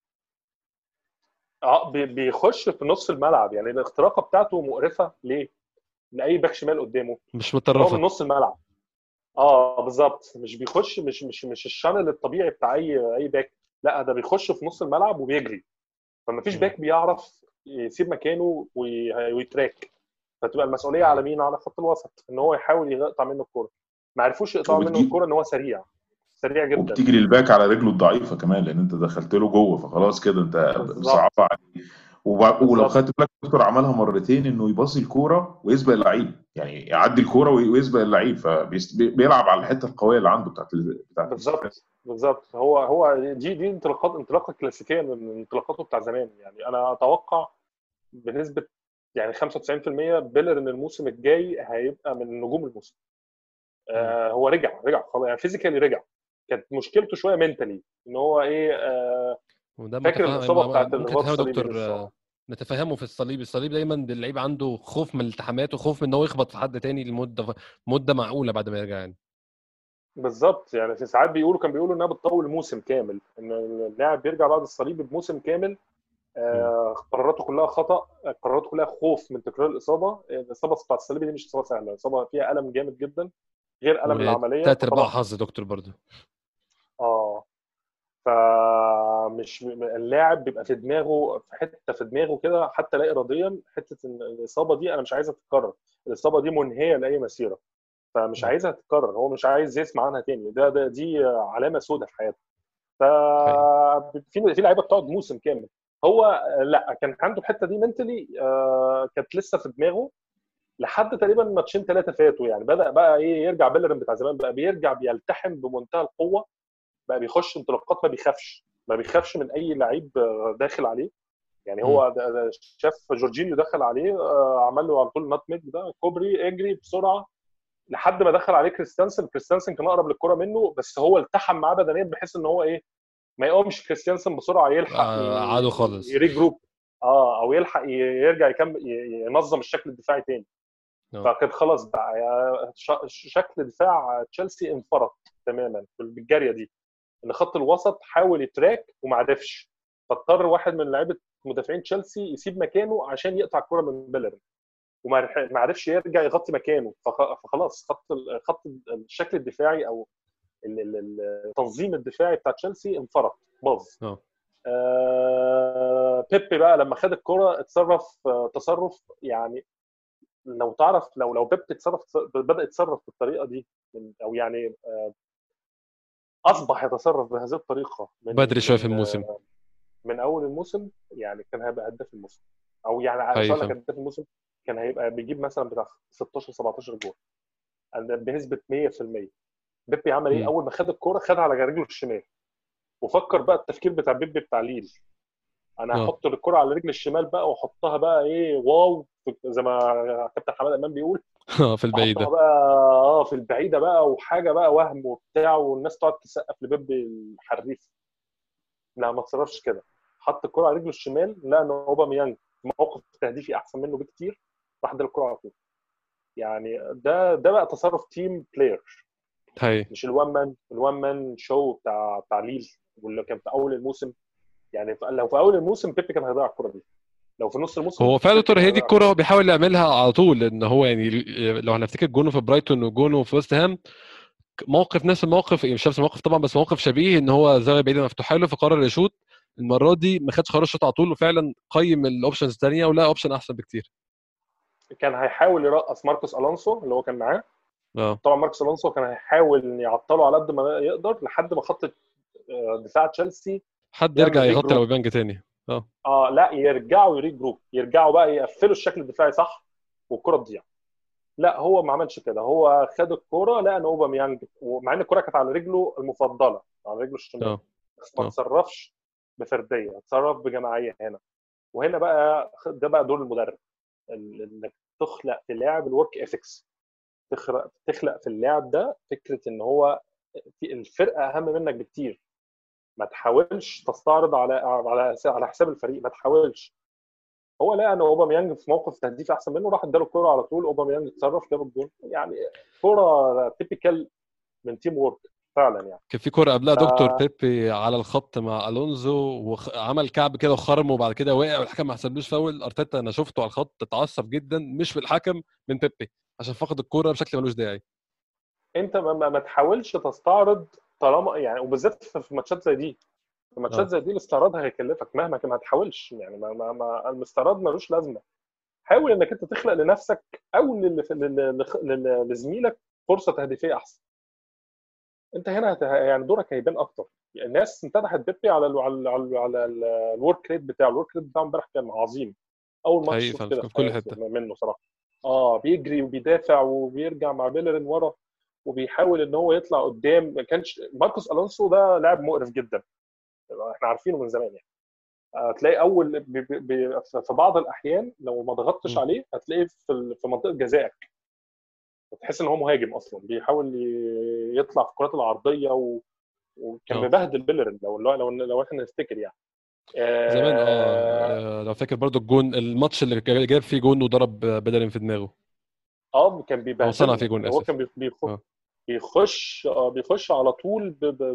بيخش في نص الملعب يعني، الاختراقه بتاعته مقرفه ليه؟ لاي باك شمال قدامه مش متطرفه، هو من نص الملعب. بالظبط، مش بيخش، مش الشانل الطبيعي بتاع اي باك، لا ده بيخش في نص الملعب وبيجري. فما فيش باك بيعرف يسيب مكانه ويتراك، فتبقى المسؤوليه على مين؟ على خط الوسط، ان هو يحاول يقطع منه الكوره. ما عرفوش يقطعوا منه الكوره، ان هو سريع جدا، وبتيجي للباك على رجله الضعيفه كمان، لان انت دخلت له جوه، فخلاص كده انت صعبه عليه. ولو بالظبط. خدت بالك دكتور عملها مرتين، انه يباصي الكوره ويسبق اللعيب، يعني يعدي الكوره ويسبق اللعيب، فبيلعب على الحته القويه اللي عنده بتاعت الاستحواذ. بالظبط. هو دي انطلاقه كلاسيكيه من انطلاقاته بتاع زمان. يعني انا اتوقع بنسبه يعني 95% بيلر ان الموسم الجاي هيبقى من نجوم الموسم. هو رجع خلاص، يعني فيزيكالي رجع. كانت مشكلته شويه منتالي، ان هو ايه وده فاكر متفهم، الاصابه بتاعت ممكن الرباط تفهم الصليبي دكتور، لسه. نتفهمه في الصليب دايما اللعيب عنده خوف من الالتحامات وخوف من ان هو يخبط في حد تاني لمده معقوله بعد ما يرجع يعني. بالظبط. يعني في ساعات كانوا بيقولوا انها بتطول موسم كامل، ان اللاعب بيرجع بعد الصليب بموسم كامل. مم. قراراته كلها خطا، قراراته كلها خوف من تكرار الاصابه. الاصابه بتاعت الصليبي دي مش اصابه سهله، اصابه فيها الم جامد جدا غير الم العمليه، وتلات ارباع فخلاص. حظ دكتور برضه. اه فمش اللاعب بيبقى في دماغه، في حته في دماغه كده حتى لا اراديا، حته ان الاصابه دي انا مش عايزها تتكرر. الاصابه دي منهيه لاي مسيره، فمش اه عايزها تتكرر. هو مش عايز يسمع عنها تاني. دي علامه سوداء في حياته. حقيقي. في لعيبه بتقعد موسم كامل. هو لا، كان عنده الحته دي منتلي كانت لسه في دماغه لحد تقريبا ماتشين ثلاثه فاتوا. يعني بدا بقى ايه يرجع بيلرين بتاع زمان، بقى بيرجع بيلتحم بمنتهى القوه، بقى بيخش انطلاقات ما بيخافش من اي لعيب داخل عليه. يعني مم. هو شاف جورجينيو دخل عليه عمل له على طول نوت ده كوبري اجري بسرعه لحد ما دخل عليه كريستيانسن كان اقرب للكره منه، بس هو التحم معاه بدنيا بحيث ان هو ايه ما يقومش كريستيانسن بسرعه يلحق قعدوا خالص. يريجروب. او يلحق يرجع يكمل ينظم الشكل الدفاعي تاني. اه فكان خلاص بقى شكل دفاع تشيلسي انفرط تماما بالجاريه دي، ان خط الوسط حاول يتراك وما عرفش، فاضطر واحد من لعيبه مدافعين تشيلسي يسيب مكانه عشان يقطع الكره من بيلرين، وما عرفش يرجع يغطي مكانه. فخلاص خط الشكل الدفاعي او التنظيم الدفاعي بتاع تشيلسي انفرط باظ. اه بيبي بقى لما خد الكره اتصرف تصرف يعني. لو تعرف لو بيبي بدا يتصرف بالطريقه دي او يعني اصبح يتصرف بهذه الطريقه بدري شويه في الموسم. من اول الموسم، يعني كان هيبقى هداف الموسم. او يعني مش حقيقي هقول لك فاهم. هداف الموسم، كان هيبقى بيجيب مثلا بتاع 16 17 جول بنسبه 100%. بيبي عمل ايه مم. اول ما خد الكوره؟ خدها على رجله الشمال، وفكر بقى التفكير بتاع بيبي بتاع ليل. انا اه هحط الكره على رجل الشمال بقى واحطها بقى ايه واو، زي ما كابتن حماد امام بيقول. في احطها البعيده. بقى في البعيده بقى، وحاجه بقى وهم وبتاع، والناس تقعد تسقف لبيبي الحريف. لا ما تصرفش كده، حط الكره على رجله الشمال، لا ان اوباميانج في موقف تهديفي احسن منه بكتير، راح ادى الكره على طول. يعني ده بقى تصرف تيم بلاير، حقيقي. مش الوان مان شو بتاع ليل واللي كان في اول الموسم. يعني لو في اول الموسم بيبي كان هيضيع الكره دي، لو في نص الموسم هو فعلا بيبي دكتور كان هي دي هيضيع الكرة الكره هو دي. بيحاول يعملها على طول، لان هو يعني لو هنفتكر جونه في برايتون وجونه في ويست هام، موقف نفس الموقف، مش نفس الموقف طبعا بس موقف شبيه، ان هو زاويه بعيده مفتوحه له فقرر يشوط. المره دي ما خدش قرار الشوط على طول، وفعلا قيم الاوبشنز الثانيه ولا اوبشن احسن بكتير. كان هيحاول يرقص ماركوس الونسو اللي هو كان معاه. اه طبعا ماركوس الونسو كان هيحاول إن يعطله على قد ما يقدر لحد ما خط دفاع تشيلسي حد يرجع يعمل يغطي لو ريجروب. بيانج تاني. اه لا يرجعوا جروب، يرجعوا بقى يقفلوا الشكل الدفاعي صح والكره تضيع. لا هو ما عملش كده، هو خد الكره لقى ان اوباميانج، ومع ان الكره كانت على رجله المفضله على رجله الشمال، اه بس ما اه تصرفش بفرديه، تصرف بجماعيه هنا. وهنا بقى ده بقى دور المدرب، انك تخلق في اللاعب الورك اثكس، تخلق في اللاعب ده فكره ان هو في الفرقه اهم منك بكتير. ما تحاولش تستعرض على حساب الفريق، ما تحاولش. هو لقى ان اوباميانج في موقف تهديفي احسن منه، راح اداله الكوره على طول، اوباميانج اتصرف جاب الجول. يعني كوره تيبيكال من تيم وورك فعلا يعني. كان في كرة قبلها ف دكتور بيبي على الخط مع الونزو وعمل كعب كده وخرم وبعد كده وقع والحكم ما حسبلوش فاول. ارتيتا انا شفته على الخط اتعصب جدا، مش من الحكم، من بيبي، عشان فقد الكرة بشكل ملوش داعي. انت ما تحاولش تستعرض طالما يعني، وبالذات في ماتشات زي دي. في ماتشات اه زي دي الاستعراض هيكلفك مهما كان، ما تحاولش يعني. الاستعراض ملوش لازمه. حاول انك انت تخلق لنفسك او لزميلك فرصه تهديفيه احسن. انت هنا يعني دورك هيبان اكتر. الناس امتدحت بيبي على الورك ريت بتاعه. الورك ريت بتاعه امبارح كان عظيم، اول ماتش حقيقي شوف فعلا كده في في كل حياتي حته. منه صراحه. بيجري وبيدافع وبيرجع مع بيلرين ورا وبيحاول ان هو يطلع قدام. ما كانش ماركوس الونسو ده لاعب مقرف جدا، احنا عارفينه من زمان يعني. هتلاقي اول في بعض الاحيان لو ما ضغطتش مم. عليه هتلاقيه في منطقه جزائك، تحس ان هو مهاجم اصلا بيحاول يطلع في الكرات العرضيه وكان اه مبهدل بيلرين لو احنا نفتكر يعني. زمان اه لو فاكر برضو الجون، الماتش اللي جاب فيه جون وضرب بدرين في دماغه، كان او صنع بيبهدلنا فيه جون يعني. هو اسف. كان اه بيخش على طول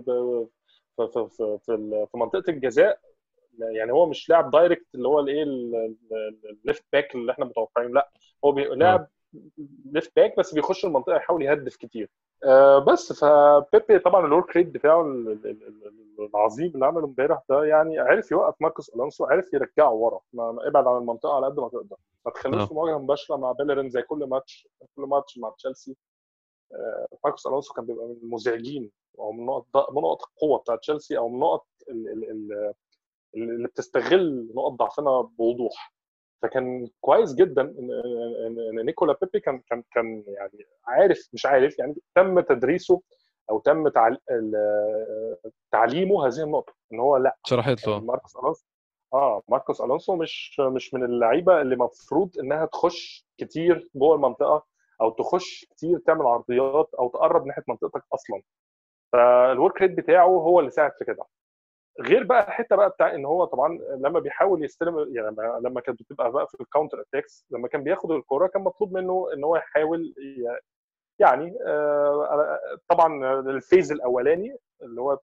في منطقه الجزاء. يعني هو مش لاعب دايركت اللي هو الايه الليفت باك اللي احنا متوقعين، لا هو اه لاعب ليفت باك بس بيخش المنطقه يحاول يهدف كتير. بس فبيبي طبعا الورك ريت بتاعه العظيم اللي عمله امبارح ده، يعني عرف يوقف ماركوس الونسو، عرف يرجعه ورا، ما ابعد عن المنطقه على قد ما تقدر، ما تخلوش اه في مواجهه مباشره مع بيلرين زي كل ماتش مع تشيلسي. ماركوس الونسو كان بيبقى من المزعجين، او من نقط القوه بتاع تشيلسي، او من نقط اللي بتستغل نقط ضعفنا بوضوح. فكان كويس جدا ان نيكولا بيبي كان يعني عارف، مش عارف يعني، تم تدريسه او تم تعليمه هذه النقطه، ان هو لا، شرحت له. ماركوس الونسو مش من اللعيبه اللي مفروض انها تخش كتير جوه المنطقه، او تخش كتير تعمل عرضيات او تقرب ناحيه منطقتك اصلا. فالورك ريت بتاعه هو اللي ساعد في كده. غير بقى الحته بقى بتاع ان هو طبعا لما بيحاول يستلم، يعني لما كانت بتبقى بقى في الكاونتر اتاكس، لما كان بياخد الكوره كان مطلوب منه ان هو يحاول يعني طبعا الفيز الاولاني اللي هو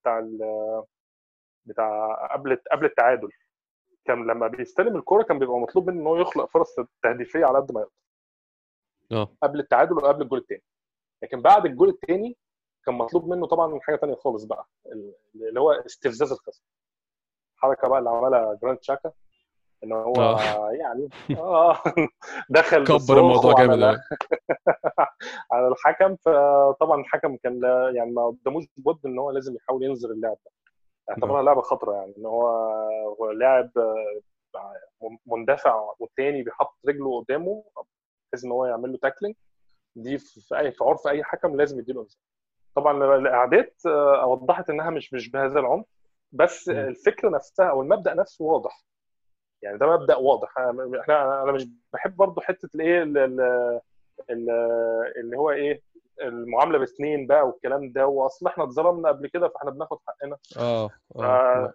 بتاع قبل التعادل، كان لما بيستلم الكوره كان بيبقى مطلوب منه ان هو يخلق فرص تهديفيه على قد ما يقدر اه قبل التعادل وقبل الجول الثاني. لكن بعد الجول الثاني كان مطلوب منه طبعا حاجه ثانيه خالص بقى، اللي هو استفزاز الخصم. الحركه بقى اللي عملها جراند شاكا، ان هو اه يعني دخل كبر الموضوع بصراخه جامد قوي. على الحكم. فطبعا الحكم كان يعني ما قداموش بد ان هو لازم يحاول ينظر اللعب ده، اه اعتبرها لعبه خطره، يعني ان هو لاعب مندفع والتاني بيحط رجله قدامه بحيث ان هو يعمل له تاكلينج. دي في عرف اي حكم لازم يديله انذار. طبعا الاعداد وضحت انها مش بهذا العنف، بس مم. الفكره نفسها او المبدا نفسه واضح. يعني ده مبدا واضح. انا مش بحب برضو حته الايه اللي هو ايه المعامله بسنين بقى والكلام ده، واصل احنا اتظلمنا قبل كده فاحنا بناخد حقنا. لا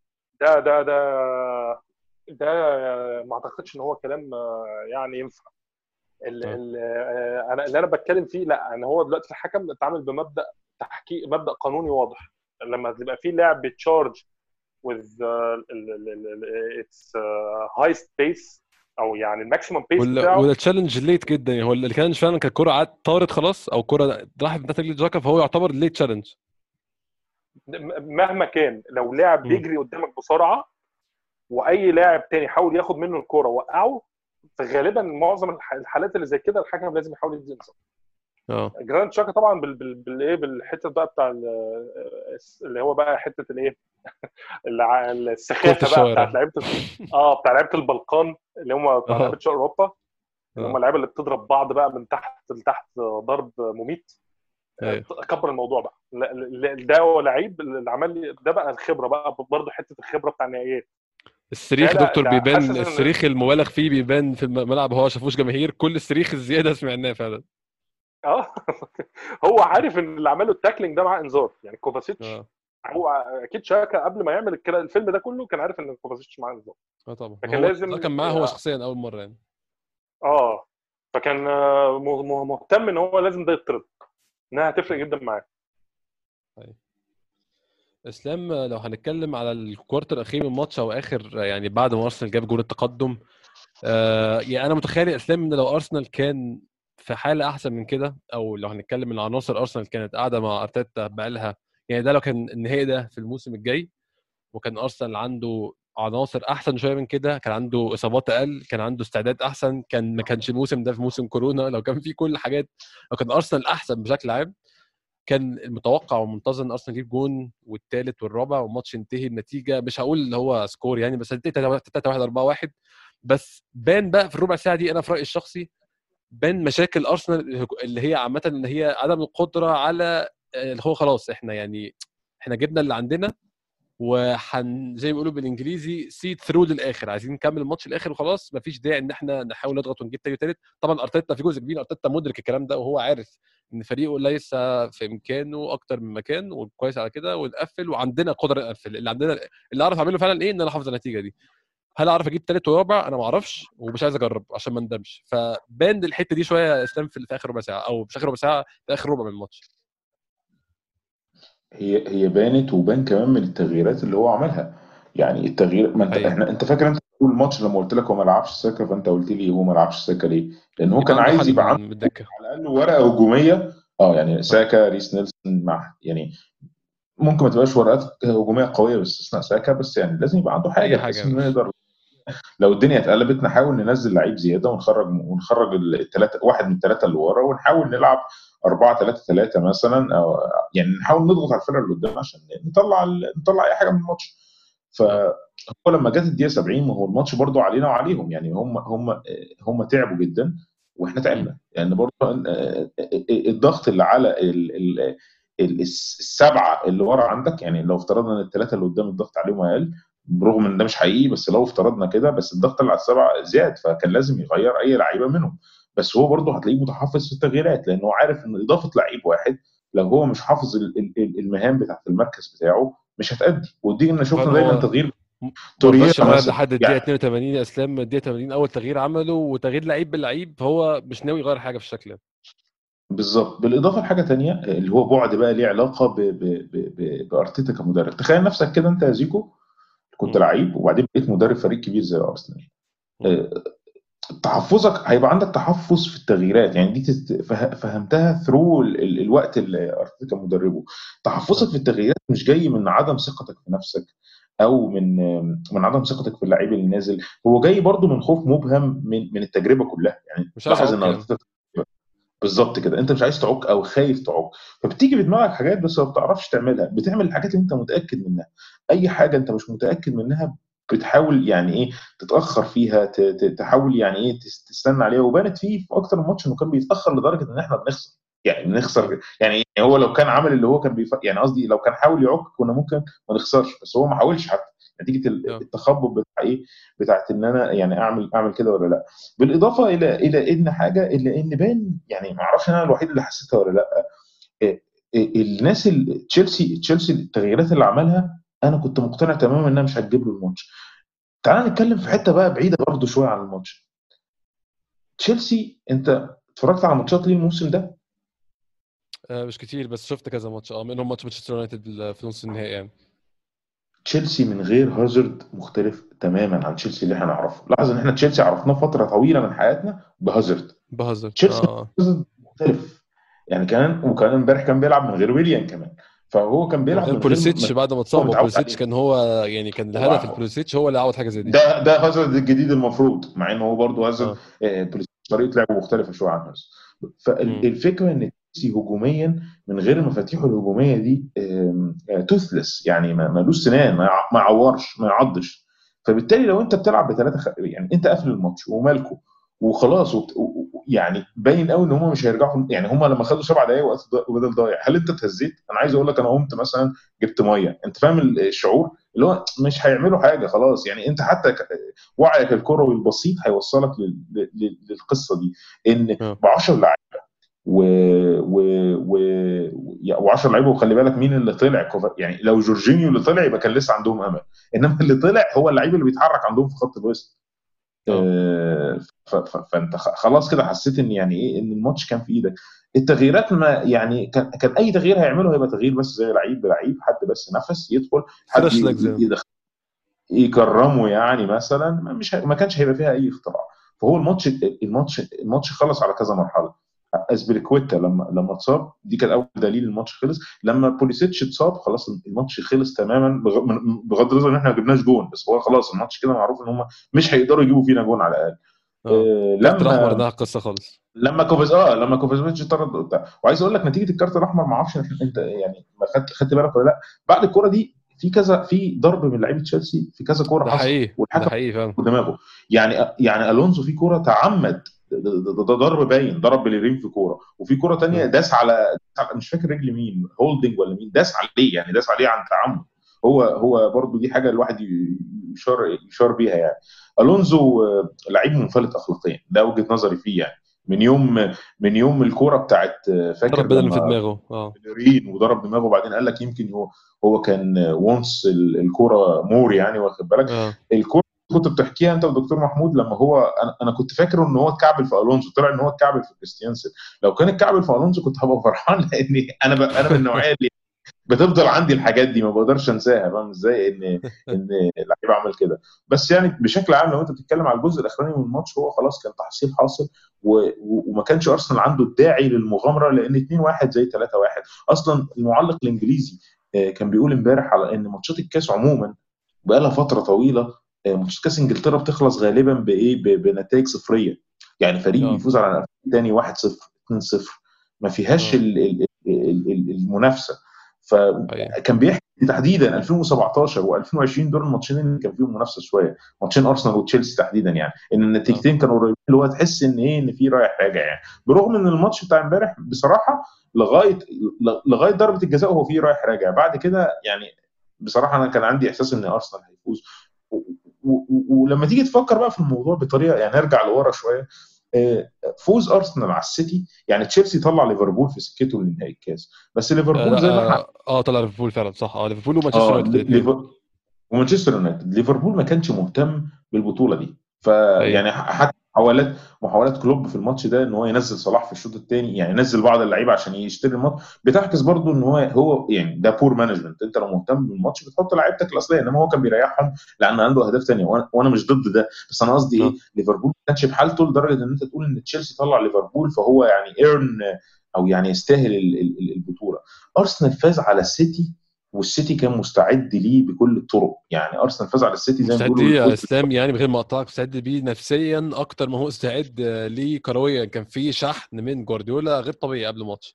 ده ما اعتقدش ان هو كلام يعني ينفع. اه انا اللي انا بتكلم فيه، لا، ان هو دلوقتي الحكم اتعامل بمبدا تحكيم، مبدا قانوني واضح. لما تبقى في لاعب بيتشارج with its high space، او يعني الماكسيمم بيس بتاعه. ولا تشالنج ليت جدا، يعني هو اللي كان فعلا كانت كوره طارت خلاص، او كوره راحت بتاعت رجل جاكا، فهو يعتبر ليت تشالنج. مهما كان لو لاعب بيجري قدامك بسرعه واي لاعب تاني حاول ياخد منه الكوره وقعه، فغالبا معظم الحالات اللي زي كده الحكم لازم يحاول يدي انذار. اه جراند شاكا طبعا بالايه بالحته بقى بتاع اللي هو بقى حته الايه كرة السخافه بقى بتاعت الشوارع. لعيبه بتاع لعيبه البلقان اللي هم بتاع لعيبه اه شرق اوروبا، اللي هم اه اللعيبه اللي بتضرب بعض بقى من تحت لتحت ضرب مميت. ايوه كبر الموضوع بقى. ده هو لعيب اللي عمل لي ده بقى الخبره بقى، برضه حته الخبره بتاع النهائيات. ده الصريخ لا دكتور ده بيبان، حاسس ان الصريخ المبالغ فيه بيبان في الملعب، هو شافوش جماهير، كل الصريخ الزياده سمعناه فعلا. اه هو عارف ان اللي عمله التاكلينج ده معاه انذار، يعني كوفاسيتش. اه هو اكيد شاكا قبل ما يعمل الفيلم ده كله كان عارف ان كوفاسيتش معاه انذار، اه طبعا، ما فكان هو ده لازم كان معاه هو شخصيا اول مره يعني. اه فكان مهتم ان هو لازم ده يطرد، انها هتفرق جدا معاه. أيوة. اسلام، لو هنتكلم على الكوارتر الاخير من الماتش او اخر، يعني بعد ما ارسنال جاب جول التقدم، يعني انا متخيل يا اسلام ان لو ارسنال كان في حاله احسن من كده، او لو هنتكلم ان عناصر ارسنال كانت قاعده مع ارتيتا بقالها، يعني ده لو كان النهائي ده في الموسم الجاي، وكان ارسنال عنده عناصر احسن شويه من كده، كان عنده اصابات اقل، كان عنده استعداد احسن، ما كانش الموسم ده في موسم كورونا، لو كان في كل حاجات، لو كان ارسنال احسن بشكل عام، كان المتوقع والمنتظر ان ارسنال يجيب جون والثالث والرابع والماتش ينتهي بنتيجه مش هقول اللي هو سكور يعني، بس 3-1 4-1. بس بان بقى في الربع ساعه دي، انا في رايي الشخصي بان مشاكل ارسنال اللي هي عامه ان هي عدم القدره على اللي هو خلاص احنا يعني احنا جبنا اللي عندنا زي ما بيقولوا بالانجليزي سيت ثرو للاخر، عايزين نكمل الماتش الاخر وخلاص، مفيش داعي ان احنا نحاول نضغط ونجيب تاني وتالت. طبعا ارتيتا في جزء كبير ارتيتا مدرك الكلام ده، وهو عارف ان فريقه ليس في امكانه اكتر من مكان، وكويس على كده ونقفل، وعندنا قدره نقفل اللي عندنا. اللي اعرف اعمله فعلا ايه ان انا احافظ على النتيجه دي. هل اعرف اجيب تالت ورابع؟ انا ما اعرفش ومش عايز اجرب عشان ما ندمش. فبان الحته دي شويه اسلام في اخر ربع ساعه، او مش اخر ربع ساعه، في اخر ربع من الماتش. هي بانت، وبان كمان من التغييرات اللي هو عملها. يعني التغيير، ما حقيقي. انت فاكر انت طول الماتش لما قلت لك هو ما لعبش ساكا، فانت قلت لي هو ما لعبش ساكا ليه؟ لان هو يبقى كان عنده عايز حل يبقى عنده من الدكه. على الاقل ورقه هجوميه. يعني ساكا، ريس نيلسون، مع يعني ممكن ما تبقاش ورقات هجوميه قويه باستثناء ساكا، بس يعني لازم يبقى عنده حاجه اي بحيث حاجه. انه يقدر لو الدنيا اتقلبت نحاول ننزل لعيب زياده ونخرج الثلاثه، واحد من الثلاثه اللي ورا، ونحاول نلعب 4-3-3 مثلا، او يعني نحاول نضغط على الفرقه اللي قدام عشان نطلع اي حاجه من الماتش. فهو لما جت الدقيقه 70، ما هو الماتش برضو علينا وعليهم، يعني هم تعبوا جدا واحنا تعبنا، يعني برضو الضغط اللي على السبعه اللي ورا عندك. يعني لو افترضنا ان الثلاثه اللي قدام الضغط عليهم اقل، برغم ان ده مش حقيقي، بس لو افترضنا كده، بس الضغط اللي على السبعه زاد، فكان لازم يغير اي لعيبه منهم. بس هو برضه هتلاقيه متحفظ في التغييرات، لانه عارف ان اضافه لعيب واحد لو هو مش حافظ المهام بتاعت المركز بتاعه مش هتأدي. ودي ان شفنا فعلا دايما هو تغيير ما توريرا رضاش يغير مثلا لحد الدقيقه يعني. 82 يا اسلام. الدقيقه 80 اول تغيير عمله، وتغيير لعيب باللعيب، فهو مش ناوي يغير حاجه في الشكل. بالظبط. بالاضافه لحاجه تانية اللي هو بعد بقى ليه علاقه بارتيتا كمدرب. تخيل نفسك كده انت يا زيكو كنت مم. لعيب وبعدين بقيت مدرب فريق كبير زي ارسنال. مم. تحفظك هيبقى عندك تحفظ في التغييرات، يعني دي فهمتها ثرو الوقت اللي ارتيتا كان مدربه. تحفظك في التغييرات مش جاي من عدم ثقتك في نفسك، او من عدم ثقتك في اللعيب اللي نازل. هو جاي برضو من خوف مبهم من التجربه كلها. يعني مش عايز لاحظ ان اعك يعني. ارتيتا بالظبط كده، انت مش عايز تعك او خايف تعك، فبتيجي في دماغك حاجات بس ما بتعرفش تعملها، بتعمل الحاجات اللي انت متاكد منها. اي حاجه انت مش متاكد منها بتحاول يعني ايه تتاخر فيها، تحاول يعني ايه تستنى عليها. وبانت فيه في اكتر من ماتش انه كان بيتاخر لدرجه ان احنا بنخسر. يعني اه. بنخسر، يعني هو لو كان عمل اللي هو كان يعني قصدي لو كان حاول يعك كنا ممكن ما نخسرش، بس هو ما حاولش حتى نتيجه اه. التخبط بتاع ايه، بتاعت ان انا يعني اعمل كده ولا لا. بالاضافه الى ان حاجه، الا ان بان، يعني ما اعرفش انا الوحيد اللي حسيتها ولا لا. الناس تشيلسي التغييرات اللي عملها انا كنت مقتنع تماما انها مش هتجيب له الماتش. تعال نتكلم في اه. حته بقى بعيده برضه شويه عن الماتش. تشيلسي، انت اتفرجت على ماتشات ليه الموسم ده؟ مش كتير بس شفت كذا ماتش، منهم ماتش مانشستر يونايتد في نص النهائي يعني. تشيلسي من غير هازارد مختلف تماما عن تشيلسي اللي احنا نعرفه. لاحظ ان احنا تشيلسي عرفناه فتره طويله من حياتنا بهازارد. بهزر. تشيلسي مختلف. يعني وكان امبارح كان بيلعب من غير ويليان كمان، فهو كان ومن بيلعب غير من بوليسيتش غير بعد ما هو اتصاب. متعود وبوليسيتش عليه. كان هو يعني كان الهدف هو البوليسيتش هو اللي عوض حاجه زي دي. ده هازارد الجديد المفروض، مع ان هو برضه هازارد اه. طريقه لعبه مختلفه شويه عن هازارد. امم. فالفكره ان تشيلسي هجوميا من غير مفاتيحه الهجوميه دي توثلس، يعني ملوش سنان، ما يعورش ما يعضش. فبالتالي لو انت بتلعب يعني انت قافل الماتش ومالكو وخلاص يعني باين قوي ان هم مش هيرجعوا. يعني هم لما خدوا 7 دقائق وقت بدل ضايع، هل انت اتهزيت؟ انا عايز اقول لك انا قمت مثلا جبت ميه. انت فاهم الشعور اللي هو مش هيعملوا حاجه خلاص. يعني انت حتى وعيك الكروي البسيط هيوصلك للقصه دي، ان اه. ب 10 لعيبه و و و و10 لعيبه. وخلي بالك مين اللي طلع يعني لو جورجينيو اللي طلع يبقى كان لسه عندهم امل، انما اللي طلع هو اللعيب اللي بيتحرك عندهم في خط الوسط. اه. فانت خلاص كده حسيت ان يعني ايه ان الماتش كان في ايدك. التغييرات ما يعني كان اي تغيير هيعمله هيبقى تغيير بس زي لعيب بلعيب، حد بس نفس يدخل، حد فريش ليجز يعني. يكرمه يعني مثلا. مش ما كانش هيبقى فيها اي اختراع. فهو الماتش خلص على كذا مرحله. اسبليكويتا لما اتصاب دي كانت اول دليل الماتش خلص. لما بوليسيتش اتصاب خلاص الماتش خلص تماما، بغض النظر ان احنا ما جبناش جون، بس هو خلاص الماتش كده معروف ان هم مش هيقدروا يجيبوا فينا جون على الاقل. كارت الاحمر لما انها قصه خالص. لما كوفازيتش طرد وبتاع. وعايز اقول لك نتيجه الكارت الاحمر، ما اعرفش انت يعني ما خدت بالك ولا لا، بعد الكوره دي في كذا، في ضرب من لعيبه تشيلسي في كذا كوره ده حصل حقيقي، ده والحكم حقيقي فعلا. دماغه. يعني الونزو في كوره تعمد، ده ضرب باين، ضرب بليرين في كوره، وفي كوره تانية مم. داس على مش فاكر رجل مين، هولدنج ولا مين، داس عليه، يعني داس عليه عن تعمد. هو برضو دي حاجه الواحد يشار بيها يعني. الونزو لعيب منفلت اخلاقيا، ده وجهه نظري فيه يعني. من يوم من يوم الكوره بتاعت فاكر ضرب بدل في لما دماغه بليرين وضرب دماغه، وبعدين قال لك يمكن هو كان وونس الكوره مور يعني، واخد بالك. اه الكوره كنت بتحكيها انت ودكتور محمود، لما هو انا كنت فاكر ان هو اتكعبل في الونزو، طلع ان هو اتكعبل في كريستيانسن. لو كان اتكعبل في الونزو كنت هبقى فرحان، لان انا من النوعيه اللي بتفضل عندي الحاجات دي، ما بقدرش انساها، فاهم ازاي ان اللعيب عمل كده. بس يعني بشكل عام لو انت بتتكلم على الجزء الاخراني من الماتش، هو خلاص كان تحصيل حاصل، وما كانش ارسنال عنده الداعي للمغامره، لان 2-1 زي 3-1. اصلا المعلق الانجليزي كان بيقول امبارح على ان ماتشات الكاس عموما بقى لها فتره طويله، ماتشات كاس انجلترا بتخلص غالبا بنتائج صفريه. يعني فريق اه يفوز على الفريق الثاني 1-0 2-0، ما فيهاش اه المنافسه. حقيقي. فكان بيحكي تحديدا 2017 و2020 دول الماتشين اللي كان فيهم منافسه شويه، ماتشين ارسنال وتشيلسي تحديدا، يعني ان اه النتيجتين كانوا قريبين، اللي هو تحس ان ايه، ان في رايح راجع يعني. برغم ان الماتش بتاع امبارح بصراحه لغايه ضربه الجزاء هو في رايح راجع، بعد كده يعني بصراحه انا كان عندي احساس ان ارسنال هيفوز. ولما تيجي تفكر بقى في الموضوع بطريقه، يعني ارجع لورا شويه، فوز ارسنال على السيتي، يعني تشيلسي طلع ليفربول في سكته لنهائي الكاس، بس ليفربول لا زي ما احنا طلع ليفربول فعلا صح. ليفربول ومانشستر اه يونايتد الاثنين. ومانشستر يونايتد. ليفربول ما كانش مهتم بالبطوله دي، حقيقي. فيعني حتى محاولات كلوب في الماتش ده ان هو ينزل صلاح في الشوط الثاني، يعني ينزل بعض اللعيبه عشان يشتري الماتش، بتعكس برضو ان هو يعني ده بور مانجمنت. انت لو مهتم بالماتش بتحط لعيبتك الاصليه، انما هو كان بيريحهم لان عنده اهداف ثانيه، وأنا مش ضد ده، بس انا قصدي ايه، اه ليفربول ما كانش بحالته لدرجه ان انت تقول ان تشيلسي طلع ليفربول فهو يعني ايرن او يعني يستاهل البطوله. ارسنال فاز على السيتي، والسيتي كان مستعد ليه بكل الطرق، يعني ارسنال فاز على السيتي زي ما مستعد بيقولوا ليه يا الفوز. اسلام؟ يعني من غير ما اقطعك، مستعد بيه نفسيا اكتر ما هو مستعد ليه كرويا. كان في شحن من جوارديولا غير طبيعي قبل الماتش.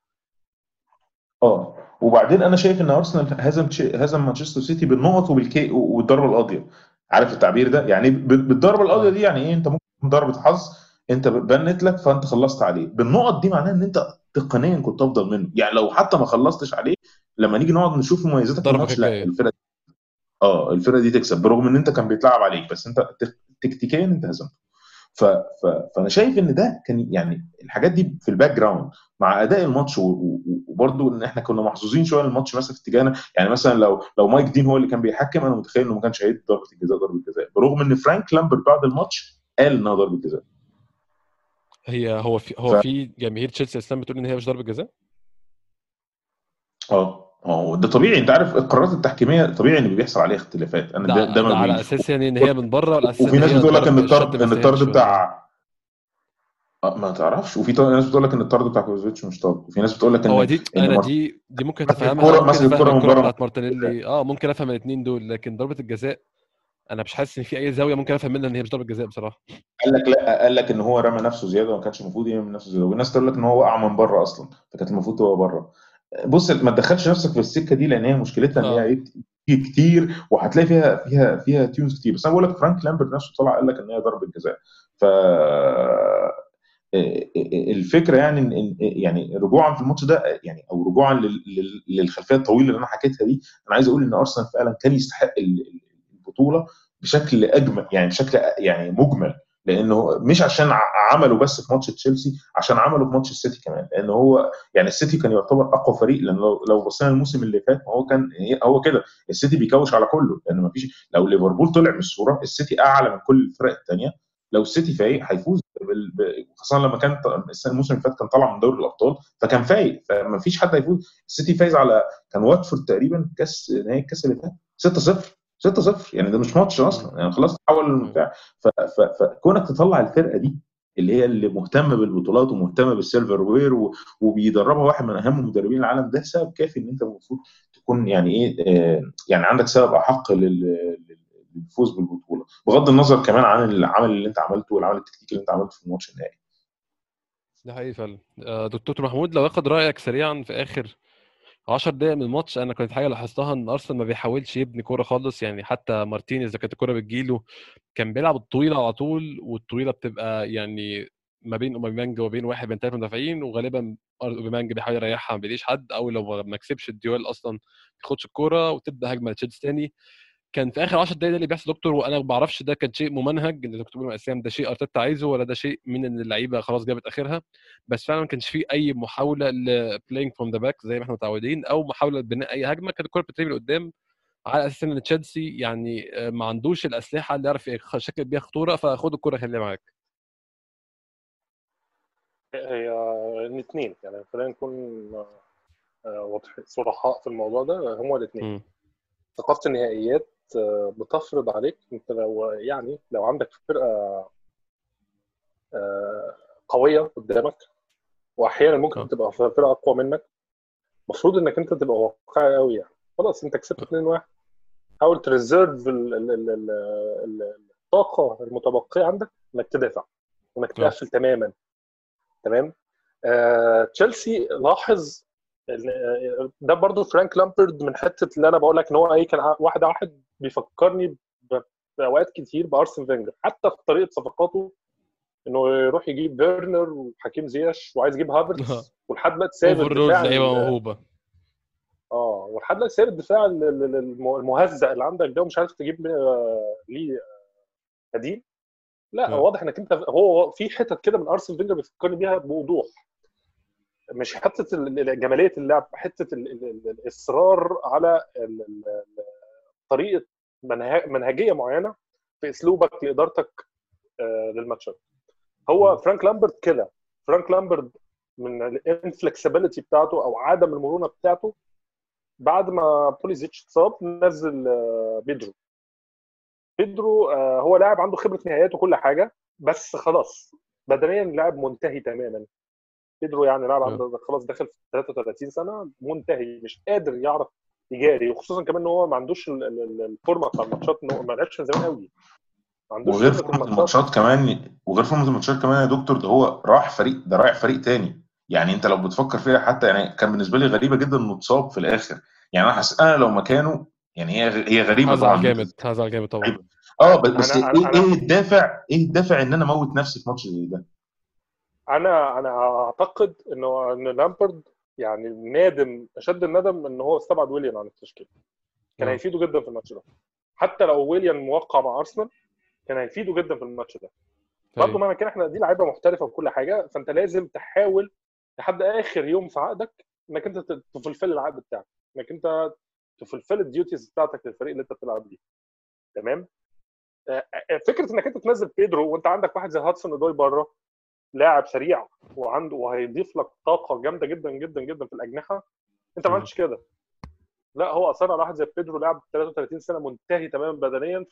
اه وبعدين انا شايف ان ارسنال هزم مانشستر سيتي بالنقط والضربه القاضيه. عارف التعبير ده، يعني بالضربه القاضيه اه دي يعني ايه، انت ممكن تكون ضربه حظ، انت بنت لك فانت خلصت عليه. بالنقط دي معناه ان انت تقنيا كنت افضل منه، يعني لو حتى ما خلصتش عليه، لما نيجي نقعد نشوف مميزاتك في الضربه الماتش، كانت لا جايه. الفرقه دي تكسب برغم ان انت كان بيتلعب عليك، بس انت تكتيكيا انت هزمت. ف... فانا شايف ان ده كان يعني الحاجات دي في الباك جراوند مع اداء الماتش، وبرده ان احنا كنا محظوظين شويه الماتش مثلا في اتجاهنا، يعني مثلا لو مايك دين هو اللي كان بيحكم، انا متخيل انه ما كانش هيدي ضربه جزاء، برغم ان فرانك لامبرت بعد الماتش قال انها ضربه جزاء. هو في جماهير تشيلسي اسلام بتقول ان هي مش ضربه جزاء. ده طبيعي، انت عارف القرارات التحكيميه طبيعي ان بيحصل عليها اختلافات، انا ده ده ما على بي اساس يعني ان هي من بره، ولا على اساس ان وفي ناس هي بتقول لك ان الشد الطرد ما يستاهلش ولا ايه؟ بتاع ما تعرفش، وفي ناس بتقول لك ان الطرد بتاع كوزيتش مش طرد، وفي ناس بتقول لك هو ان دي ان انا دي ممكن ماسك اتفهمها، الكوره ممكن ماسك افهم الكوره من الكره بره. بتاعت مارتينيلي، ممكن افهم الاثنين دول، لكن ضربه الجزاء انا مش حاسس ان في اي زاويه ممكن افهم منها ان هي مش ضربه جزاء بصراحه. قال لك لا، قال لك ان هو رمى نفسه زياده وما كانش المفروض يرمي نفسه زياده، والناس تقول لك ان هو وقع من بره اصلا، فكانت المفروض تبقى بره. بص ما تدخلش نفسك في السكه دي، لان هي مشكلتها ان هي اه كتير، وهتلاقي فيها تيونز كتير، بس انا بقول لك فرانك لامبرت نفسه طلع قال لك ان هي ضربه جزاء. ف الفكره يعني يعني رجوعا في الماتش ده، يعني او رجوعا للخلفيه الطويله اللي انا حكيتها دي، انا عايز اقول ان ارسنال فعلا كان يستحق البطوله بشكل اجمل، يعني بشكل يعني مجمل، لانه مش عشان عمله بس في ماتش تشيلسي، عشان عمله في ماتش السيتي كمان، لان هو يعني السيتي كان يعتبر اقوى فريق، لان لو بصينا الموسم اللي فات هو كان هو كده، السيتي بيكوش على كله، لان ما فيش، لو ليفربول طلع من الصوره السيتي اعلى من كل الفرق الثانيه، لو السيتي فايق هيفوز خاصه لما كان الموسم اللي فات كان طالع من دوري الابطال فكان فايق، فما فيش حد هيفوز. السيتي فايز على كان واتفورد تقريبا كاس نهائي الكاس اللي فات 6-0 6-0، يعني ده مش ماتش مم. اصلا، يعني خلاص تحول مم. بتاع. فكونك تطلع الفرقه دي اللي هي اللي مهتمه بالبطولات ومهتمه بالسيلفر وير وبيدربها واحد من اهم مدربين العالم، ده سبب كافي ان انت المفروض تكون يعني ايه يعني عندك سبب احق للفوز بالبطوله، بغض النظر كمان عن العمل اللي انت عملته والعمل التكتيكي اللي انت عملته في الماتش النهائي. ده حقيقي فعلا. دكتور محمود، لو اخد رايك سريعا في اخر 10 دقايق من الماتش، انا كانت حاجه لاحظتها ان ارسنال ما بيحاولش يبني كوره خالص. يعني حتى مارتينيز اللي كانت الكوره بتجيله كان بيلعب الطويله على طول، والطويله بتبقى يعني ما بين اوباميانج وما بين واحد من ثلاث مدافعين، وغالبا اوباميانج بيحاول يريحها ما بيليش حد، او لو ما كسبش الديوال اصلا ما ياخدش الكوره وتبدا هجمه لتشيلسي تاني. كان في اخر 10 دقايق ده اللي بيحصل دكتور، وانا ما بعرفش ده كان شيء ممنهج اللي دكتور بيقول اسلام، ده شيء ارتيتا عايزه ولا ده شيء من ان اللعيبه خلاص جابت اخرها. بس فعلا ما كانش فيه اي محاوله لبلاينج فروم ذا باك زي ما احنا متعودين، او محاوله لبناء اي هجمه. كانت الكوره بترمي لقدام على اساس ان تشيلسي يعني ما عندوش الاسلحه اللي يعرف يشكل بيها خطوره، فخد الكوره خليها معاك. هي الاثنين يعني، خلينا نكون واضح صرحاء في الموضوع ده. هما الاثنين ثقافه النهائيات بتفرض عليك انت لو عندك فرقه قويه قدامك، واحيانا ممكن تبقى فرقه اقوى منك، المفروض انك انت تبقى واقعي قوي. يعني خلاص انت كسبت 2-1، حاول تريزيرف الطاقه المتبقيه عندك انك تدافع وانك تقفل تماما. تمام. تشيلسي لاحظ ده برضو فرانك لامبرد، من حته اللي انا بقول لك ان هو ايه، كان واحد بيفكرني باوقات كتير بارسن فينجر، حتى في طريقه صفقاته، انه يروح يجيب فيرنر وحكيم زياش وعايز يجيب هافرتس، ولحد دلوقتي سايب الدفاع لعيبه موهوبه. ولحد دلوقتي سايب الدفاع المهزأ اللي عندك ده، ومش عارف تجيب ليه قديم. لا واضح انك انت هو في حتت كده من ارسن فينجر بيفكرني بيها بوضوح، مش حته جماليه اللعب، حته الاصرار على طريقه منهجيه معينه في اسلوبك لادارتك للماتشات. هو فرانك لامبرد كده، فرانك لامبرد من الانفلكسبيليتي بتاعته او عدم المرونه بتاعته، بعد ما بوليزيتش اتصاب نزل بيدرو هو لاعب عنده خبره نهائيات وكل حاجه، بس خلاص بدنيا لاعب منتهي تماما. بيدرو يعني لاعب عنده خلاص داخل في 33 سنه، منتهي، مش قادر يعرف يجاري، وخصوصا كمان ان هو ما عندوش الفورمه بتاع الماتشات، انه ما لعبش من زمان قوي، ما عندوش وغير فورمه الماتشات كمان يا دكتور، ده هو رايح فريق تاني. يعني انت لو بتفكر فيها حتى، يعني كان بالنسبه لي غريبه جدا انه اتصاب في الاخر. يعني انا حاسس انا لو مكانه، يعني هي غريبه طبعا. هزعل جامد طبعا. بس ايه الدافع ان انا اموت نفسي في ماتش زي ده؟ انا اعتقد ان لامبرد يعني نادم اشد الندم ان هو استبعد ويليان عن التشكيل. كان هيفيده جدا في الماتش ده، حتى لو ويليان موقع مع ارسنال كان هيفيده جدا في الماتش ده. برضه مهما كان احنا دي لعيبه محترفه وكل حاجه، فانت لازم تحاول لحد اخر يوم في عقدك انك انت تفلفل العقد بتاعك، انك انت تفلفل الديوتيز بتاعتك للفريق اللي انت بتلعب بيه. تمام. فكره انك انت تنزل بيدرو وانت عندك واحد زي هاتسون ودوي بره، لاعب سريع وعنده وهيضيف لك طاقه جامده جدا جدا جدا في الاجنحه، انت ما عملتش كده. لا هو اصر على واحد زي بيدرو، لاعب 33 سنه منتهي تماما بدنيا،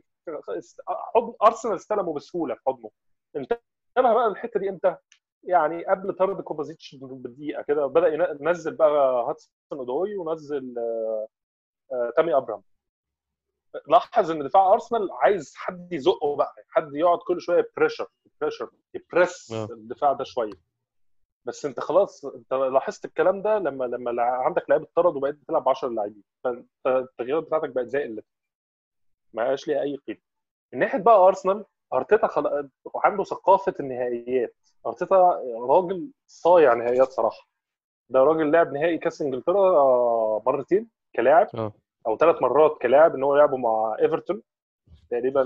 حضن ارسنال استلمه بسهوله في حضنه. انتبه بقى الحته دي امتى؟ يعني قبل طرد كوفازيتش بدقيقه كده بدا ينزل بقى هاتسون اودوي ونزل تامي ابراهام. لاحظ ان دفاع ارسنال عايز حد يزقه بقى، حد يقعد كل شويه يبريس الدفاع ده شويه. بس انت خلاص انت لاحظت الكلام ده لما عندك لعيبه طرد وبقيت بتلعب 10 لاعبين، فالتغييرات بتاعتك بقت زي قله، ما بقاش ليها اي قيمه. من ناحيه بقى ارسنال، ارتيتا عنده ثقافه النهائيات. ارتيتا راجل صايع نهائيات صراحه. ده راجل لعب نهائي كاس انجلترا مرتين كلاعب، او 3 مرات كلاعب، ان هو لعبه مع ايفرتون تقريبا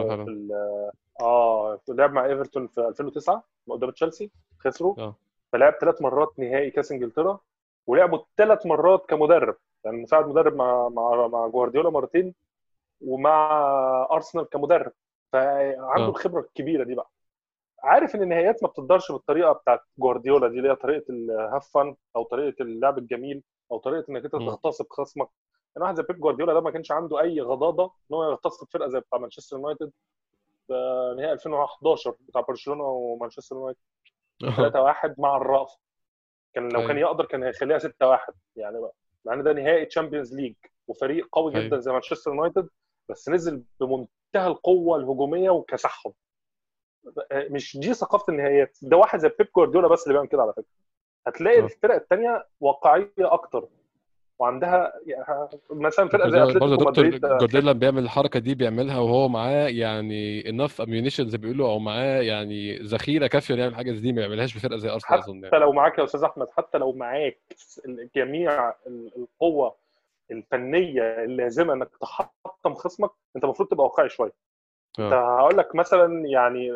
لعب مع ايفرتون في 2009 قدام تشيلسي خسروا. فلعب 3 مرات نهائي كاس انجلترا، ولعبوا 3 مرات كمدرب، يعني مساعد مدرب مع جوارديولا مرتين، ومع ارسنال كمدرب. فعنده الخبره الكبيره دي بقى. عارف ان النهائيات ما بتقدرش بالطريقه بتاعت جوارديولا دي، اللي هي طريقه الهاف فن او طريقه اللعب الجميل او طريقه انك انت تغتصب خصمك. يعني واحد زي بيب جوارديولا ده ما كانش عنده اي غضاضه ان هو يغتصب فرقه زي بتاع مانشستر يونايتد نهائي 2011 بتاع برشلونه ومانشستر يونايتد 3-1 مع الرأفة. لو كان يقدر كان هيخليها 6-1 يعني بقى، مع ان ده نهائي تشامبيونز ليج وفريق قوي جدا زي مانشستر يونايتد بس نزل بمنتهى القوه الهجوميه وكسحهم. مش دي ثقافه النهائيات. ده واحد زي بيب جوارديولا بس اللي بيعمل كده على فكره. هتلاقي الفرق الثانيه واقعيه اكتر وعندها يعني مثلا فرقه زي برضه اتلتيكو دكتور مدريد. جوارديولا بيعمل الحركه دي، بيعملها وهو معاه يعني enough ammunition زي ما بيقولوا، او معاه يعني ذخيره كافيه إنه يعمل حاجه زي دي. ما بيعملهاش بفرقه زي ارسنال اظن يعني. حتى لو معاك يا استاذ احمد، حتى لو معاك جميع القوه الفنيه اللازمه انك تحطم خصمك، انت المفروض تبقى واقعي شويه. انت هقول لك مثلا يعني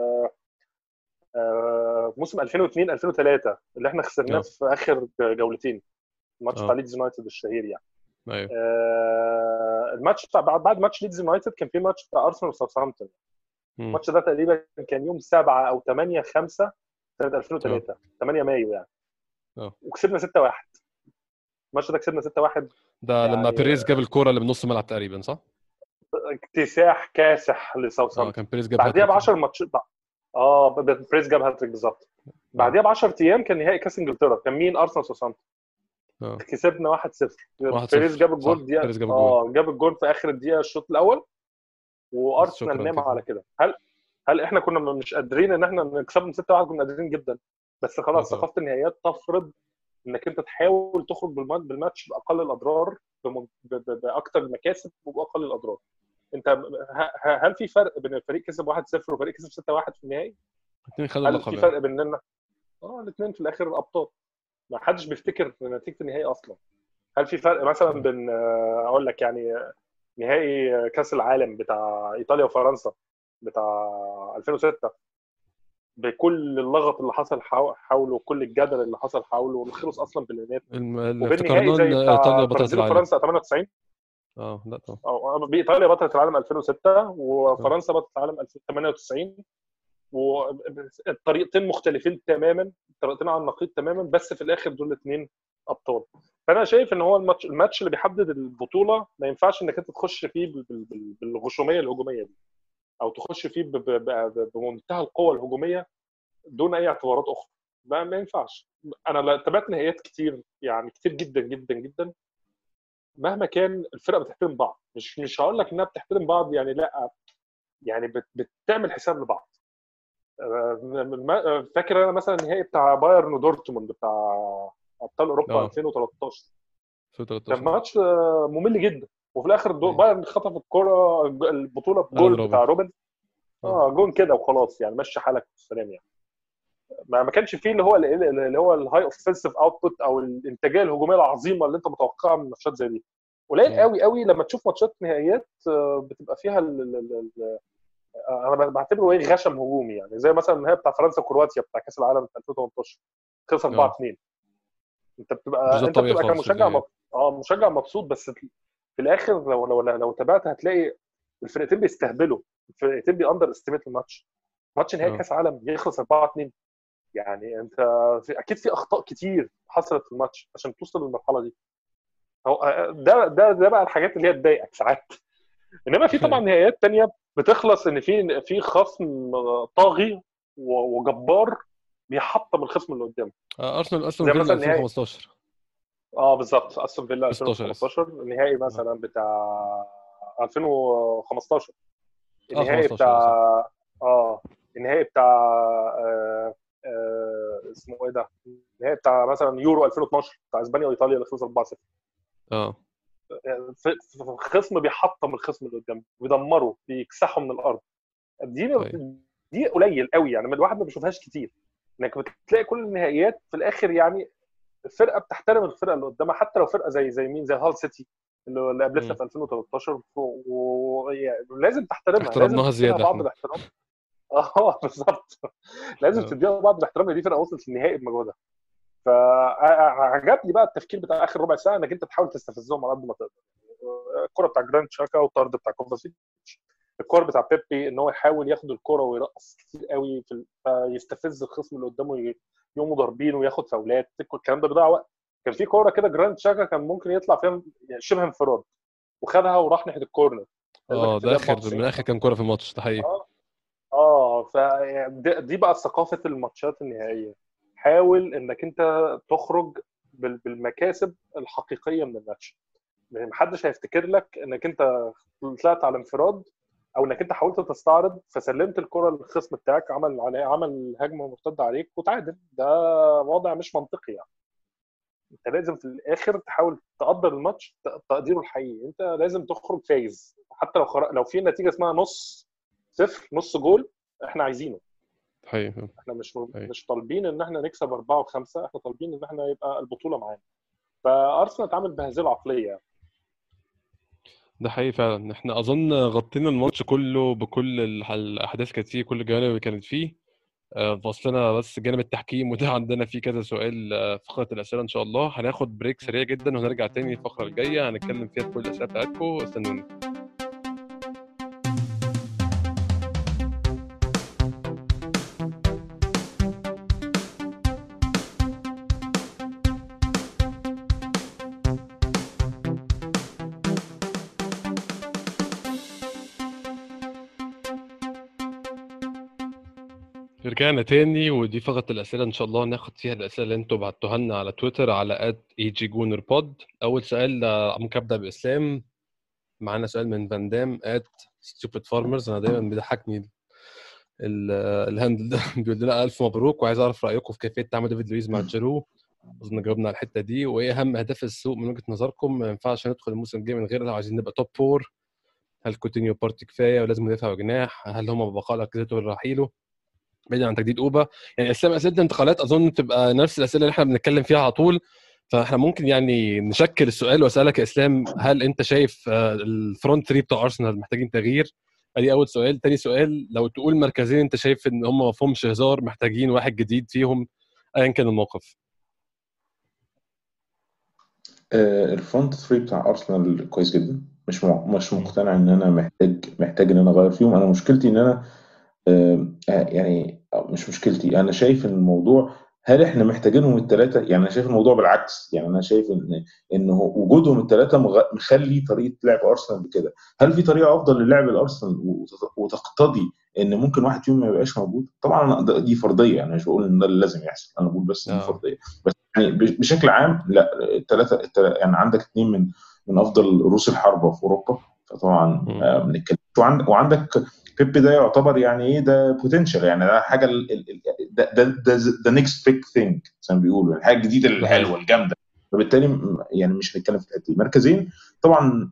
موسم 2002 2003 اللي احنا خسرناه في اخر جولتين، الماتش بتاع ليدز يونايتد الشهير يعني. ايوه. الماتش بتاع بعد ماتش ليدز يونايتد كان في ماتش بتاع ارسنال وساوثهامبتون. الماتش ده تقريبا كان يوم 7 او 8/5 سنه 2003 8 مايو يعني. وكسبنا 6-1. الماتش ده كسبنا 6-1. ده يعني لما بيريز جاب الكوره اللي بنص الملعب تقريبا، صح؟ اكتساح كاسح لساوثهامبتون. كان بيريز جاب بعديها ب 10 ماتشات. بيريز جاب هاتريك بالظبط. بعديها ب 10 ايام كان نهائي كاس انجلترا، كان مين؟ ارسنال وساوثهامبتون. كسبنا 1-0. بيريز جاب الجول دي جاب الجول في اخر الدقيقه الشوط الاول، وارسنال نام على كده. هل احنا كنا مش قادرين ان احنا نكسبهم 6-1؟ كنا قادرين جدا، بس خلاص ثقافه النهائيات تفرض انك انت تحاول تخرج بالماتش باقل الاضرار، باكثر المكاسب وباقل الاضرار. انت هل في فرق بين الفريق كسب 1-0 وفريق كسب 6-1 في النهائي؟ الاثنين خدوا اللقب. هل في فرق بيننا؟ الاثنين في الاخر ابطال. ما حدش بيفتكر نتيجه النهائي اصلا. هل في فرق مثلا بين اقول لك يعني نهائي كاس العالم بتاع ايطاليا وفرنسا بتاع 2006 بكل اللغط اللي حصل حوله وكل الجدل اللي حصل حوله واللي خلص اصلا بالانهيار، وبين نهائي زي بتاع البرازيل وفرنسا 98؟ لا طبعا. بايطاليا بطلة العالم 2006 وفرنسا بطلة العالم 2098، والطريقتين مختلفين تماما، طريقتين على النقيض تماما، بس في الاخر دول الاثنين ابطال. فانا شايف ان هو الماتش اللي بيحدد البطوله ما ينفعش انك انت تخش فيه بالغشوميه الهجوميه دي، او تخش فيه بمنتهى القوه الهجوميه دون اي اعتبارات اخرى. ما ينفعش. انا تابعت نهائيات كتير، يعني كتير جدا جدا جدا. مهما كان الفرقه بتحترم بعض، مش هقول لك انها بتحترم بعض يعني، لا يعني بتعمل حساب لبعض. فاكر انا مثلا النهائي بتاع بايرن ودورتموند بتاع ابطال اوروبا 2013 كان ماتش ممل جدا، وفي الاخر بايرن خطف الكره البطوله بجول بتاع روبن. جون كده وخلاص يعني، مشي حالك بالسلام يعني. ما كانش فيه اللي هو الهاي اوفنسيف اوتبوت او الانتاجيه الهجوميه العظيمه اللي انت متوقعها من ماتشات زي دي. قليل قوي قوي لما تشوف ماتشات نهائيات بتبقى فيها انا بعتبره غشم هجومي يعني، زي مثلا النهائي بتاع فرنسا وكرواتيا بتاع كاس العالم 2018 خسر 4-2. انت بتبقى كمشجع مشجع مبسوط، بس في الاخر لو تابعت هتلاقي الفرقتين بيستهبلوا، الفرقتين بيأندر استيميت الماتش. ماتش نهائي كاس عالم يخلص 4-2 يعني. انت اكيد في اخطاء كتير حصلت في الماتش عشان توصل للمرحله دي. ده بقى الحاجات اللي هي تضايقك ساعات. انما في طبعا نهائيات تانية بتخلص ان في خصم طاغي وجبار بيحطم الخصم اللي قدامه. ارسنال فيلا 2015. بالظبط، استون فيلا 2015 النهائي مثلا بتاع 2015 النهائي بتاع النهائي بتاع اسمه ايه ده، النهائي بتاع مثلا يورو 2012 بتاع اسبانيا وايطاليا اللي خلص 4-0. خصم بيحطم الخصم اللي قدامه، بيدمره، بيكسحه من الارض. دي قليل قوي يعني، من الواحد ما بيشوفهاش كتير، انك بتلاقي كل النهائيات في الاخر يعني الفرقه بتحترم الفرقه اللي قدامها، حتى لو فرقه زي مين، زي هال سيتي اللي قابلتنا في 2013 ولازم تحترمها، لازم تديها بعض الاحترام. بالظبط، لازم تديها بعض الاحترام. دي فرقه وصلت للنهائي بمجهودها. فعجبني بقى التفكير بتاع اخر ربع ساعه، انك انت تحاول تستفزهم على قد ما تقدر. الكره بتاع جراند شاكا والطرد بتاع كوفاسيتش، الكره بتاع بيبي ان هو يحاول ياخد الكره ويرقص كتير قوي فيستفز الخصم اللي قدامه يقوموا ضاربين وياخد فاولات، الكلام ده بيضيع وقت. كان في كوره كده جراند شاكا كان ممكن يطلع فيها شبه انفراد وخدها وراح ناحيه الكورنر. ده اخر من اخر كام كوره في الماتش ده حقيقي. فدي بقى ثقافه الماتشات النهائيه. حاول انك انت تخرج بالمكاسب الحقيقيه من الماتش، يعني محدش هيفتكر لك انك انت طلعت على انفراد او انك انت حاولت تستعرض فسلمت الكره للخصم بتاعك، عمل هجمه مرتده عليك وتعادل. ده وضع مش منطقي يعني. انت لازم في الاخر تحاول تقدر الماتش تقديره الحقيقي. انت لازم تخرج فايز، حتى لو في نتيجه اسمها نص صفر، نص جول، احنا عايزينه. حقيقي. احنا مش طالبين ان احنا نكسب 4 و5، احنا طالبين ان احنا يبقى البطوله معانا. فارسنال اتعامل بهذه العقليه. ده حقيقي فعلا. احنا اظن غطينا الماتش كله بكل الاحداث كانت فيه، كل الجوانب اللي كانت فيه. فاصلنا بس جانب التحكيم، وده عندنا فيه كذا سؤال. فقرة الأسئلة إن شاء الله هناخد بريك سريع جدا وهنرجع تاني الفقرة الجاية هنتكلم فيها في كل الأسئلة بتاعتكم. استنوني. رجعنا تاني، ودي فقرة الأسئلة إن شاء الله ناخد فيها الأسئلة اللي أنتوا بعتوها لنا على تويتر على @egoonerpod. أول سؤال ممكن أبدأ بإسلام. معانا سؤال من فان دام @stupidfarmers. أنا دايما بيضحكني الهاندل ده. بيقول لنا ألف مبروك، وعايز أعرف رأيكم في كيفية تعامل ديفيد لويز مع جيرو. أظن جاوبنا على الحتة دي. وإيه أهم أهداف السوق من وجهة نظركم؟ ما ينفعش ندخل الموسم الجاي من غير لو عايزين نبقى توب فور. هل كوتينيو بارتي كفاية ولازم مدافع وجناح؟ هل هم ببقاء لاكازيتو ورحيله بعيدا عن تجديد اوبا؟ يعني اسلام اسئله الانتقالات اظن بتبقى نفس الاسئله اللي احنا بنتكلم فيها على طول، فاحنا ممكن يعني نشكل السؤال واسالك يا اسلام، هل انت شايف الفرونت 3 بتاع ارسنال محتاجين تغيير؟ ادي اول سؤال. تاني سؤال، لو تقول مركزين انت شايف ان هم ما فيهمش هزار محتاجين واحد جديد فيهم ايا كان الموقف. الفرونت 3 بتاع ارسنال كويس جدا. مش مقتنع ان انا محتاج ان انا اغير فيهم. انا مشكلتي ان انا يعني مش مشكلتي، انا شايف ان الموضوع هل احنا محتاجينهم الثلاثه؟ يعني انا شايف الموضوع بالعكس. يعني انا شايف ان وجودهم الثلاثه مخلي طريقه لعب ارسنال بكده. هل في طريقه افضل للعب الارسنال وتقتضي ان ممكن واحد فيهم ما يبقاش موجود؟ طبعا دي فرضيه، انا مش بقول ان ده اللي لازم يحصل، انا بقول بس دي فرضيه. بس يعني بشكل عام لا، الثلاثه يعني عندك اثنين من افضل رؤوس الحربه في اوروبا، فطبعا بنتكلم. وعندك بيبي ده يعتبر يعني ايه، ده بوتنشال، يعني ده حاجه ده نيكست بيج ثينج زي ما بيقولوا، الحاجه الجديده الحلوه الجامده. فبالتالي يعني مش هنتكلم في الحته دي. مركزين طبعا،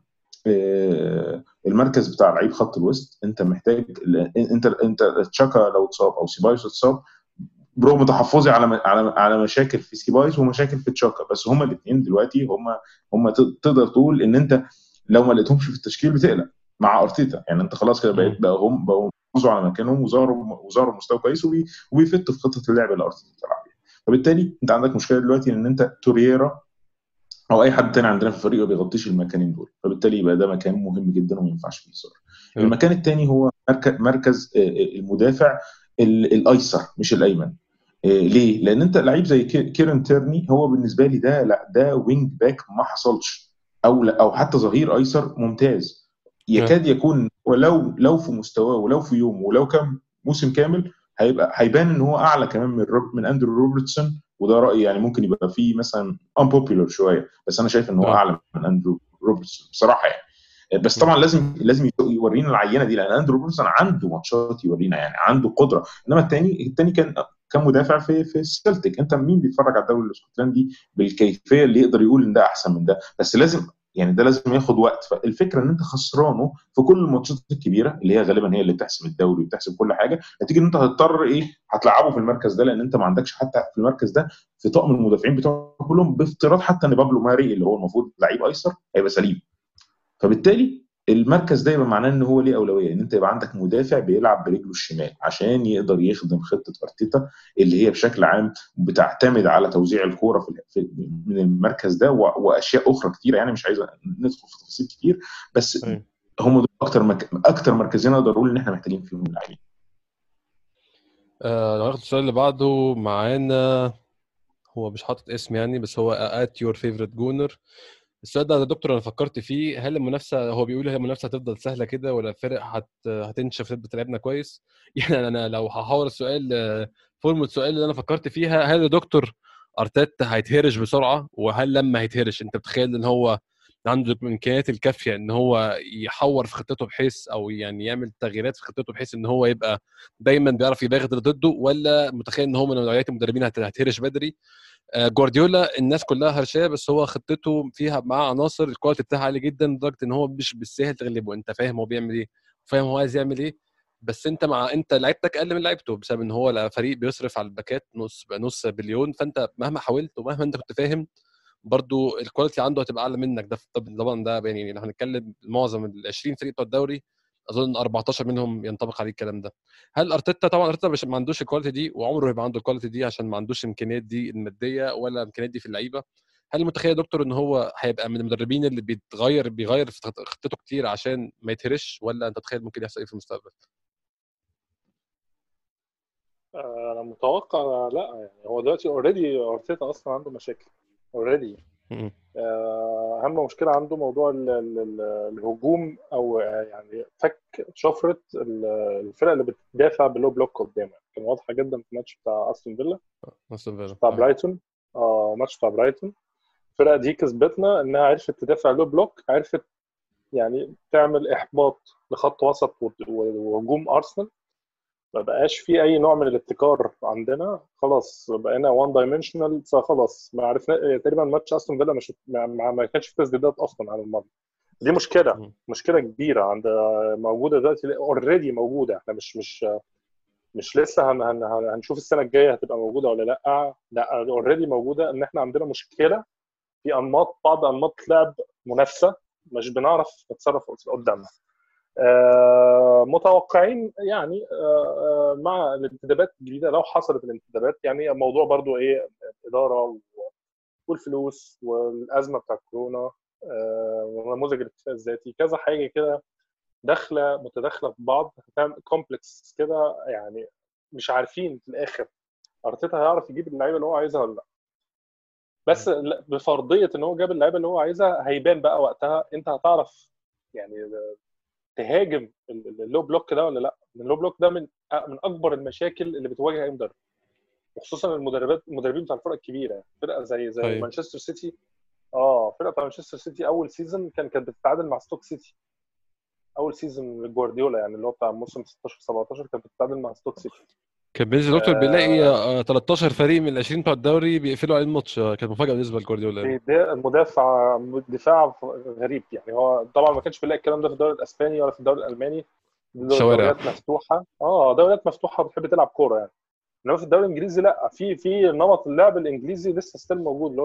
المركز بتاع لعيب خط الوسط انت محتاج. انت تشاكا لو اتصاب او سيبايوس اتصاب، برغم تحفظي على مشاكل في سيبايوس ومشاكل في تشاكا، بس هما الاثنين دلوقتي هما تقدر تقول ان انت لو ما لقيتهمش في التشكيل بتقلق مع ارتيتا. يعني انت خلاص كده بقوا محافظوا على مكانهم وظهروا مستوى كويس وبيفتوا في خطه اللعب اللي ارتيتا بتلعب بيها. فبالتالي انت عندك مشكله دلوقتي ان انت تورييرا او اي حد تاني عندنا في الفريق ما بيغطيش المكانين دول، فبالتالي يبقى ده مكان مهم جدا وما ينفعش فيه هزار. المكان الثاني هو مركز المدافع الايسر مش الايمن. ليه؟ لان انت لعيب زي كيرن تيرني هو بالنسبه لي ده لا، ده وينج باك ما حصلش، او حتى ظهير ايسر ممتاز. يكاد يكون ولو في مستواه ولو في يوم ولو كان موسم كامل هيبان ان هو اعلى كمان من اندرو روبرتسون. وده رايي، يعني ممكن يبقى فيه مثلا unpopular شويه، بس انا شايف ان هو اعلى من اندرو روبرتسون بصراحه يعني. بس طبعا لازم يورينا العينه دي، لان اندرو روبرتسون عنده ماتشات يورينا، يعني عنده قدره. انما الثاني كان مدافع في السلتيك. انت مين بيتفرج على الدوري الاسكتلندي بالكيفيه اللي يقدر يقول ان ده احسن من ده؟ بس لازم يعني ده لازم ياخد وقت. فالفكره ان انت خسرانه في كل الماتشات الكبيره اللي هي غالبا هي اللي بتحسم الدوري وبتحسم كل حاجه، نتيجه ان انت هتضطر هتلعبه في المركز ده، لان انت ما عندكش حتى في المركز ده في طاقم المدافعين بتوعه كلهم، بافتراض حتى ان بابلو ماري اللي هو المفروض لعيب ايسر هيبقى سليم. فبالتالي المركز ده يبقى معناه ان هو ليه اولويه، ان انت يبقى عندك مدافع بيلعب برجله الشمال عشان يقدر يخدم خطه ارتيتا اللي هي بشكل عام بتعتمد على توزيع الكوره من المركز ده واشياء اخرى كتيره. يعني مش عايز ندخل في تفاصيل كتير، بس هم دول اكتر مركزين اقدر اقول ان احنا محتاجين فيهم اللاعبين. لو هناخد السؤال اللي بعده معانا، هو مش حاطط اسم يعني، بس هو your favorite gooner. السؤال ده يا دكتور انا فكرت فيه، هل المنافسه، هو بيقول هي المنافسه هتفضل سهله كده ولا الفرق هتنشف تبدا تلعبنا كويس؟ يعني انا لو هحاول السؤال فورمه السؤال اللي انا فكرت فيها، هل يا دكتور ارتيتا هيتهرش بسرعه؟ وهل لما هيتهرش انت بتخيل ان هو عنده الامكانيات الكافيه ان هو يحور في خطته بحيث او يعني يعمل تغييرات في خطته بحيث ان هو يبقى دايما بيعرف يباغت اللي ضده، ولا متخيل ان هو من نوعيات المدربين هتهرش بدري؟ جوارديولا الناس كلها هرشاه، بس هو خطته فيها مع عناصر الكواليتي بتاعها عالي جدا لدرجه ان هو مش بالسهل تغلبه. انت فاهم هو بيعمل ايه، فاهم هو عايز يعمل ايه، بس انت لعيبتك اقل من لعيبته بسبب ان هو فريق بيصرف على الباكات نص بليون. فانت مهما حاولت ومهما انت كنت فاهم برضو الكواليتي عنده هتبقى اعلى منك. ده طبعا ده يعني لو هنتكلم معظم ال 20 فريق بتوع الدوري اظن 14 منهم ينطبق عليه الكلام ده. هل ارتيتا؟ طبعا ارتيتا مش ما عندوش الكواليتي دي وعمره هيبقى عنده الكواليتي دي عشان ما عندوش الامكانيات دي الماديه ولا الامكانيات دي في اللعيبه. هل متخيل يا دكتور ان هو هيبقى من المدربين اللي بيغير في خطته كتير عشان ما يتهرش، ولا انت تتخيل ممكن يحصل ايه في المستقبل؟ انا متوقع لا، يعني هو دلوقتي اوريدي ارتيتا اصلا عنده مشاكل اوريدي. م- اهم مشكله عنده موضوع الهجوم، او يعني فك شفره الفرق اللي بتدافع باللو بلوك قدامها. كان واضحه جدا في الماتش بتاع استون فيلا، استون ماتش فيلا بتاع برايتون. ماتش بتاع برايتون، الفرقه دي كسبتنا انها عرفت تدافع لو بلوك، عرفت يعني تعمل احباط لخط وسط وهجوم ارسنال. ما بقاش في اي نوع من الابتكار عندنا، خلاص بقينا وان دايمنشنال. فخلاص ما عرفنا تقريبا ماتش استون فيلا مش ما كانش في تسديدات اصلا على المرمى. دي مشكله، م- مشكله كبيره عند موجوده دلوقتي، اوريدي موجوده. احنا مش لسه هنشوف السنه الجايه هتبقى موجوده ولا لا. لا اوريدي موجوده، ان احنا عندنا مشكله في بعض انماط لعب منافسه مش بنعرف نتصرف قدامها. متوقعين يعني مع الانتدابات الجديده لو حصلت الانتدابات، يعني الموضوع برضو ايه، اداره والفلوس والازمه بتاع كورونا، ونموذج الاكتفاء الذاتي، كذا حاجه كده داخله متداخله في بعض، هتعمل كومبلكس كده يعني. مش عارفين في الاخر ارتيتا هيعرف يجيب اللعيبه اللي هو عايزها ولا لا. بس بفرضيه ان هو جاب اللعيبه اللي هو عايزها، هيبان بقى وقتها انت هتعرف يعني تهاجم اللو بلوك ده ولا لا. اللو بلوك ده من اكبر المشاكل اللي بتواجه اي مدرب، وخصوصا المدربين بتاع الفرق الكبيره. فرقه زي طيب مانشستر سيتي. فرقه بتاع مانشستر سيتي اول سيزون كانت بتتعادل مع ستوك سيتي. اول سيزون جوارديولا يعني اللي هو بتاع موسم 16 17 كانت بتتعادل مع ستوك سيتي. كان بينزل دكتور بيلاقي آه 13 فريق من ال 20 بتوع الدوري بيقفلوا عليه الماتش. كانت مفاجاه بالنسبه لجوارديولا يعني. دفاع غريب يعني. هو طبعا ما كانش بيلاقي الكلام ده في الدوري الاسباني ولا في الدوري الالماني. شوارع. دوريات مفتوحه، دوريات مفتوحه بتحب تلعب كوره يعني. انما في الدوري الانجليزي لا، في نمط اللعب الانجليزي لسه ستيل موجود، اللي هو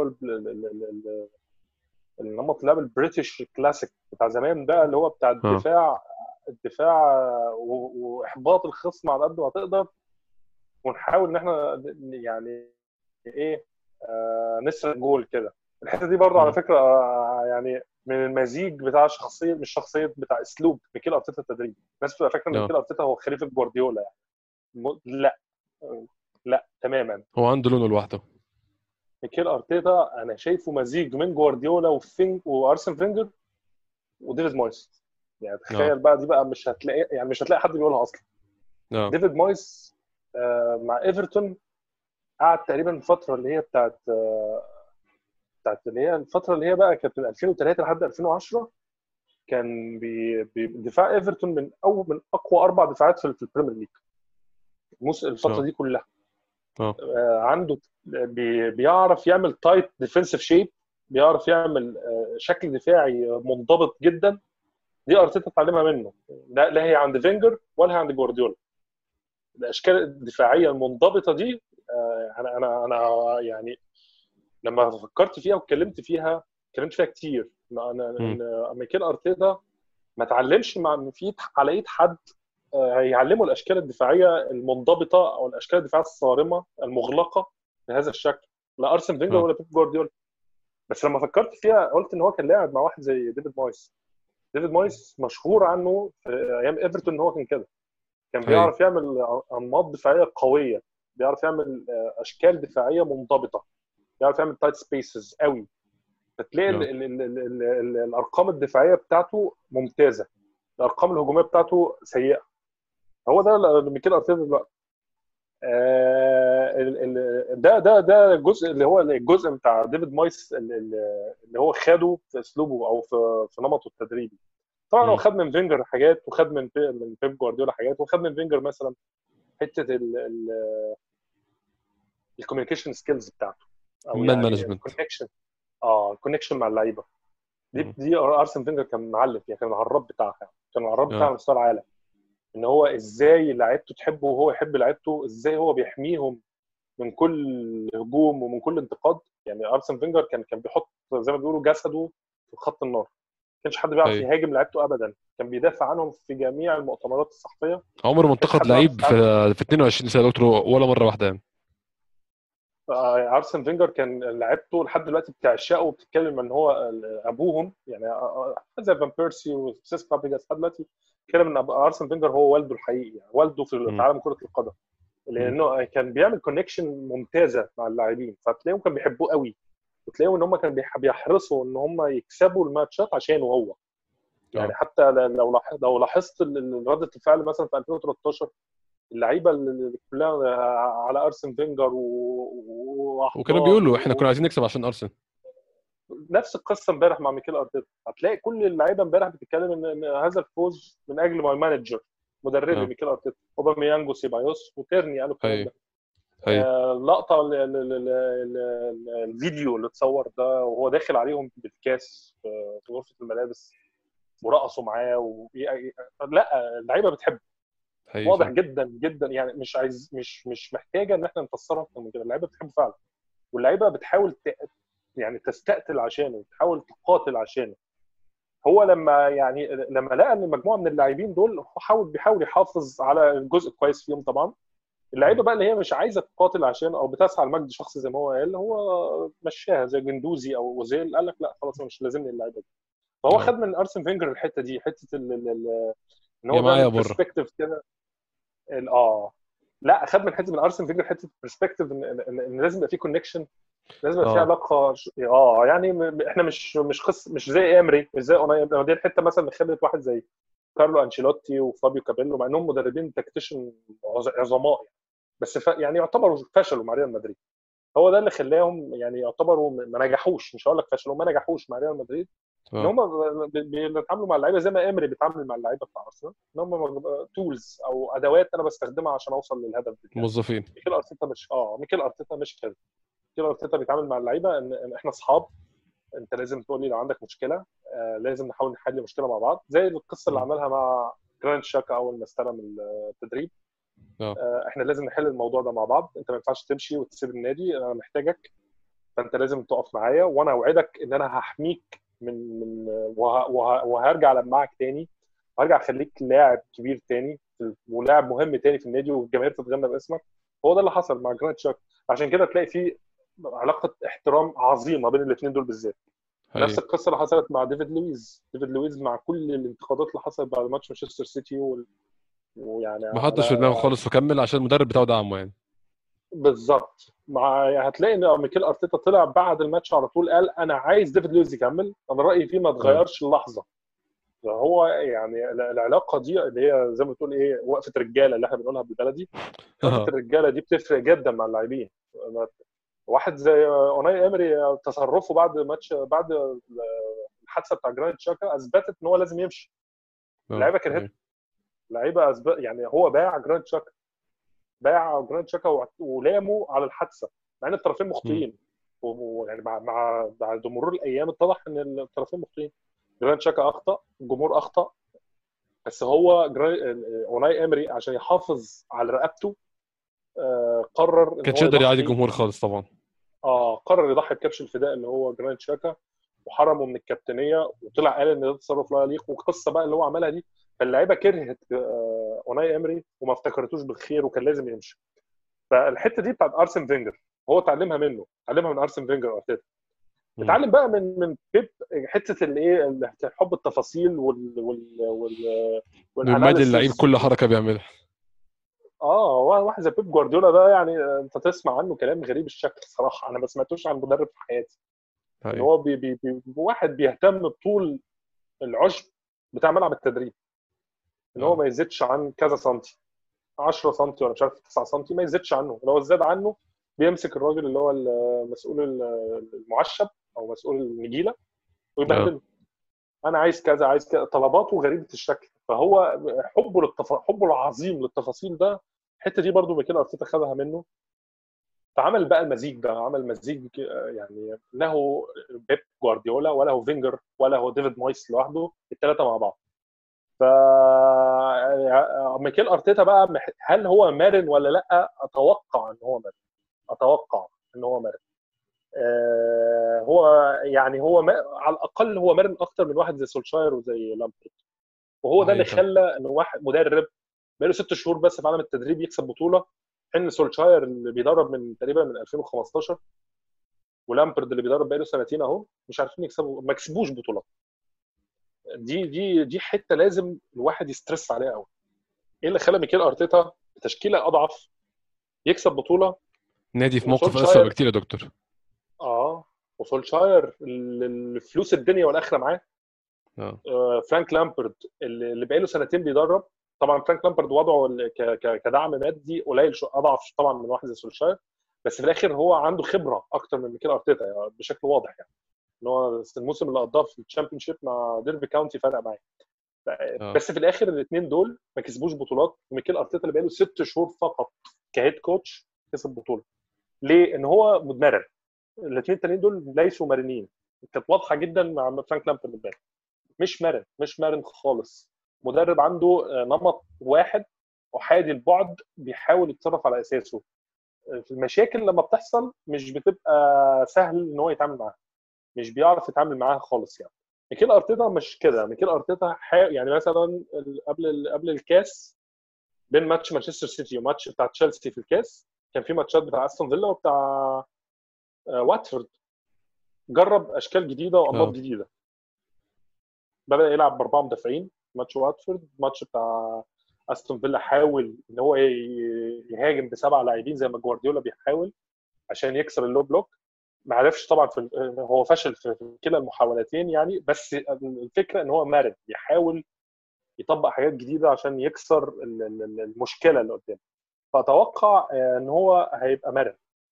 النمط اللعب البريتش كلاسيك بتاع زمان بقى، اللي هو بتاع اه الدفاع واحباط الخصم على قد ما تقدر، ونحاول ان احنا يعني ايه، نسرق جول كده. الحته دي برضو على م- فكره يعني من المزيج بتاع شخصيه، مش شخصيه، بتاع اسلوب ميكيل ارتيتا التدريب. الناس بتبقى فاكره ان اه ميكيل ارتيتا هو خليفه جوارديولا يعني. لا، لا تماما. هو عنده لونه لوحده. ميكيل ارتيتا انا شايفه مزيج من جوارديولا وارسن فينجر وديفيد مويس. يعني اه تخيل بقى، دي بقى مش هتلاقي حد بيقولها اصلا. اه ديفيد مويس مع ايفرتون قعد تقريبا الفتره اللي هي بتاعت اللي هي الفتره اللي هي بقى كانت من 2003 لحد 2010. كان دفاع ايفرتون من اقوى اربع دفاعات في البريمير ليج الفتره اه دي كلها. اه عنده بيعرف يعمل تايت ديفنسيف شيب، بيعرف يعمل شكل دفاعي منضبط جدا. دي ارتيتا اتعلمها منه. لا هي عند فينجر ولا هي عند جوارديولا. الاشكال الدفاعيه المنضبطه دي انا يعني لما فكرت فيها واتكلمت فيها، اتكلمت فيها كتير. م- ان ميكيل ارتيتا ما اتعلمش على ايد حد هيعلموا الاشكال الدفاعيه المنضبطه او الاشكال الدفاعيه الصارمه المغلقه بهذا الشكل. لا ارسن فينجر اه ولا بيب جوارديولا. بس لما فكرت فيها قلت ان هو كان لاعب مع واحد زي ديفيد مويس. ديفيد مويس مشهور عنه في ايام ايفرتون ان هو كان كده، كان ايوه بيعرف يعمل انماط دفاعيه قويه، بيعرف يعمل اشكال دفاعيه منضبطه، بيعرف يعمل تايت سبيسز قوي. فتلاقي اه الارقام الدفاعيه بتاعته ممتازه، الارقام الهجوميه بتاعته سيئه. هو ده ميكيل ارتيتا دلوقتي. ده الجزء اللي هو الجزء بتاع ديفيد مايس اللي هو خده في اسلوبه او في نمطه التدريبي. طبعا هو مم. خد من فينجر حاجات، وخد من بيب جوارديولا حاجات، وخد من فينجر مثلا حته الكوميونيكيشن سكيلز بتاعته، او مان يعني مانجمنت. الكونكشن. الكونكشن مع اللعيبه. مم. دي ارسن فينجر كان معلم فيها، كان العراب بتاعها، كان العراب بتاع اه مستوى العالم. ان هو ازاي لعيبته تحبه وهو يحب لعيبته، ازاي هو بيحميهم من كل هجوم ومن كل انتقاد. يعني ارسن فينجر كان بيحط زي ما بيقولوا جسده في خط النار. ما كانش حد بيعرف ايوه، يهاجم لعيبته ابدا، كان بيدافع عنهم في جميع المؤتمرات الصحفيه. ما عمره ما كانش انتقد حد بيعرف لعيب يساعده. في 22 سنه دكتور ولا مره واحده يعني. ارسن فينجر كان لعيبته لحد دلوقتي بتعشقه وبتتكلم ان هو ابوهم، يعني زي فان بيرسي وسيس فابريجاس لحد دلوقتي بتتكلم ان ارسن فينجر هو والده الحقيقي، يعني والده في مم. عالم كره القدم. مم. لانه كان بيعمل كونكشن ممتازه مع اللاعبين، فتلاقيهم كانوا بيحبوه قوي، وتلاقيهم ان هم كانوا بيحرصوا ان هم يكسبوا الماتشات عشانه هو. اه يعني حتى لو لاحظت رده الفعل مثلا في 2013، اللعيبه اللي كلها على ارسن فينجر وكانوا واحضان بيقولوا احنا كنا عايزين نكسب عشان ارسنال. نفس القصه امبارح مع ميكيل ارتيتا. هتلاقي كل اللعيبه امبارح بتتكلم ان هذا الفوز من اجل ماي مانجر، مدربي اه ميكيل ارتيتا. اوباميانج وسيبايوس وتيرني قالوا الكلام هي ده. هي اللقطه الفيديو اللي اتصور ده وهو داخل عليهم بالكاس في غرفه الملابس ورقصوا معاه لا، اللعيبه بتحب. هي واضح فعلا. جدا جدا، يعني مش محتاجه ان احنا نفسرها اكتر من كده، اللعيبه بتحب فعلا. واللعيبه بتحاول يعني تستقتل عشانه، تحاول تقاتل عشانه. هو لما لقى ان مجموعه من اللاعبين دول، هو بيحاول يحافظ على الجزء الكويس فيهم طبعا. اللعيبه مم. بقى اللي هي مش عايزه تقاتل عشان او بتسعى لمجد شخصي زي ما هو قال، هو مشاها زي جندوزي او اوزيل، قال لك لا خلاص مش لازمني اللعيبه دي. فهو اه خد من ارسن فينجر الحته دي، حته ان يا هو معايا بيعمل بره. برسبكتيف كده. لا، خد من حته من ارسن فينجر حته برسبكتيف إن لازم يبقى في كونكشن، لازم يبقى في اه علاقه يعني احنا مش مش زي امري، مش زي اوناي. دي الحته مثلا اللي خلت واحد زي كارلو انشيلوتي وفابيو كابيلو، مع انهم مدربين تكتيشن عظماء يعني، بس يعني يعتبروا فشلوا مع ريال مدريد. هو ده اللي خلاهم يعني يعتبروا ما نجحوش، مش هقول لك فشلوا، ما نجحوش مع ريال مدريد. ان اه هم بيتعاملوا مع اللعيبه زي ما امري بيتعامل مع اللعيبه بتاع ارسنال، ان هم تولز او ادوات انا بستخدمها عشان اوصل للهدف بتاعي. موظفين. ميكيل ارتيتا مش كده. ميكيل ارتيتا بيتعامل مع اللعيبه ان احنا اصحاب، انت لازم تقول لي لو عندك مشكله، لازم نحاول نحل مشكله مع بعض، زي القصه اللي مم. عملها مع جراند شاكا اول ما استلم التدريب. اه احنا لازم نحل الموضوع ده مع بعض، انت ما ينفعش تمشي وتسيب النادي، انا محتاجك، فانت لازم تقف معايا، وانا اوعدك ان انا هحميك وهرجع لمعك تاني، وهرجع اخليك لاعب كبير تاني ولاعب مهم تاني في النادي، والجماهير تتغنى باسمك. هو ده اللي حصل مع جراند شاكا. عشان كده تلاقي في علاقه احترام عظيمه بين الاثنين دول بالذات. نفس هي القصه اللي حصلت مع ديفيد لويز مع كل الانتقادات اللي حصلت بعد ماتش مانشستر سيتي ويعني ما حطش في على دماغه خالص وكمل عشان المدرب بتاعه دعمه يعني. بالظبط. هتلاقي ان ميكيل ارتيتا طلع بعد الماتش على طول قال انا عايز ديفيد لويز يكمل، انا رايي فيه ما اه اتغيرش اللحظه. فهو يعني العلاقه دي اللي هي زي ما بتقول ايه، وقفه رجاله اللي احنا بنقولها بالبلدي. وقفه اه الرجاله دي بتفرق جدا مع اللاعبين. واحد زي اوناي امري، تصرفه بعد الحادثه بتاع جراند شاكا اثبتت ان هو لازم يمشي. اه اللعيبه كرهته، هي اللعيبه يعني هو باع جراند شاكا ولامه على الحادثه، مع ان الطرفين مم. مخطئين. ويعني بعد مرور الايام اتضح ان الطرفين مخطئين. جراند شاكا اخطا، الجمهور اخطا، بس هو اوناي امري عشان يحافظ على رقبته قرر ان كانش هو يقدر يعادي يضحي. الجمهور خالص طبعا. قرر يضحي بكبش الفداء اللي هو جراند شاكا، وحرمه من الكابتنيه، وطلع قال ان ده تصرف لا يليق، والقصه بقى اللي هو عملها دي. فاللعيبه كرهت اوناي امري وما افتكرتوش بالخير، وكان لازم يمشي. فالحته دي بتاعت ارسن فينجر، هو اتعلمها من ارسن فينجر ارتيتا. مم. اتعلم بقى من بيب حته الايه، حب التفاصيل ومالي اللعيب والاناليسز. كل حركه بيعملها. واحد زي بيب جوارديولا ده، يعني انت تسمع عنه كلام غريب الشكل الصراحه، انا ما سمعتوش عن مدرب في حياتي. ان هي هو واحد بيهتم بطول العشب بتاع ملعب التدريب، ان هو اه ما يزيدش عن كذا سنتي. 10 سم ولا مش عارف 9 سم، ما يزيدش عنه. لو زاد عنه بيمسك الراجل اللي هو المسؤول المعشب او مسؤول النجيله ويبهدله. انا عايز كذا، عايز كذا، طلباته غريبه الشكل. فهو حبه العظيم للتفاصيل ده، الحته دي برضو ميكيل ارتيتا خدها منه. فعمل بقى المزيج ده، عمل مزيج يعني له بيب جوارديولا ولا هو فينجر ولا هو ديفيد مويس لوحده، الثلاثه مع بعض. ف ميكيل ارتيتا بقى هل هو مرن ولا لا؟ اتوقع ان هو مرن. هو يعني هو على الاقل هو مرن اكتر من واحد زي سولشاير وزي لامبرد. وهو ده اللي خلى ان واحد مدرب بقاله 6 شهور بس في عالم التدريب يكسب بطوله، حين سولشاير اللي بيدرب من تقريبا من 2015 ولامبرد اللي بيدرب بقاله سنتين اهو مش عارفين يكسبوا، ما كسبوش بطولات. دي حته لازم الواحد يسترس عليها قوي. ايه اللي خلى ميكيل ارتيتا بتشكيله اضعف يكسب بطوله؟ نادي في موقف اسوء بكتير يا دكتور. وسولشاير الفلوس الدنيا والاخره معاه. فرانك لامبرد اللي بقاله سنتين بيدرب. طبعا فرانك لامبرد وضعه كدعم مادي قليل، اضعف طبعا من واحد زي سولشاير، بس في الاخر هو عنده خبره اكتر من ميكيل ارتيتا يعني بشكل واضح. يعني ان هو الموسم اللي قضاه في الشامبيونشيب مع ديربي كاونتي فرق معاه. بس في الاخر الاثنين دول ما كسبوش بطولات. وميكيل ارتيتا اللي بقاله 6 شهور فقط كهيد كوتش كسب بطوله. ليه؟ ان هو مدمر. الاثنين التانيين دول ليسوا مرنين. كانت واضحه جدا مع فرانك لامبرد. مش مرن خالص. مدرب عنده نمط واحد احادي البعد بيحاول يتصرف على اساسه. في المشاكل لما بتحصل مش بتبقى سهل ان هو يتعامل معاها، مش بيعرف يتعامل معاها خالص. يعني ميكيل ارتيتا مش كده. ميكيل ارتيتا يعني مثلا قبل الكاس، بين ماتش مانشستر سيتي وماتش بتاع تشيلسي في الكاس، كان في ماتشات بتاع استون فيلا وبتاع واتفورد، جرب اشكال جديده وانماط جديده. بدأ يلعب ب4 مدافعين ماتش واتفورد. ماتش بتاع استون فيلا حاول ان هو يهاجم ب7 لاعبين زي ما جوارديولا بيحاول عشان يكسر اللو بلوك. ما عرفش طبعا هو فشل في كلا المحاولتين يعني. بس الفكره ان هو مرن يحاول يطبق حاجات جديده عشان يكسر المشكله اللي قدامه. فاتوقع ان هو هيبقى مرن،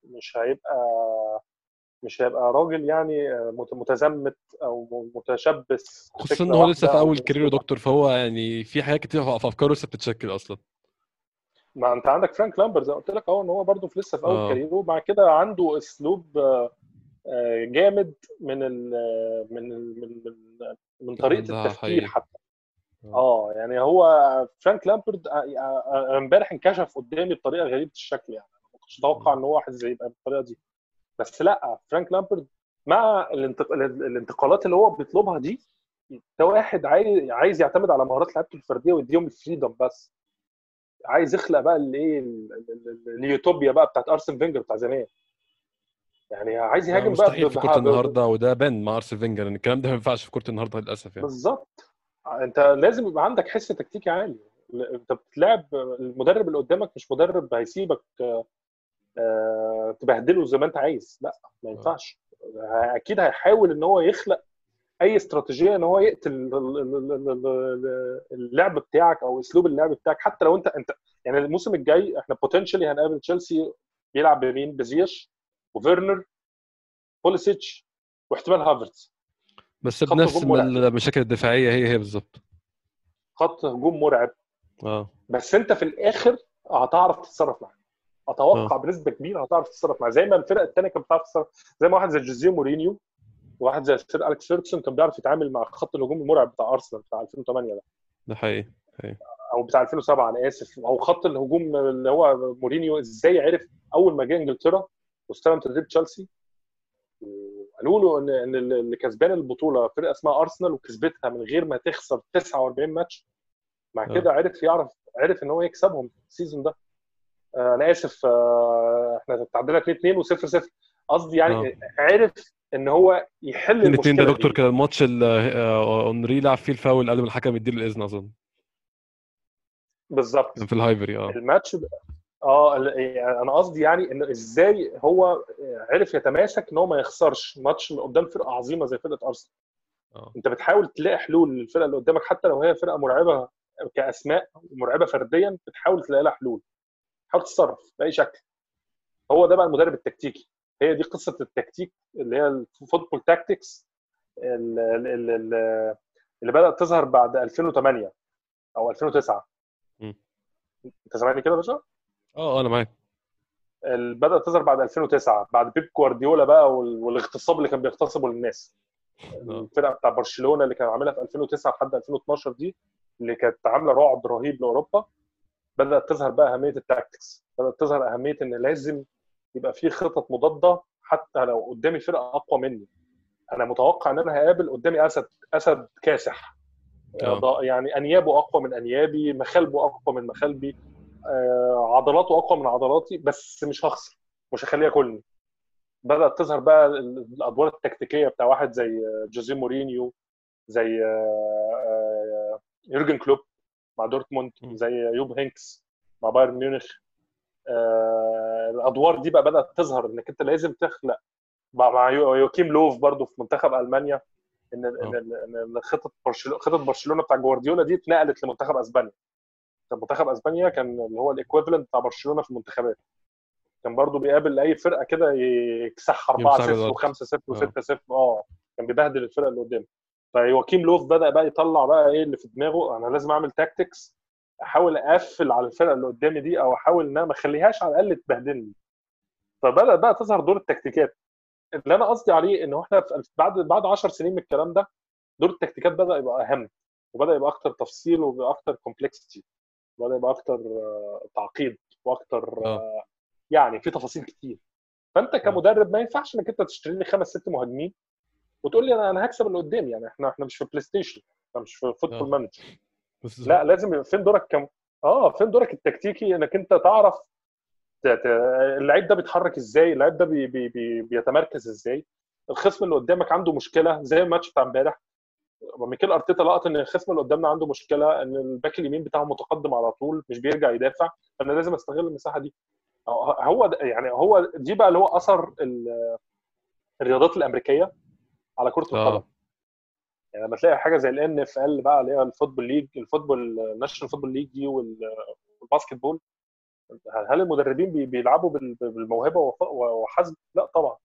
مش هيبقى راجل يعني متزمت او متشبث، خصوصا ان هو لسه في اول كاريره دكتور. فهو يعني في حاجات كتير في افكاره لسه بتتشكل اصلا. ما انت عندك فرانك لامبرد زي ما قلت لك ان هو برضه لسه في اول كاريره، وبعد كده عنده اسلوب جامد من طريقه التفكير حتى. يعني هو فرانك لامبرد امبارح انكشف قدامي بطريقه غريبه الشكل. يعني ما كنتش اتوقع ان هو واحد زي يبقى بالطريقه دي. بس لا، فرانك لامبرد مع الانتقالات اللي هو بيطلبها دي، ده واحد عايز يعتمد على مهارات لعيبته الفرديه ويديهم الفريدم. بس عايز يخلق بقى اليوتوبيا بقى بتاعت ارسن فينجر بتاع زمان. يعني عايز يهاجم بقى مستحيل في كره النهارده، وده بان مع ارسن فينجر ان الكلام ده ما ينفعش في كره النهارده للاسف. يعني بالظبط. انت لازم يبقى عندك حس تكتيكي عالي. انت بتلعب المدرب اللي قدامك مش مدرب هيسيبك تبهدله زي ما انت عايز. لا، ما ينفعش. اكيد هيحاول ان هو يخلق اي استراتيجيه ان هو يقتل اللعب بتاعك او اسلوب اللعب بتاعك. حتى لو انت يعني الموسم الجاي احنا بوتنشالي هنقابل تشيلسي بيلعب بمين؟ بزيش وفيرنر بوليسيتش واحتمال هافرتز، بس بنفس المشاكل الدفاعيه هي بالظبط. خط هجوم مرعب. بس انت في الاخر هتعرف تتصرف معاه. اتوقع بنسبه كبيره هتعرف تتصرف معاه زي ما الفرق الثانيه كانت بتعرف تتصرف. زي ما واحد زي جوزيه مورينيو وواحد زي سير اليكس فيرجسون كان بيعرف يتعامل مع خط الهجوم المرعب بتاع ارسنال بتاع 2008 ده حقيقي. او بتاع 2007 انا اسف. او خط الهجوم اللي هو مورينيو ازاي عرف اول ما جه انجلترا واستلم تدريب تشيلسي وقالوا له ان اللي كسبان البطوله فرقه اسمها ارسنال وكسبتها من غير ما تخسر 49 ماتش. مع كده عرف ان هو يكسبهم السيزون ده. انا اسف احنا تعادلنا 2-2 و0-0. قصدي يعني عرف ان هو يحل المشكله ده دكتور كده. الماتش اللي اونري لعب فيه الفاول قبل ما الحكم يديله الاذن اظن. بالظبط في الهايفري الماتش انا قصدي يعني انه ازاي هو عرف يتماسك ان هو ما يخسرش ماتش من قدام فرقه عظيمه زي فرقه ارسنال. انت بتحاول تلاقي حلول للفرقه اللي قدامك حتى لو هي فرقه مرعبه كاسماء مرعبه فرديا بتحاول تلاقي لها حلول، تحاول تتصرف باي شكل. هو ده بقى المدرب التكتيكي. هي دي قصه التكتيك اللي هي الفوتبول تاكتكس اللي بدات تظهر بعد 2008 او 2009. مم. انت سامعني كده يا باشا؟ انا معاك. بدات تظهر بعد 2009 بعد بيب جوارديولا بقى والاغتصاب اللي كان بيغتصبه للناس. الفرقه بتاع برشلونه اللي كان عاملها في 2009 لحد 2012 دي اللي كانت عامله رعب رهيب لاوروبا، بدات تظهر بقى اهميه التاكتكس، بدات تظهر اهميه ان لازم يبقى في خطط مضاده حتى لو قدامي فرقه اقوى مني. انا متوقع ان انا هقابل قدامي اسد كاسح، يعني انيابه اقوى من انيابي، مخالبه اقوى من مخالبي، عضلاته اقوى من عضلاتي، بس مش هخسر، مش هخليه ياكلني. بدات تظهر بقى الادوار التكتيكيه بتاع واحد زي جوزيه مورينيو، زي يورجن كلوب مع دورتموند، زي يوب هينكس مع بايرن ميونخ. الادوار دي بقى بدات تظهر انك انت لازم تخلق مع يوكيم لوف برضو في منتخب المانيا ان خطط برشلونه بتاع جوارديولا دي اتنقلت لمنتخب اسبانيا. منتخب اسبانيا كان اللي هو الايكويفالنت بتاع برشلونه في المنتخبات، كان برضو بيقابل اي فرقه كده يكسحها 4-0 و5-0 و6-0. كان بيبهدل الفرقه اللي قدامه. فيوكيم لوف بدا بقى يطلع بقى ايه اللي في دماغه، انا لازم اعمل تاكتكس احاول اقفل على الفرقه اللي قدامي دي، او احاول ان انا ما اخليهاش على الاقل تبهدلني. فبدا بقى تظهر دور التكتيكات. اللي انا قصدي عليه انه احنا بعد 10 سنين من الكلام ده دور التكتيكات بدا يبقى اهم، وبدا يبقى اكتر تفصيل وبقى اكتر كومبلكسيتي، بدا يبقى اكتر تعقيد واكتر يعني في تفاصيل كتير. فانت كمدرب ما ينفعش انك انت تشتري لي 5-6 مهاجمين وتقول لي انا هكسب اللي قدامي. يعني احنا مش في بلاي ستيشن، احنا مش في فوتبول مانجر. لا، لازم يبقى فين دورك فين دورك التكتيكي، انك انت تعرف اللعيب ده بيتحرك ازاي، اللعيب ده بيتمركز ازاي، الخصم اللي قدامك عنده مشكله زي الماتش بتاع امبارح. ميكيل ارتيتا لقط ان الخصم اللي قدامنا عنده مشكله، ان الباك اليمين بتاعه متقدم على طول مش بيرجع يدافع، فانا لازم استغل المساحه دي. هو دي بقى اللي هو اثر الرياضات الامريكيه على كره القدم. يعني لما تلاقي حاجه زي الان اف ال بقى اللي هي الفوتبول ليج، الفوتبول ناشونال فوتبول ليج دي والباسكت بول، هل المدربين بيلعبوا بالموهبه وحسب؟ لا طبعا،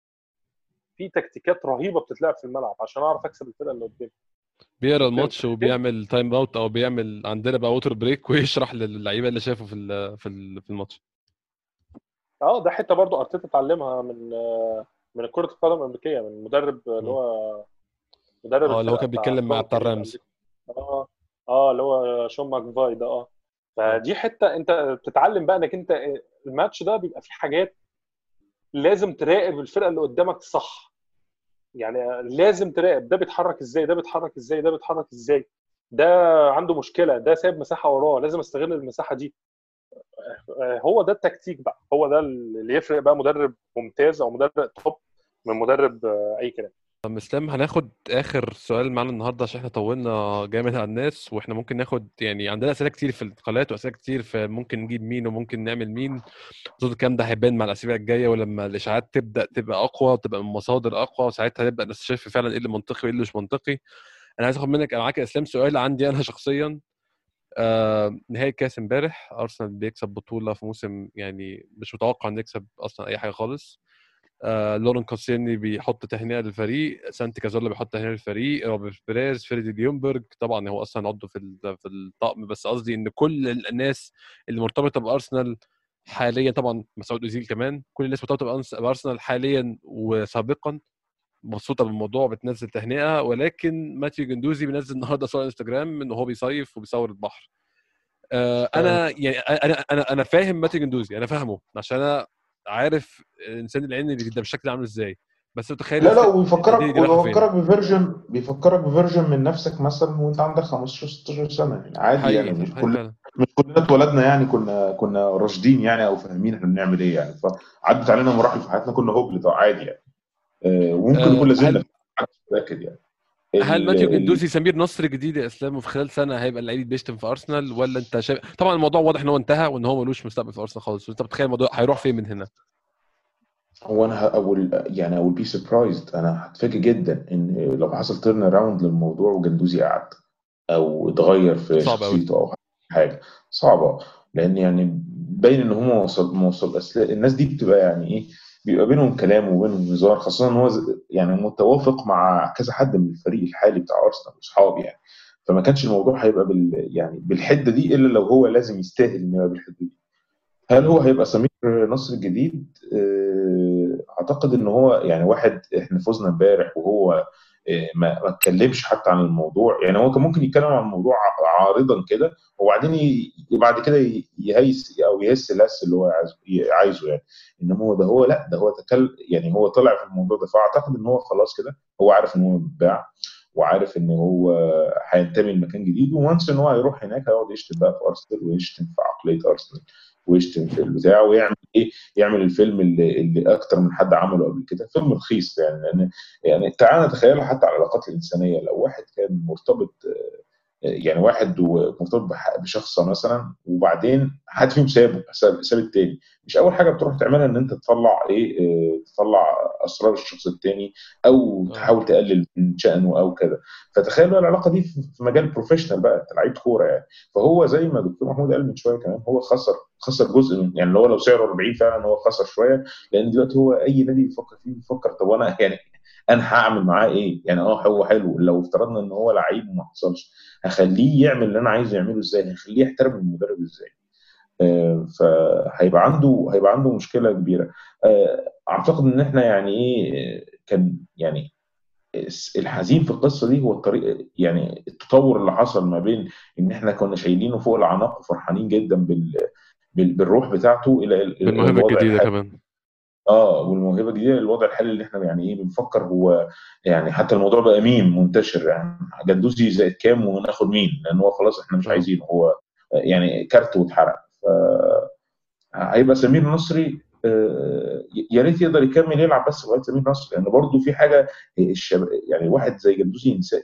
في تكتيكات رهيبه بتتلعب في الملعب عشان اعرف اكسب الفرقه اللي قدامي. بيقرا الماتش وبيعمل تايم اوت او بيعمل عندنا بقى ووتر بريك ويشرح للعيبه اللي شافه في الماتش. ده حته برضو ارتيتا اتعلمها من كره القدم الامريكيه، من مدرب اللي هو مدرب اللي هو الفرقه كان بيتكلم مع بتاع الرامز. اللي هو شون ماكفاي ده. فدي حته انت بتتعلم بقى انك انت الماتش ده بيبقى فيه حاجات لازم تراقب الفرقه اللي قدامك صح. يعني لازم تراقب ده بيتحرك ازاي، ده بيتحرك ازاي، ده بيتحرك ازاي، ده عنده مشكله، ده سايب مساحه وراه، لازم استغل المساحه دي. هو ده التكتيك بقى، هو ده اللي يفرق بقى مدرب ممتاز او مدرب توب من مدرب اي كلام. طب اسلام، هناخد اخر سؤال معانا النهارده عشان احنا طولنا جامد على الناس، واحنا ممكن ناخد يعني عندنا اسئله كتير في الانتقالات واسئله كتير في ممكن نجيب مين وممكن نعمل مين. اظن الكلام ده هيبان مع الاسابيع الجايه، ولما الاشاعات تبقى اقوى وتبقى من مصادر اقوى، وساعتها نبدا نستشف فعلا ايه اللي منطقي وايه اللي مش منطقي. انا عايز اخد منك معاك يا اسلام سؤال عندي انا شخصيا. نهاية كاس امبارح، ارسنال بيكسب بطوله في موسم يعني مش متوقع انه يكسب اصلا اي حاجه خالص. لورن كوسيني بيحط تهنئه للفريق، سانتي كازولا بيحط تهنئه للفريق، روبرت بيريز، فريدي ديونبرج، طبعا هو اصلا عضو في الطقم، بس قصدي ان كل الناس اللي مرتبطه بارسنال حاليا، طبعا مسعود اوزيل كمان، كل الناس مرتبطه بارسنال حاليا وسابقا مبسوطه بالموضوع بتنزل تهنئه. ولكن ماتيو جندوزي بينزل النهارده صور انستجرام ان هو بيصيف وبيصور البحر. انا يعني انا فاهم ماتيو جندوزي، انا فاهمه عشان انا عارف الانسان العيني اللي ده بالشكل عامل ازاي، بس تخيل لا دي رايحه فين. بيفكرك بفيرجن من نفسك مثلا وانت عندك 15 16 سنه، يعني عادي، يعني حقيقي فعلا. مش كلنا اتولدنا يعني كنا راشدين يعني او فاهمين احنا بنعمل ايه يعني، فعدت علينا مراحل في حياتنا كنا هبل عادي يعني. وممكن نكون لازلنا متاكد يعني. هل ماتيو جندوزي سمير نصر جديد يا اسلام، وفي خلال سنه هيبقى اللعيب بيشتم في ارسنال، ولا انت شايف طبعا الموضوع واضح ان هو انتهى وان هو ملوش مستقبل في ارسنال خالص، وانت بتخيل الموضوع هيروح فين من هنا؟ هو انا اول بي سربرايزد، انا هتفاجئ جدا ان لو حصل تيرن اراوند للموضوع وجندوزي قعد. او اتغير في صعب قوي. شخصيته او حاجه صعبه. لان يعني باين ان هم موصل اصل الناس دي بتبقى يعني ايه، بيبقى بينهم كلام وبينهم هزار، خاصه ان هو يعني متوافق مع كذا حد من الفريق الحالي بتاع ارسنال واصحابي يعني. فما كانش الموضوع هيبقى يعني بالحده دي الا لو هو لازم يستاهل انه يبقى بالحده دي. هل هو هيبقى سمير نصر الجديد؟ اعتقد ان هو يعني واحد احنا فزنا امبارح وهو ما اتكلمش حتى عن الموضوع. يعني هو كان ممكن يتكلم عن الموضوع عارضا كده، وبعدين بعد كده يهيس او يهس الهس اللي هو عايزه يعني. انما هو ده هو لا ده هو تكلم يعني، هو طلع في الموضوع ده. فاعتقد ان هو خلاص كده هو عارف ان هو بيتباع، وعارف ان هو هينتمي لمكان جديد. وانس ان هو هيروح هناك هيقعد يشتم بقى في ارسنال ويشتم في عقليه ارسنال ويشتم في البتاع ويعمل ايه، يعمل الفيلم اللي اكتر من حد عمله قبل كده، فيلم رخيص يعني. لان يعني تعالى نتخيل حتى على العلاقات الانسانيه، لو واحد كان مرتبط يعني واحد مرتبط بشخص مثلا، وبعدين حد فيهم ساب التاني، مش اول حاجه بتروح تعملها ان انت تطلع ايه تطلع اسرار الشخص التاني او اه تحاول تقلل من شأنه او كده. فتخيل بقى العلاقه دي في مجال بروفيشنال بقى، انت لعيب كوره يعني. فهو زي ما دكتور محمود قال من شويه كمان، هو خسر جزء من يعني، اللي هو لو سعره 40 فعلا هو خسر شويه. لان دلوقتي هو اي نادي بيفكر فيه بيفكر طب انا يعني انا هعمل معاه ايه يعني؟ هو حلو لو افترضنا ان هو لعيب وما حصلش، هخليه يعمل اللي انا عايزه يعمله ازاي؟ هخليه يحترم المدرب ازاي؟ فهيبقى عنده مشكله كبيره. اعتقد ان احنا يعني ايه كان يعني الحزين في القصه دي هو الطريق، يعني التطور اللي حصل ما بين ان احنا كنا شايلينه فوق العناق وفرحانين جدا بالروح بتاعته الى بالموهبه الوضع الجديده الحالي. كمان. والموهبه الجديده الوضع الحالي اللي احنا يعني ايه بنفكر هو يعني. حتى الموضوع بقى ميم منتشر يعني، جندوزي زائد كام وناخد مين، لان هو خلاص احنا مش اه عايزينه، هو يعني كارت واتحرق. هيبقى سمير نصري يا ريت يقدر يكمل يلعب بس لغايه سمير نصري، لان برضه في حاجه يعني واحد زي جندوزي ينسى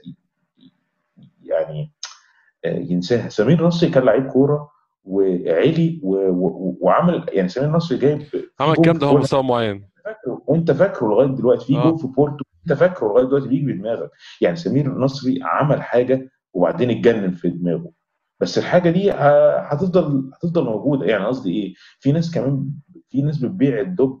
يعني ينساها. سمير نصري كان لعيب كوره وعلي وعمل يعني. سمير نصري جايب في عمل جون الكلام في ده هو فولهام مستوى معين. فاكره، وانت فاكره لغايه دلوقتي في جول اه في بورتو انت فاكره لغايه دلوقتي بيجي بدماغك. يعني سمير نصري عمل حاجه وبعدين اتجنن في دماغه، بس الحاجه دي هتفضل موجوده. يعني قصدي ايه، في ناس كمان، في ناس بتبيع الدب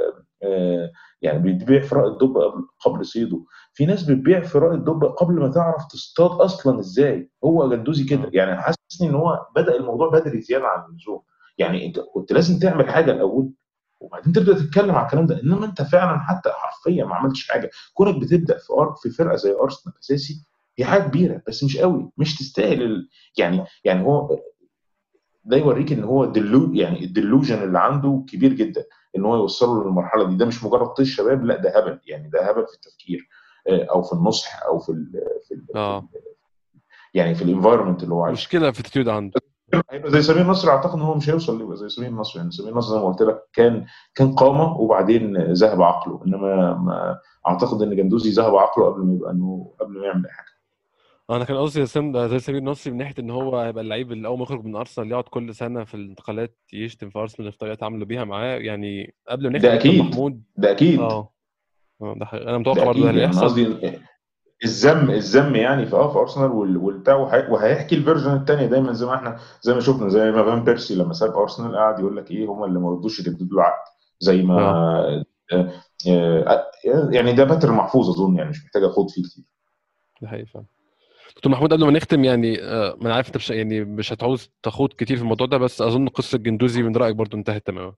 يعني بتبيع فراء الدب قبل صيده. في ناس بتبيع فراء الدب قبل ما تعرف تصطاد اصلا ازاي. هو جندوزي كده اه يعني، حاسسني ان هو بدأ الموضوع بدري زياده عن اللزوم. يعني انت كنت لازم تعمل حاجه الاول وبعدين تبدا تتكلم على الكلام ده. انما انت فعلا حتى حرفيا ما عملتش حاجه. كونك بتبدا في فرقه زي ارسنال اساسي، هي حاجه كبيره بس مش قوي، مش تستاهل يعني هو ده يوريك ان هو يعني الديلوجن اللي عنده كبير جدا ان هو يوصله للمرحله دي. ده مش مجرد طيش شباب، لا ده هبل يعني، ده هبل في التفكير او في النصح او اه يعني في الانفايرمنت اللي هو عايشه. مشكله في الاتيتيود عنده. هيبقى زي سمير نصر، اعتقد ان هو مش هيوصل يبقى زي سمير نصر. يعني سمير نصر زي ما قلت لك كان قامه وبعدين ذهب عقله. انما ما اعتقد ان جندوزي ذهب عقله قبل ما يعمل اي حاجه. انا كان قصدي زي سمير نصري من ناحيه ان هو هيبقى اللعيب اللي اول ما يخرج من ارسنال يقعد كل سنه في الانتقالات يشتم في ارسنال في طريقه عامله بيها معاه يعني قبل ما ده نختم دكتور اكيد، محمود. ده اكيد، اه ده حقيقي. انا ده متوقع برضه ده اكيد. اللي يعني انا هيحصل. قصدي الذم يعني في ارسنال والبتاع وهيحكي الفيرجن الثانيه دايما زي ما احنا زي ما شفنا. زي ما فان بيرسي لما ساب ارسنال قعد يقول لك ايه هم اللي ما رضوش يجددوا له عقد. زي ما اه آه، يعني ده باتر محفوظ اظن، يعني مش محتاج اخوض فيه كتير. ده حقيقي فعلا. دكتور محمود قبل ما نختم يعني ما انا عارف انت يعني مش هتعوز تخوض كتير في الموضوع ده، بس اظن قصه جندوزي من رايك برضه انتهت تماما.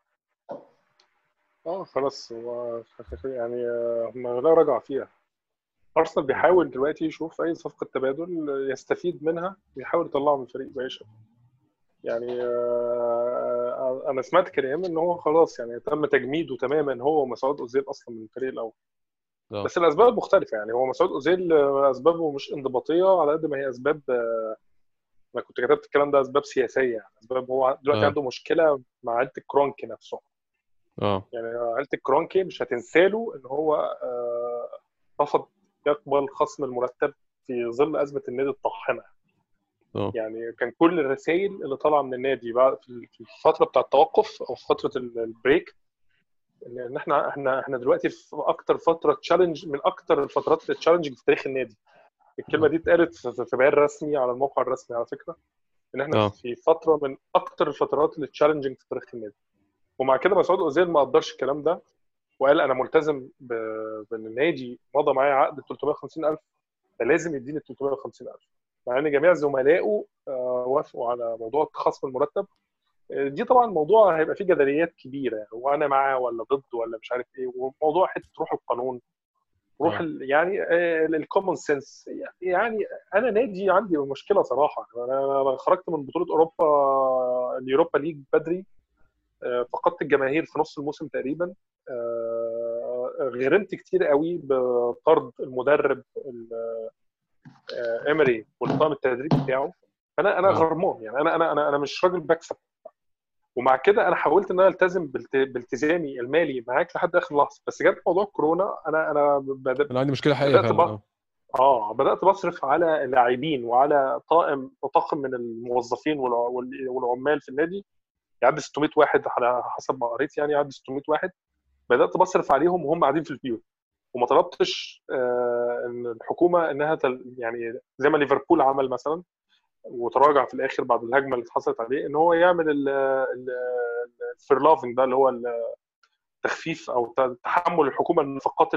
خلاص هو يعني هم لا رجع فيها. ارسنال بيحاول دلوقتي يشوف اي صفقه تبادل يستفيد منها ويحاول يطلعه من الفريق بأي. يعني انا سمعت كلام ان هو خلاص يعني تم تجميده تماما هو ومسعود اوزيل اصلا من الفريق الاول. اه بس الاسباب مختلفه. يعني هو مسعود اوزيل اسبابه مش انضباطيه على قد ما هي اسباب. انا كنت كتبت الكلام ده اسباب سياسيه. يعني اسباب هو دلوقتي اه عنده مشكله مع عيله الكرونكي نفسه. اه يعني عيله الكرونكي مش هتنساله ان هو رفض يقبل خصم المرتب في ظل ازمه النادي الطاحنه. اه يعني كان كل الرسائل اللي طالعه من النادي بعد في الفتره بتاع التوقف او في فتره البريك ان احنا دلوقتي في اكتر فتره تشالنج من اكتر الفترات التشالنج في تاريخ النادي. الكلمه دي اتقالت في بيان رسمي على الموقع الرسمي على فكره، ان احنا في فتره من اكتر الفترات اللي تشالنجينج في تاريخ النادي. ومع كده مسعود اوزيل ما قدرش الكلام ده، وقال انا ملتزم بان النادي مضى معايا عقد 350,000، فلازم يديني 350,000، مع ان جميع زملائه وافقوا على موضوع خصم المرتب. دي طبعا موضوع هيبقى فيه جدليات كبيره يعني، وانا معاه ولا ضد ولا مش عارف ايه، وموضوع حته روح القانون، روح يعني الكومون سنس يعني. انا نادي عندي مشكله صراحه، انا خرجت من بطوله اوروبا اليوروبا ليج بدري، فقدت الجماهير في نص الموسم تقريبا، غرمت كتير قوي بطرد المدرب ايمري والطاقم التدريبي بتاعه، فانا غرمان يعني، انا مش راجل بكسب. ومع كده انا حاولت ان انا التزم بالتزامي المالي معاك لحد اخر لحظه، بس جت موضوع كورونا، انا عندي مشكله حقيقيه فعلا. بدات بصرف على لاعبين وعلى طاقم من الموظفين والعمال في النادي، يعدي 600 واحد على حسب ما قريت، يعني يعدي 600 واحد. بدات بصرف عليهم وهم قاعدين في البيوت، وما طلبتش ان الحكومه انها يعني زي ما ليفربول عمل مثلا وتراجع في الاخر بعد الهجمه اللي اتحصلت عليه، ان هو يعمل الفيرلافنج ده اللي هو التخفيف او تحمل الحكومه النفقات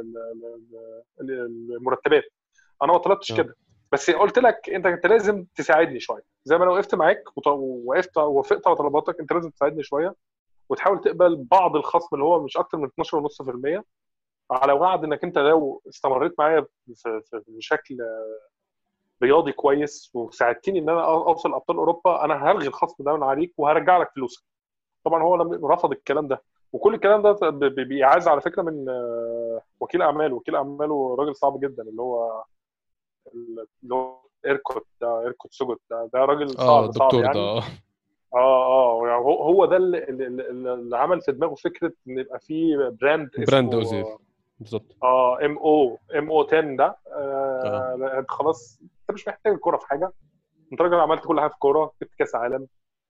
المرتبات. انا ما طلبتش كده، بس قلت لك انت لازم تساعدني شويه، زي ما انا وقفت معاك ووافقت على طلباتك، انت لازم تساعدني شويه وتحاول تقبل بعض الخصم اللي هو مش اكتر من 12.5%، على وعد انك انت لو استمريت معايا بشكل رياضي كويس وساعدتني ان انا اوصل ابطال اوروبا، انا هلغي الخصم ده من عليك وهرجع لك فلوسك. طبعا هو رفض الكلام ده، وكل الكلام ده بيعز على فكره من وكيل اعماله راجل صعب جدا، اللي هو ايركوت سوجوت، ده راجل صعب يعني. ده يعني هو ده اللي عمل في دماغه فكره ان يبقى في براند اوزيل بالظبط. ام او 10 ده. خلاص انت مش محتاج الكوره في حاجه، انت راجل عملت كل حاجه في الكوره، جبت كاس عالم،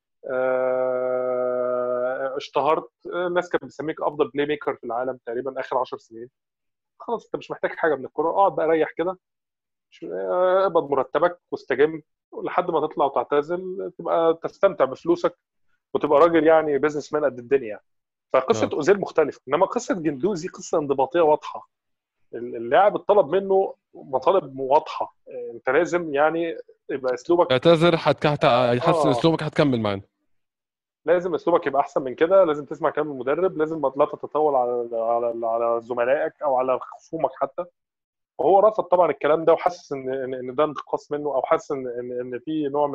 اشتهرت، الناس كانت بتسميك افضل بلاي ميكر في العالم تقريبا اخر 10 سنين. خلاص انت مش محتاج حاجه من الكوره، اقعد بقى ريح كده، اقبض مرتبك واستجم لحد ما تطلع وتعتزل، تبقى تستمتع بفلوسك وتبقى راجل يعني بيزنس مان قد الدنيا يعني. فقصه اوزيل مختلفه، انما قصه جندوزي قصه انضباطيه واضحه. اللاعب اتطلب منه مطالب واضحه، انت لازم يعني يبقى اسلوبك اعتذر، هتحسن اسلوبك، هتكمل معانا. لازم اسلوبك يبقى احسن من كده، لازم تسمع كلام المدرب، لازم لا تتطاول على زملائك او على خصومك حتى. وهو رفض طبعا الكلام ده، وحاسس ان ده انتقاص منه، او حاسس ان في نوع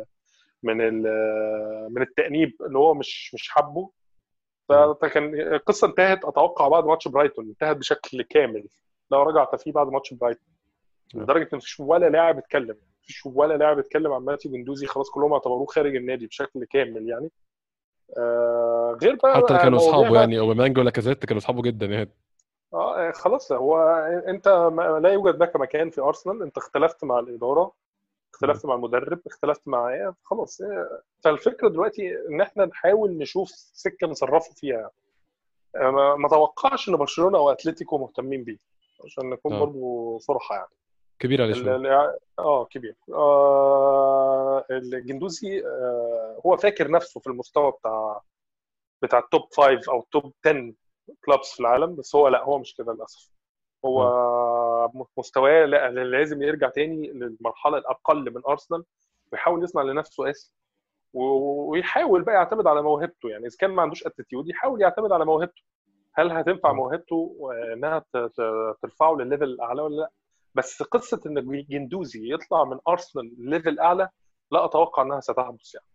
من التأنيب اللي هو مش حابه. فكان القصه انتهت اتوقع بعد ماتش برايتون، انتهت بشكل كامل لو رجعت فيه بعد ماتش برايتون، لدرجه ان مفيش ولا لاعب اتكلم عن ماتيو جندوزي، خلاص كلهم اعتبروه خارج النادي بشكل كامل يعني. غير بقى حتى كانوا اصحابه يعني، اوباميانج ولا كازيت كانوا اصحابه جدا يعني. خلاص هو انت لا يوجد لك مكان في ارسنال، انت اختلفت مع الاداره، اختلفت مع المدرب، اختلفت مع خلاص. فالفكره دلوقتي ان احنا نحاول نشوف سكه نصرفه فيها. ما توقعش ان برشلونه او اتلتيكو مهتمين بيه، عشان نكون برضو صراحه يعني. كبير عليه شويه. كبير. الجندوزي هو فاكر نفسه في المستوى بتاع التوب 5 او التوب 10 كلابس في العالم، بس هو لا، هو مش كده للاسف. هو مستواه لازم يرجع تاني للمرحله الاقل من ارسنال، ويحاول يصنع لنفسه اسم، ويحاول بقى يعتمد على موهبته. يعني اذا كان ما عندوش اتيتيود يحاول يعتمد على موهبته، هل هتنفع موهبته انها ترفعه للليفل الاعلى ولا لا؟ بس قصه ان جندوزي يطلع من ارسنال ليفل اعلى، لا اتوقع انها ستحدث يعني.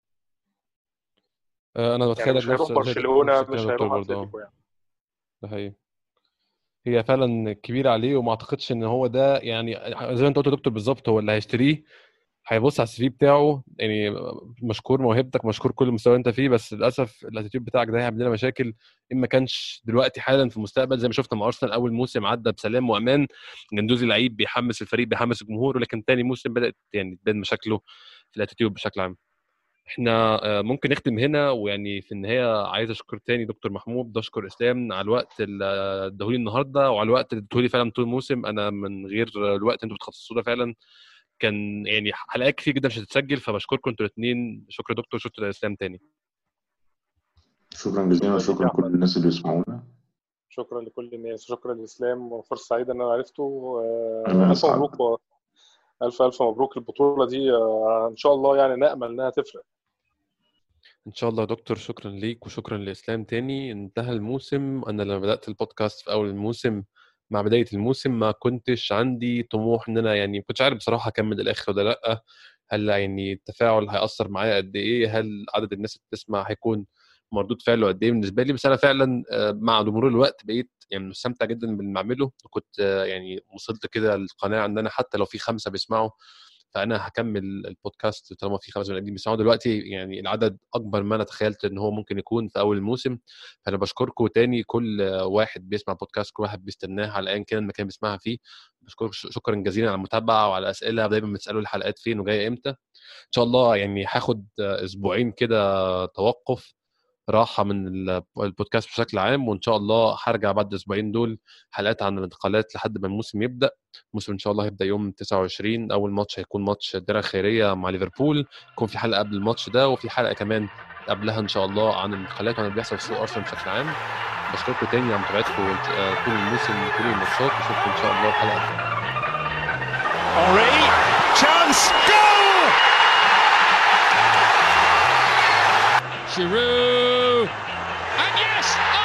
انا بتخيل مش هيروح برشلونه، مش هيروح اتلتيكو يعني. ده حقيقي. هي فعلا كبيره عليه، وما اعتقدش ان هو ده يعني زي ما انت قلت يا دكتور بالظبط، هو اللي هيشتريه هيبص على السي في بتاعه يعني. مشكور موهبتك، مشكور كل مستوى انت فيه، بس للاسف الاتيتيود بتاعك ده هيعمل لنا مشاكل ان ما كانش دلوقتي حالا في المستقبل. زي ما شفنا مع ارسنال، اول موسم عدى بسلام وامان، جندوزي لعيب بيحمس الفريق، بيحمس الجمهور، ولكن تاني موسم بدات يعني تبان مشاكله في الاتيتيود بشكل عام. احنا ممكن نختم هنا، ويعني في النهايه عايز اشكر تاني دكتور محمود، اشكر اسلام على الوقت اللي اداهولي النهارده، وعلى الوقت اللي اداهولي فعلا طول الموسم. انا من غير الوقت انتوا بتخصصوه ده فعلا كان يعني حلقات كتير جدا مش هتتسجل، فبشكركم انتوا الاثنين. شكرا دكتور، شكرا اسلام تاني. شكرا جزيلا، شكرا لك وشكرا يا لكل احمد، الناس اللي بيسمعونا. شكرا لكل الناس، شكرا لاسلام، وفرصه سعيده ان انا عرفته. انا الف اسعد. مبروك، الف مبروك البطوله دي. ان شاء الله يعني نامل انها تفرق. ان شاء الله يا دكتور. شكرا ليك وشكرا لاسلام تاني. انتهى الموسم. انا لما بدات البودكاست في اول الموسم، مع بدايه الموسم ما كنتش عندي طموح ان انا يعني ما كنتش عارف بصراحه اكمل الاخر ولا لا. هل يعني التفاعل هيأثر معايا قد ايه؟ هل عدد الناس اللي بتسمع هيكون مردود فعله قد ايه بالنسبه لي؟ بس انا فعلا مع مرور الوقت بقيت يعني مستمتع جدا باللي بعمله. كنت يعني وصلت كده للقناعه ان انا حتى لو في 5 بيسمعوا فانا هكمل البودكاست طالما في 5 بني ادمين بيسمعوا دلوقتي. يعني العدد اكبر ما انا تخيلت ان هو ممكن يكون في اول الموسم. فانا بشكركم تاني، كل واحد بيسمع بودكاست، كل واحد بيستناه على ايا كان المكان بيسمعها فيه. بشكركم شكرا جزيلا على المتابعه وعلى الاسئله. دايما بتسالوا الحلقات فين وجايه امتى. ان شاء الله يعني هاخد اسبوعين كده توقف راحه من البودكاست بشكل عام، وان شاء الله هرجع بعد الاسبوعين دول حلقات عن الانتقالات لحد ما الموسم يبدا. الموسم ان شاء الله هيبدا يوم 29. اول ماتش هيكون ماتش الدرع الخيريه مع ليفربول، يكون في حلقه قبل الماتش ده، وفي حلقه كمان قبلها ان شاء الله عن الانتقالات وعن اللي بيحصل في سوق ارسنال بشكل عام. بشكركم تاني على متابعتكم طول الموسم وكل الماتشات، واشوفكم ان شاء الله الحلقه Henri, chance, goal! Giroud, and yes!